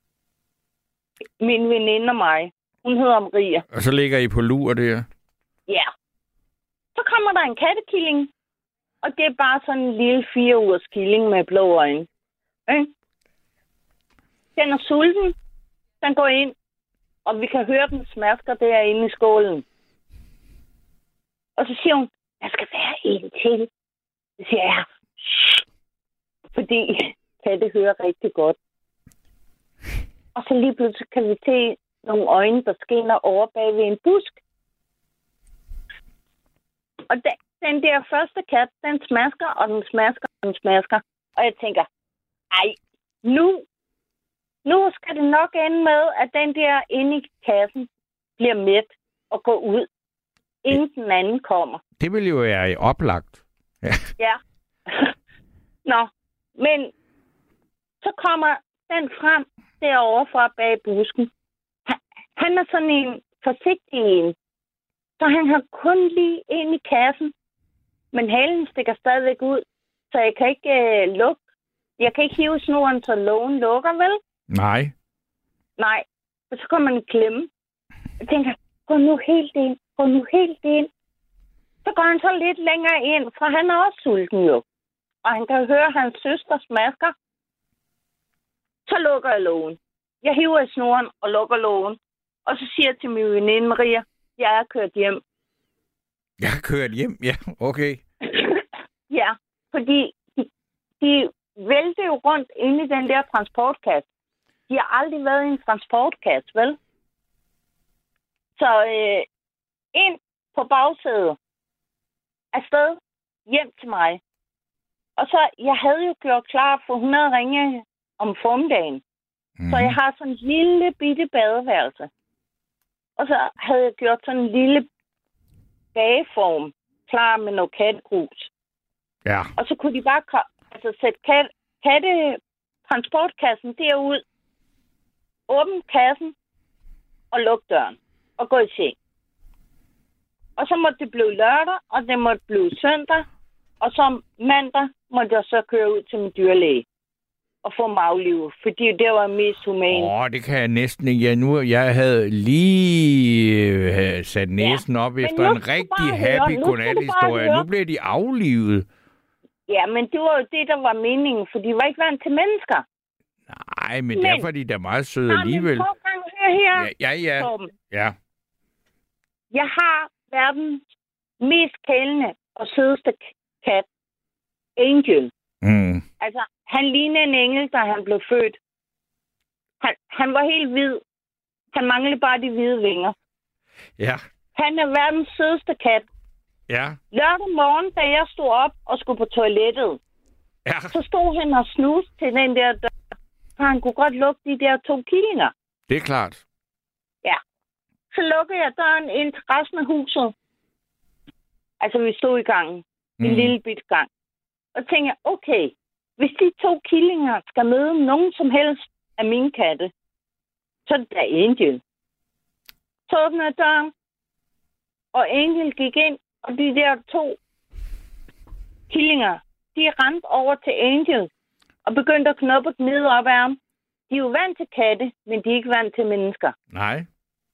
L: Min veninde og mig. Hun hedder Maria.
C: Og så ligger I på lur der?
L: Ja. Så kommer der en kattekilling. Og det er bare sådan en lille fire ugers killing med blå øjne. Øh? Den er sulten. Den går ind. Og vi kan høre den smasker derinde i skålen. Og så siger hun, der skal være en til. Så siger jeg, shh. Fordi katte hører rigtig godt. Og så lige pludselig kan vi se nogle øjne, der skinner over bag ved en busk. Og den, den der første kat, den smasker, og den smasker, og den smasker. Og jeg tænker, ej, nu, nu skal det nok ende med, at den der inde i kassen bliver mæt og går ud, inden den anden kommer.
C: Det vil jo være oplagt. Ja.
L: Ja. Nå, men så kommer den frem derovre fra bag busken. Han, han er sådan en forsigtig en. Så han har kun lige ind i kassen. Men halen stikker stadigvæk ud. Så jeg kan ikke øh, lukke. Jeg kan ikke hive snoren, så lågen lukker, vel?
C: Nej.
L: Nej. Og så kommer man i klemme. Jeg tænker, gå nu helt ind. Gå nu helt ind. Så går han så lidt længere ind, for han er også sulten jo. Og han kan høre hans søster smasker. Så lukker jeg lågen. Jeg hiver i snoren og lukker lågen. Og så siger jeg til min veninde Maria, jeg er kørt hjem.
C: Jeg er kørt hjem? Ja, okay.
L: Ja, fordi de, de vælter jo rundt inde i den der transportkasse. De har aldrig været i en transportkasse, vel? Så øh, ind på bagsædet. Afsted hjem til mig. Og så, jeg havde jo gjort klar, for hun havde ringet om formiddagen. Mm. Så jeg har sådan en lille bitte badeværelse. Og så havde jeg gjort sådan en lille bageform klar med noget kattegrus.
C: Ja.
L: Og så kunne de bare altså, sætte kat, katte transportkassen derud, åbne kassen og lukke døren og gå i seng. Og så måtte det blive lørdag, og det måtte blive søndag. Og så mandag måtte jeg så køre ud til min dyrlæge og få mig aflivet, fordi det var mest humane.
C: Åh, det kan jeg næsten ikke. Jeg, nu, jeg havde lige øh, sat næsen ja, op efter en rigtig happy godnat-historie. Nu blev de aflivet.
L: Ja, men det var jo det, der var meningen, for de var ikke vant til mennesker.
C: Nej, men, men derfor er de da meget søde alligevel.
L: Men prøv at høre her.
C: Ja, ja. ja. ja.
L: Jeg har verdens mest kælende og sødeste kat. Angel.
C: Mm.
L: Altså, han lignede en engel, da han blev født. Han, han var helt hvid. Han manglede bare de hvide vinger.
C: Ja.
L: Han er verdens sødeste kat.
C: Ja.
L: Lørdag morgen, da jeg stod op og skulle på toilettet,
C: ja.
L: så stod han og snuste til den der dør, så han kunne godt lukke de der to killinger.
C: Det er klart.
L: Ja. Så lukkede jeg døren ind til resten af huset. Altså, vi stod i gangen. Mm. En lille bit gang. Og tænkte, okay, hvis de to killinger skal møde nogen som helst af mine katte, så er det da Angel. Så åbnede jeg døren, og Angel gik ind, og de der to killinger, de rendte over til Angel, og begyndte at knuppe og gnide op af ham. De er jo vant til katte, men de er ikke vant til mennesker.
C: Nej.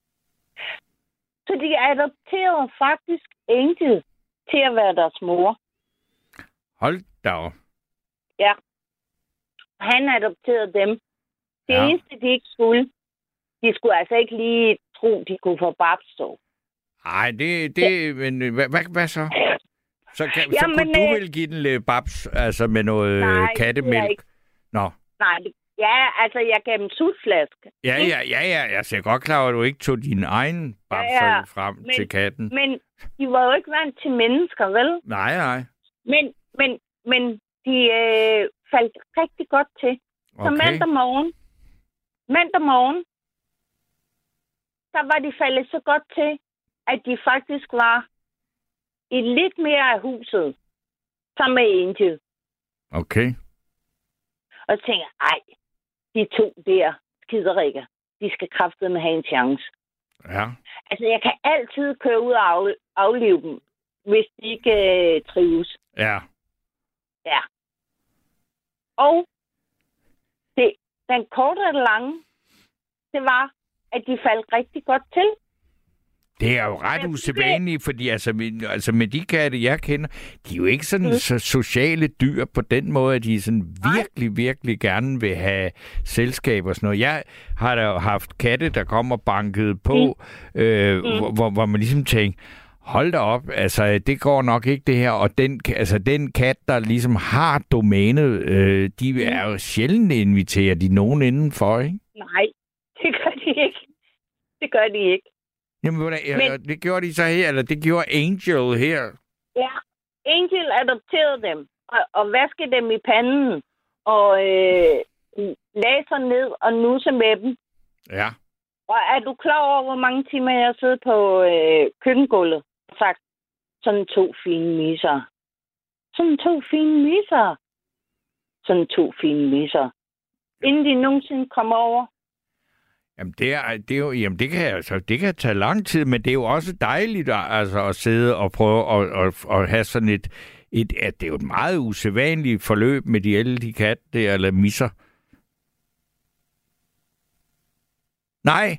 L: Så de adopterede faktisk Angel til at være deres mor.
C: Hold da op.
L: Ja. Han adopterede dem. Det ja. eneste, de ikke skulle, de skulle altså ikke lige tro, de kunne få babstå.
C: Nej, det, det, men hvad, hvad, hvad så? Så, kan,
L: ja,
C: så
L: men,
C: kunne
L: øh,
C: du vel give den lidt babs, altså med noget
L: nej,
C: kattemælk? Nå.
L: Nej, ja, altså, jeg gav dem sutflaske.
C: Ja, ja, ja, ja. Jeg er godt klar over, at du ikke tog din egen babser ja, ja. frem
L: men,
C: til katten.
L: Men de var jo ikke vant til mennesker, vel?
C: Nej, nej.
L: Men, men, men de øh, faldt rigtig godt til. Så
C: okay.
L: mandag morgen, mandag morgen, der var de faldet så godt til, at de faktisk var i lidt mere af huset, sammen med Angel.
C: Okay.
L: Og så tænker jeg, ej, de to der skiderikker, de skal kraftedeme have en chance.
C: Ja.
L: Altså, jeg kan altid køre ud og af, aflive dem, hvis de ikke øh, trives.
C: Ja.
L: Ja. Og det, den korte og lange, det var, at de faldt rigtig godt til.
C: Det er jo ret usædvanligt, fordi altså med, altså med de katte, jeg kender, de er jo ikke sådan mm. så sociale dyr på den måde, at de sådan virkelig, virkelig gerne vil have selskab og sådan noget. Jeg har da haft katte, der kommer banket på, mm. Øh, mm. Hvor, hvor, hvor man ligesom tænker, hold da op, altså det går nok ikke det her, og den, altså, den kat, der ligesom har domænet, øh, de mm. er jo sjældent inviteret de nogen indenfor, ikke?
L: Nej, det gør de ikke. Det gør de ikke.
C: Jamen, hvordan, Men, det gjorde de så her, eller det gjorde Angel her?
L: Ja, Angel adopterede dem, og, og vaskede dem i panden, og øh, lagde sig ned og nusse med dem.
C: Ja.
L: Og er du klar over, hvor mange timer jeg har siddet på øh, køkkengulvet og sagt, sådan to fine misser. Sådan to fine misser. Sådan to fine misser. Inden de nogensinde kommer over.
C: Jamen, det, er, det, er jo, jamen det, kan, altså, det kan tage lang tid, men det er jo også dejligt altså, at sidde og prøve at, at, at have sådan et, et... At det er jo et meget usædvanligt forløb med de alle de katte der, eller misser. Nej.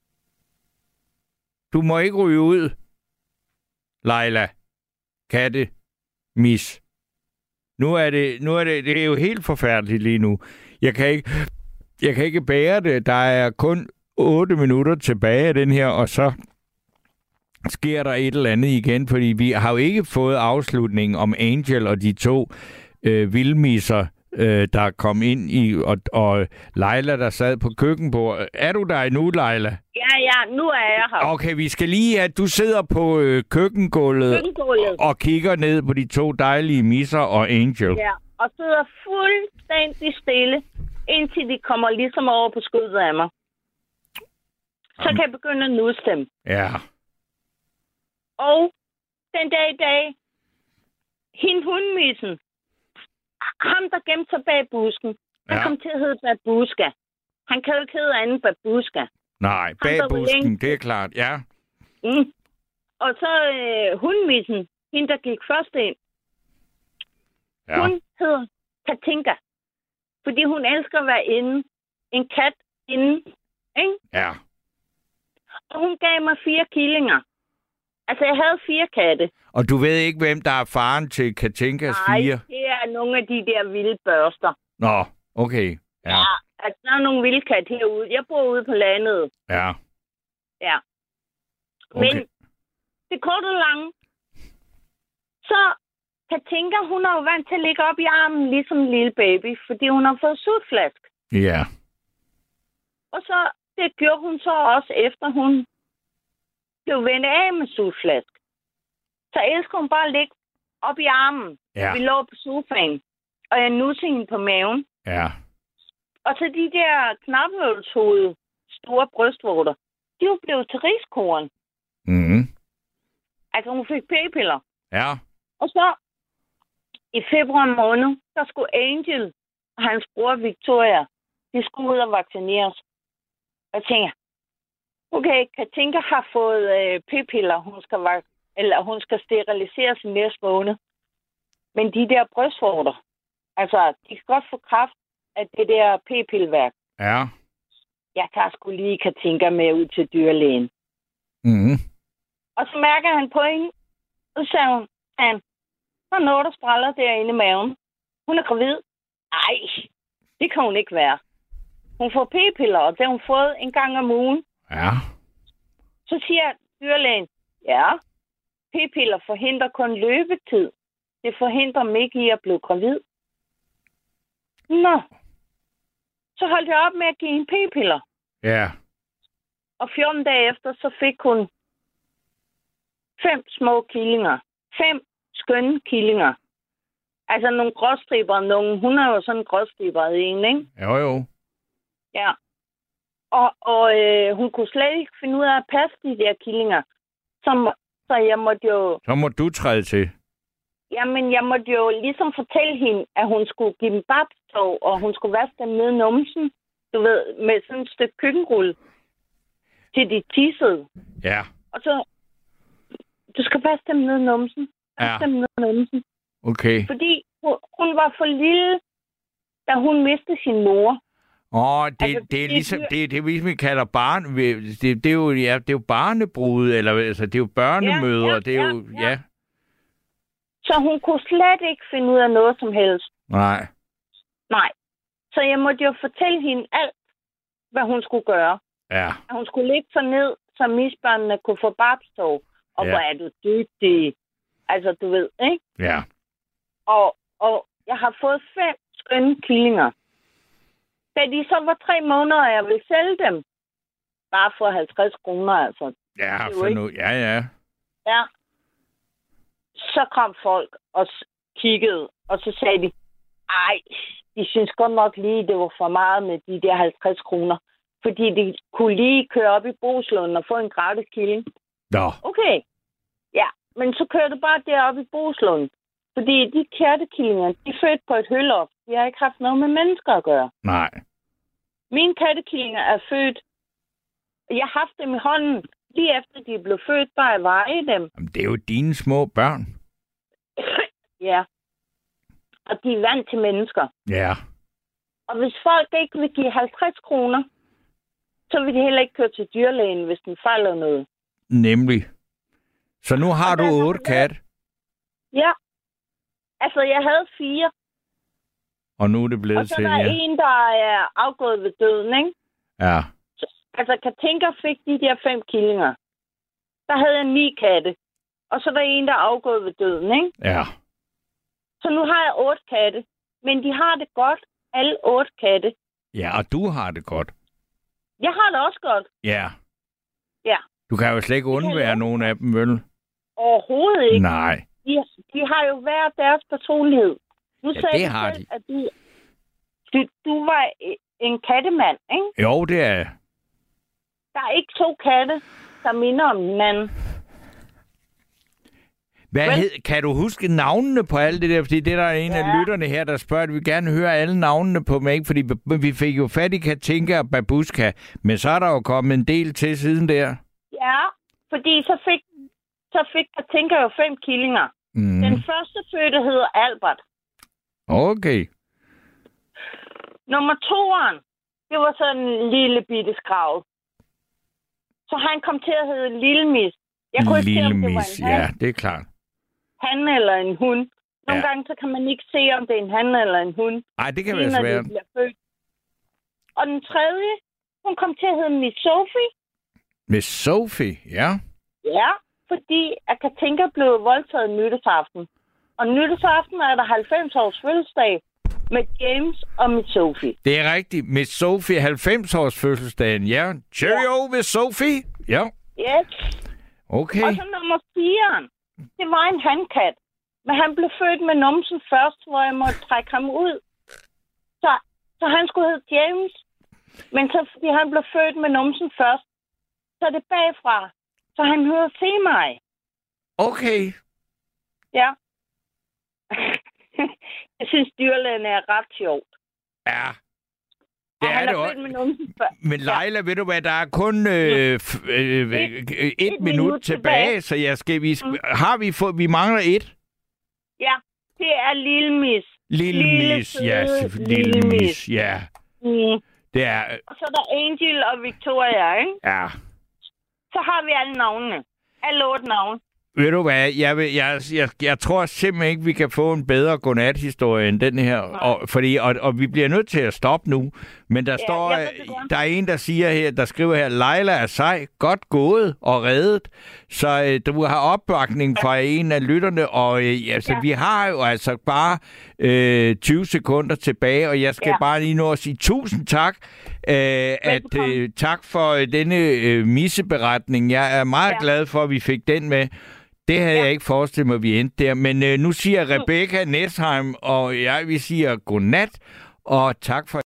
C: Du må ikke ryge ud, Leila. Katte. Mis. Nu er det, nu er det, det er jo helt forfærdeligt lige nu. Jeg kan ikke... Jeg kan ikke bære det. Der er kun otte minutter tilbage af den her, og så sker der et eller andet igen, fordi vi har jo ikke fået afslutningen om Angel og de to øh, vildmisser, øh, der kom ind i, og, og Leila, der sad på køkkenbordet. Er du der endnu, Leila?
L: Ja, ja, nu er jeg her.
C: Okay, vi skal lige, at du sidder på øh, køkkengulvet,
L: køkkengulvet
C: og, og kigger ned på de to dejlige misser og Angel.
L: Ja, og sidder fuldstændig stille, indtil de kommer ligesom over på skødet af mig. Så kan jeg begynde at nusse dem.
C: Ja.
L: Og den dag i dag, hende hundmissen, ham der gemte sig bag busken, han ja. kom til at hedde Babuska. Han kan jo ikke hedde anden Babuska.
C: Nej, bag busken, det er klart, ja.
L: Mm. Og så øh, hundmissen, hende der gik først ind, ja. hun hedder Katinka. Fordi hun elsker at være inde. En kat inde. Ikke?
C: Ja.
L: Og hun gav mig fire killinger. Altså, jeg havde fire katte.
C: Og du ved ikke, hvem der er faren til Katinkas
L: Nej,
C: fire?
L: Nej, det er nogle af de der vilde børster.
C: Nå, okay. Ja,
L: ja altså, der er nogle vilde kat herude. Jeg bor ude på landet.
C: Ja.
L: Ja.
C: Okay.
L: Men det korte og lange, så Katinka, hun er jo vant til at ligge op i armen, ligesom en lille baby, fordi hun har fået sutflask.
C: Ja.
L: Og så, det gjorde hun så også, efter hun blev vendt af med sutflask. Så elsker hun bare at ligge op i armen.
C: Ja.
L: Vi lå på sofaen, og jeg nussede hende på maven.
C: Ja.
L: Og så de der knapnålshovede store brystvorter, de var blevet til riskorn.
C: Mhm.
L: Altså, hun fik p-piller.
C: Ja.
L: Og så i februar måned, der skulle Angel og hans bror Victoria, de skulle ud og vaccineres. Og jeg tænker, okay, Katinka har fået øh, p-piller, hun skal, vak- eller hun skal steriliseres i næste måned. Men de der brystvorter, altså, de kan godt få kraft af det der p-pilleværk.
C: Ja.
L: Jeg tager sgu lige Katinka med ud til dyrlægen.
C: Mhm.
L: Og så mærker han på hende, og så sagde hun, han, der er noget, der spræller derinde i maven. Hun er gravid. Ej, det kan hun ikke være. Hun får p-piller, og det har hun fået en gang om ugen.
C: Ja.
L: Så siger dyrlægen, ja, p-piller forhindrer kun løbetid. Det forhindrer mig ikke i at blive gravid. Nå. Så holdt jeg op med at give hende p-piller.
C: Ja.
L: Og fjorten dage efter, så fik hun fem små killinger. Fem skønne killinger. Altså nogle gråstriber. Nogle, hun er jo sådan en gråstriberet en, ikke?
C: Jo, jo.
L: Ja. Og, og øh, hun kunne slet ikke finde ud af at passe de der killinger. Så, så jeg måtte jo...
C: Så må du træde til.
L: Jamen, jeg måtte jo ligesom fortælle hende, at hun skulle give dem babstov, og hun skulle vaske dem ned i numsen. Du ved, med sådan et stykke køkkenrulle. Til de tissede.
C: Ja.
L: Og så... Du skal vaske dem ned i numsen. Vaske
C: Ja.
L: dem ned i numsen.
C: Okay.
L: Fordi hun, hun var for lille, da hun mistede sin mor.
C: Åh, det,
L: Altså,
C: det er
L: det-
C: ligesom, det, det er ligesom, vi kalder barn... Det, det, er jo, ja, det er jo barnebrud, eller altså, det er jo børnemøder,
L: Ja, ja,
C: det er jo...
L: ja,
C: Ja.
L: Så hun kunne slet ikke finde ud af noget som helst.
C: Nej.
L: Nej. Så jeg måtte jo fortælle hende alt, hvad hun skulle gøre.
C: Ja.
L: At hun skulle ligge sig ned, så misbørnene kunne få babstov. Og
C: Ja.
L: hvor er du dygtig. Altså, du ved, ikke?
C: Ja.
L: Og, og jeg har fået fem skønne killinger. Da de så var tre måneder, og jeg ville sælge dem. Bare for halvtreds kroner, altså.
C: Ja,
L: Det er jo
C: for
L: ikke-
C: nu. Ja, ja.
L: Ja. Så kom folk og s- kiggede, og så sagde de, ej, de synes godt nok lige, det var for meget med de der halvtreds kroner. Fordi de kunne lige køre op i Boslund og få en gratis killing.
C: Nå.
L: Okay. Ja, men så kører du bare derop i Boslund. Fordi de kattekillinger, de er født på et hølloft. De har ikke haft noget med mennesker at gøre.
C: Nej.
L: Mine kattekillinger er født. Jeg har haft dem i hånden. Lige efter de blev født, bare at veje dem.
C: Jamen, det er jo dine små børn.
L: Ja. Og de er vant til mennesker.
C: Ja.
L: Og hvis folk ikke vil give halvtreds kroner, så vil de heller ikke køre til dyrlægen, hvis den fejler noget.
C: Nemlig. Så nu har
L: Og
C: du
L: der har
C: otte
L: jeg-
C: kat,
L: Ja. Altså, jeg havde fire.
C: og nu er det
L: Og
C: blevet
L: så
C: til,
L: er der
C: ja.
L: en, der er afgået ved døden, ikke?
C: Ja.
L: Altså, Katinka fik de der fem killinger. Der havde jeg ni katte. Og så er der en, der er afgået ved døden, ikke?
C: Ja.
L: Så nu har jeg otte katte. Men de har det godt, alle otte katte.
C: Ja, og du har det godt.
L: Jeg har det også godt.
C: Ja.
L: Ja.
C: Du kan jo slet ikke undvære nogen af dem, vel?
L: Overhovedet ikke.
C: Nej.
L: De, de har jo hver deres personlighed. Nu
C: Ja,
L: sagde
C: det
L: du
C: har
L: selv,
C: de.
L: at du, du, du var en kattemand, ikke?
C: Jo, det er...
L: Der er ikke to katte, der minder om hinanden.
C: Hvad
L: Vel-
C: hed, kan du huske navnene på alle det der? Fordi det der er en ja. af lytterne her, der spørger, at vi gerne høre alle navnene på mig, fordi vi fik jo fat i Katinka og Babushka, men så er der jo kommet en del til siden der.
L: Ja, fordi så fik, så fik Katinka jo fem killinger.
C: Mm.
L: Den første fødte hedder Albert.
C: Okay.
L: Nummer toeren, det var sådan en lille bitte skrav. Så han kom til at hedde Lille Mis. Jeg kunne ikke se, om det var
C: Mis,
L: en han,
C: ja, det er klart.
L: han eller en hund. Nogle
C: Ja.
L: gange så kan man ikke se, om det er en han eller en hund.
C: Nej, det kan
L: lige
C: være
L: når de
C: svært.
L: bliver født. Og den tredje, hun kom til at hedde Miss Sophie.
C: Med Sophie, ja.
L: Ja, fordi at Katinka blev voldtaget nytårsaften. Og nytårsaften er der halvfems års fødselsdag med James og Miss Sophie.
C: Det er rigtigt. Med Sophie, halvfems års fødselsdagen, ja. Cheerio ja. Med Sophie, ja.
L: Yes.
C: Okay.
L: Og så nummer fire, det var en handkat. Men han blev født med numsen først, hvor jeg måtte trække ham ud. Så, så han skulle hedde James. Men så fordi han blev født med numsen først, så er det bagfra. Så han hedder Se mig.
C: Okay.
L: Ja. Jeg synes, dyrlægen er ret sjovt.
C: Ja.
L: Og
C: Det
L: han
C: er
L: er
C: det
L: født
C: også.
L: med numsen først.
C: Men Leila, ved du hvad, der er kun øh, f- øh, et, et, et minut,
L: minut
C: tilbage,
L: tilbage.
C: så jeg skal, vi, mm. har vi fået, vi mangler et.
L: Ja, det er Lille Mis.
C: Lille,
L: Lille
C: Mis,
L: søde
C: ja,
L: Lille
C: Lille Mis,
L: Mis.
C: ja.
L: Mm.
C: Det er,
L: Og så er der Angel og Victoria, ikke?
C: ja.
L: Så har vi alle navnene. Alle otte navne.
C: Ved du hvad, jeg, vil, jeg, jeg, jeg tror simpelthen ikke, vi kan få en bedre godnat-historie end den her. Og, fordi, og, og vi bliver nødt til at stoppe nu. Men der ja, står, der er en, der siger her, der skriver her, Leila er sej, godt gået og reddet. Så øh, du har opbakning fra en af lytterne, og øh, altså, ja. vi har jo altså bare øh, tyve sekunder tilbage, og jeg skal ja. bare lige nå at sige tusind tak. Øh, at, øh, tak for øh, denne øh, misseberetning. Jeg er meget ja. glad for, at vi fik den med. Det havde ja. jeg ikke forestillet mig, at vi endte der. Men øh, nu siger Rebecca Nesheim, og jeg vil sige godnat, og tak for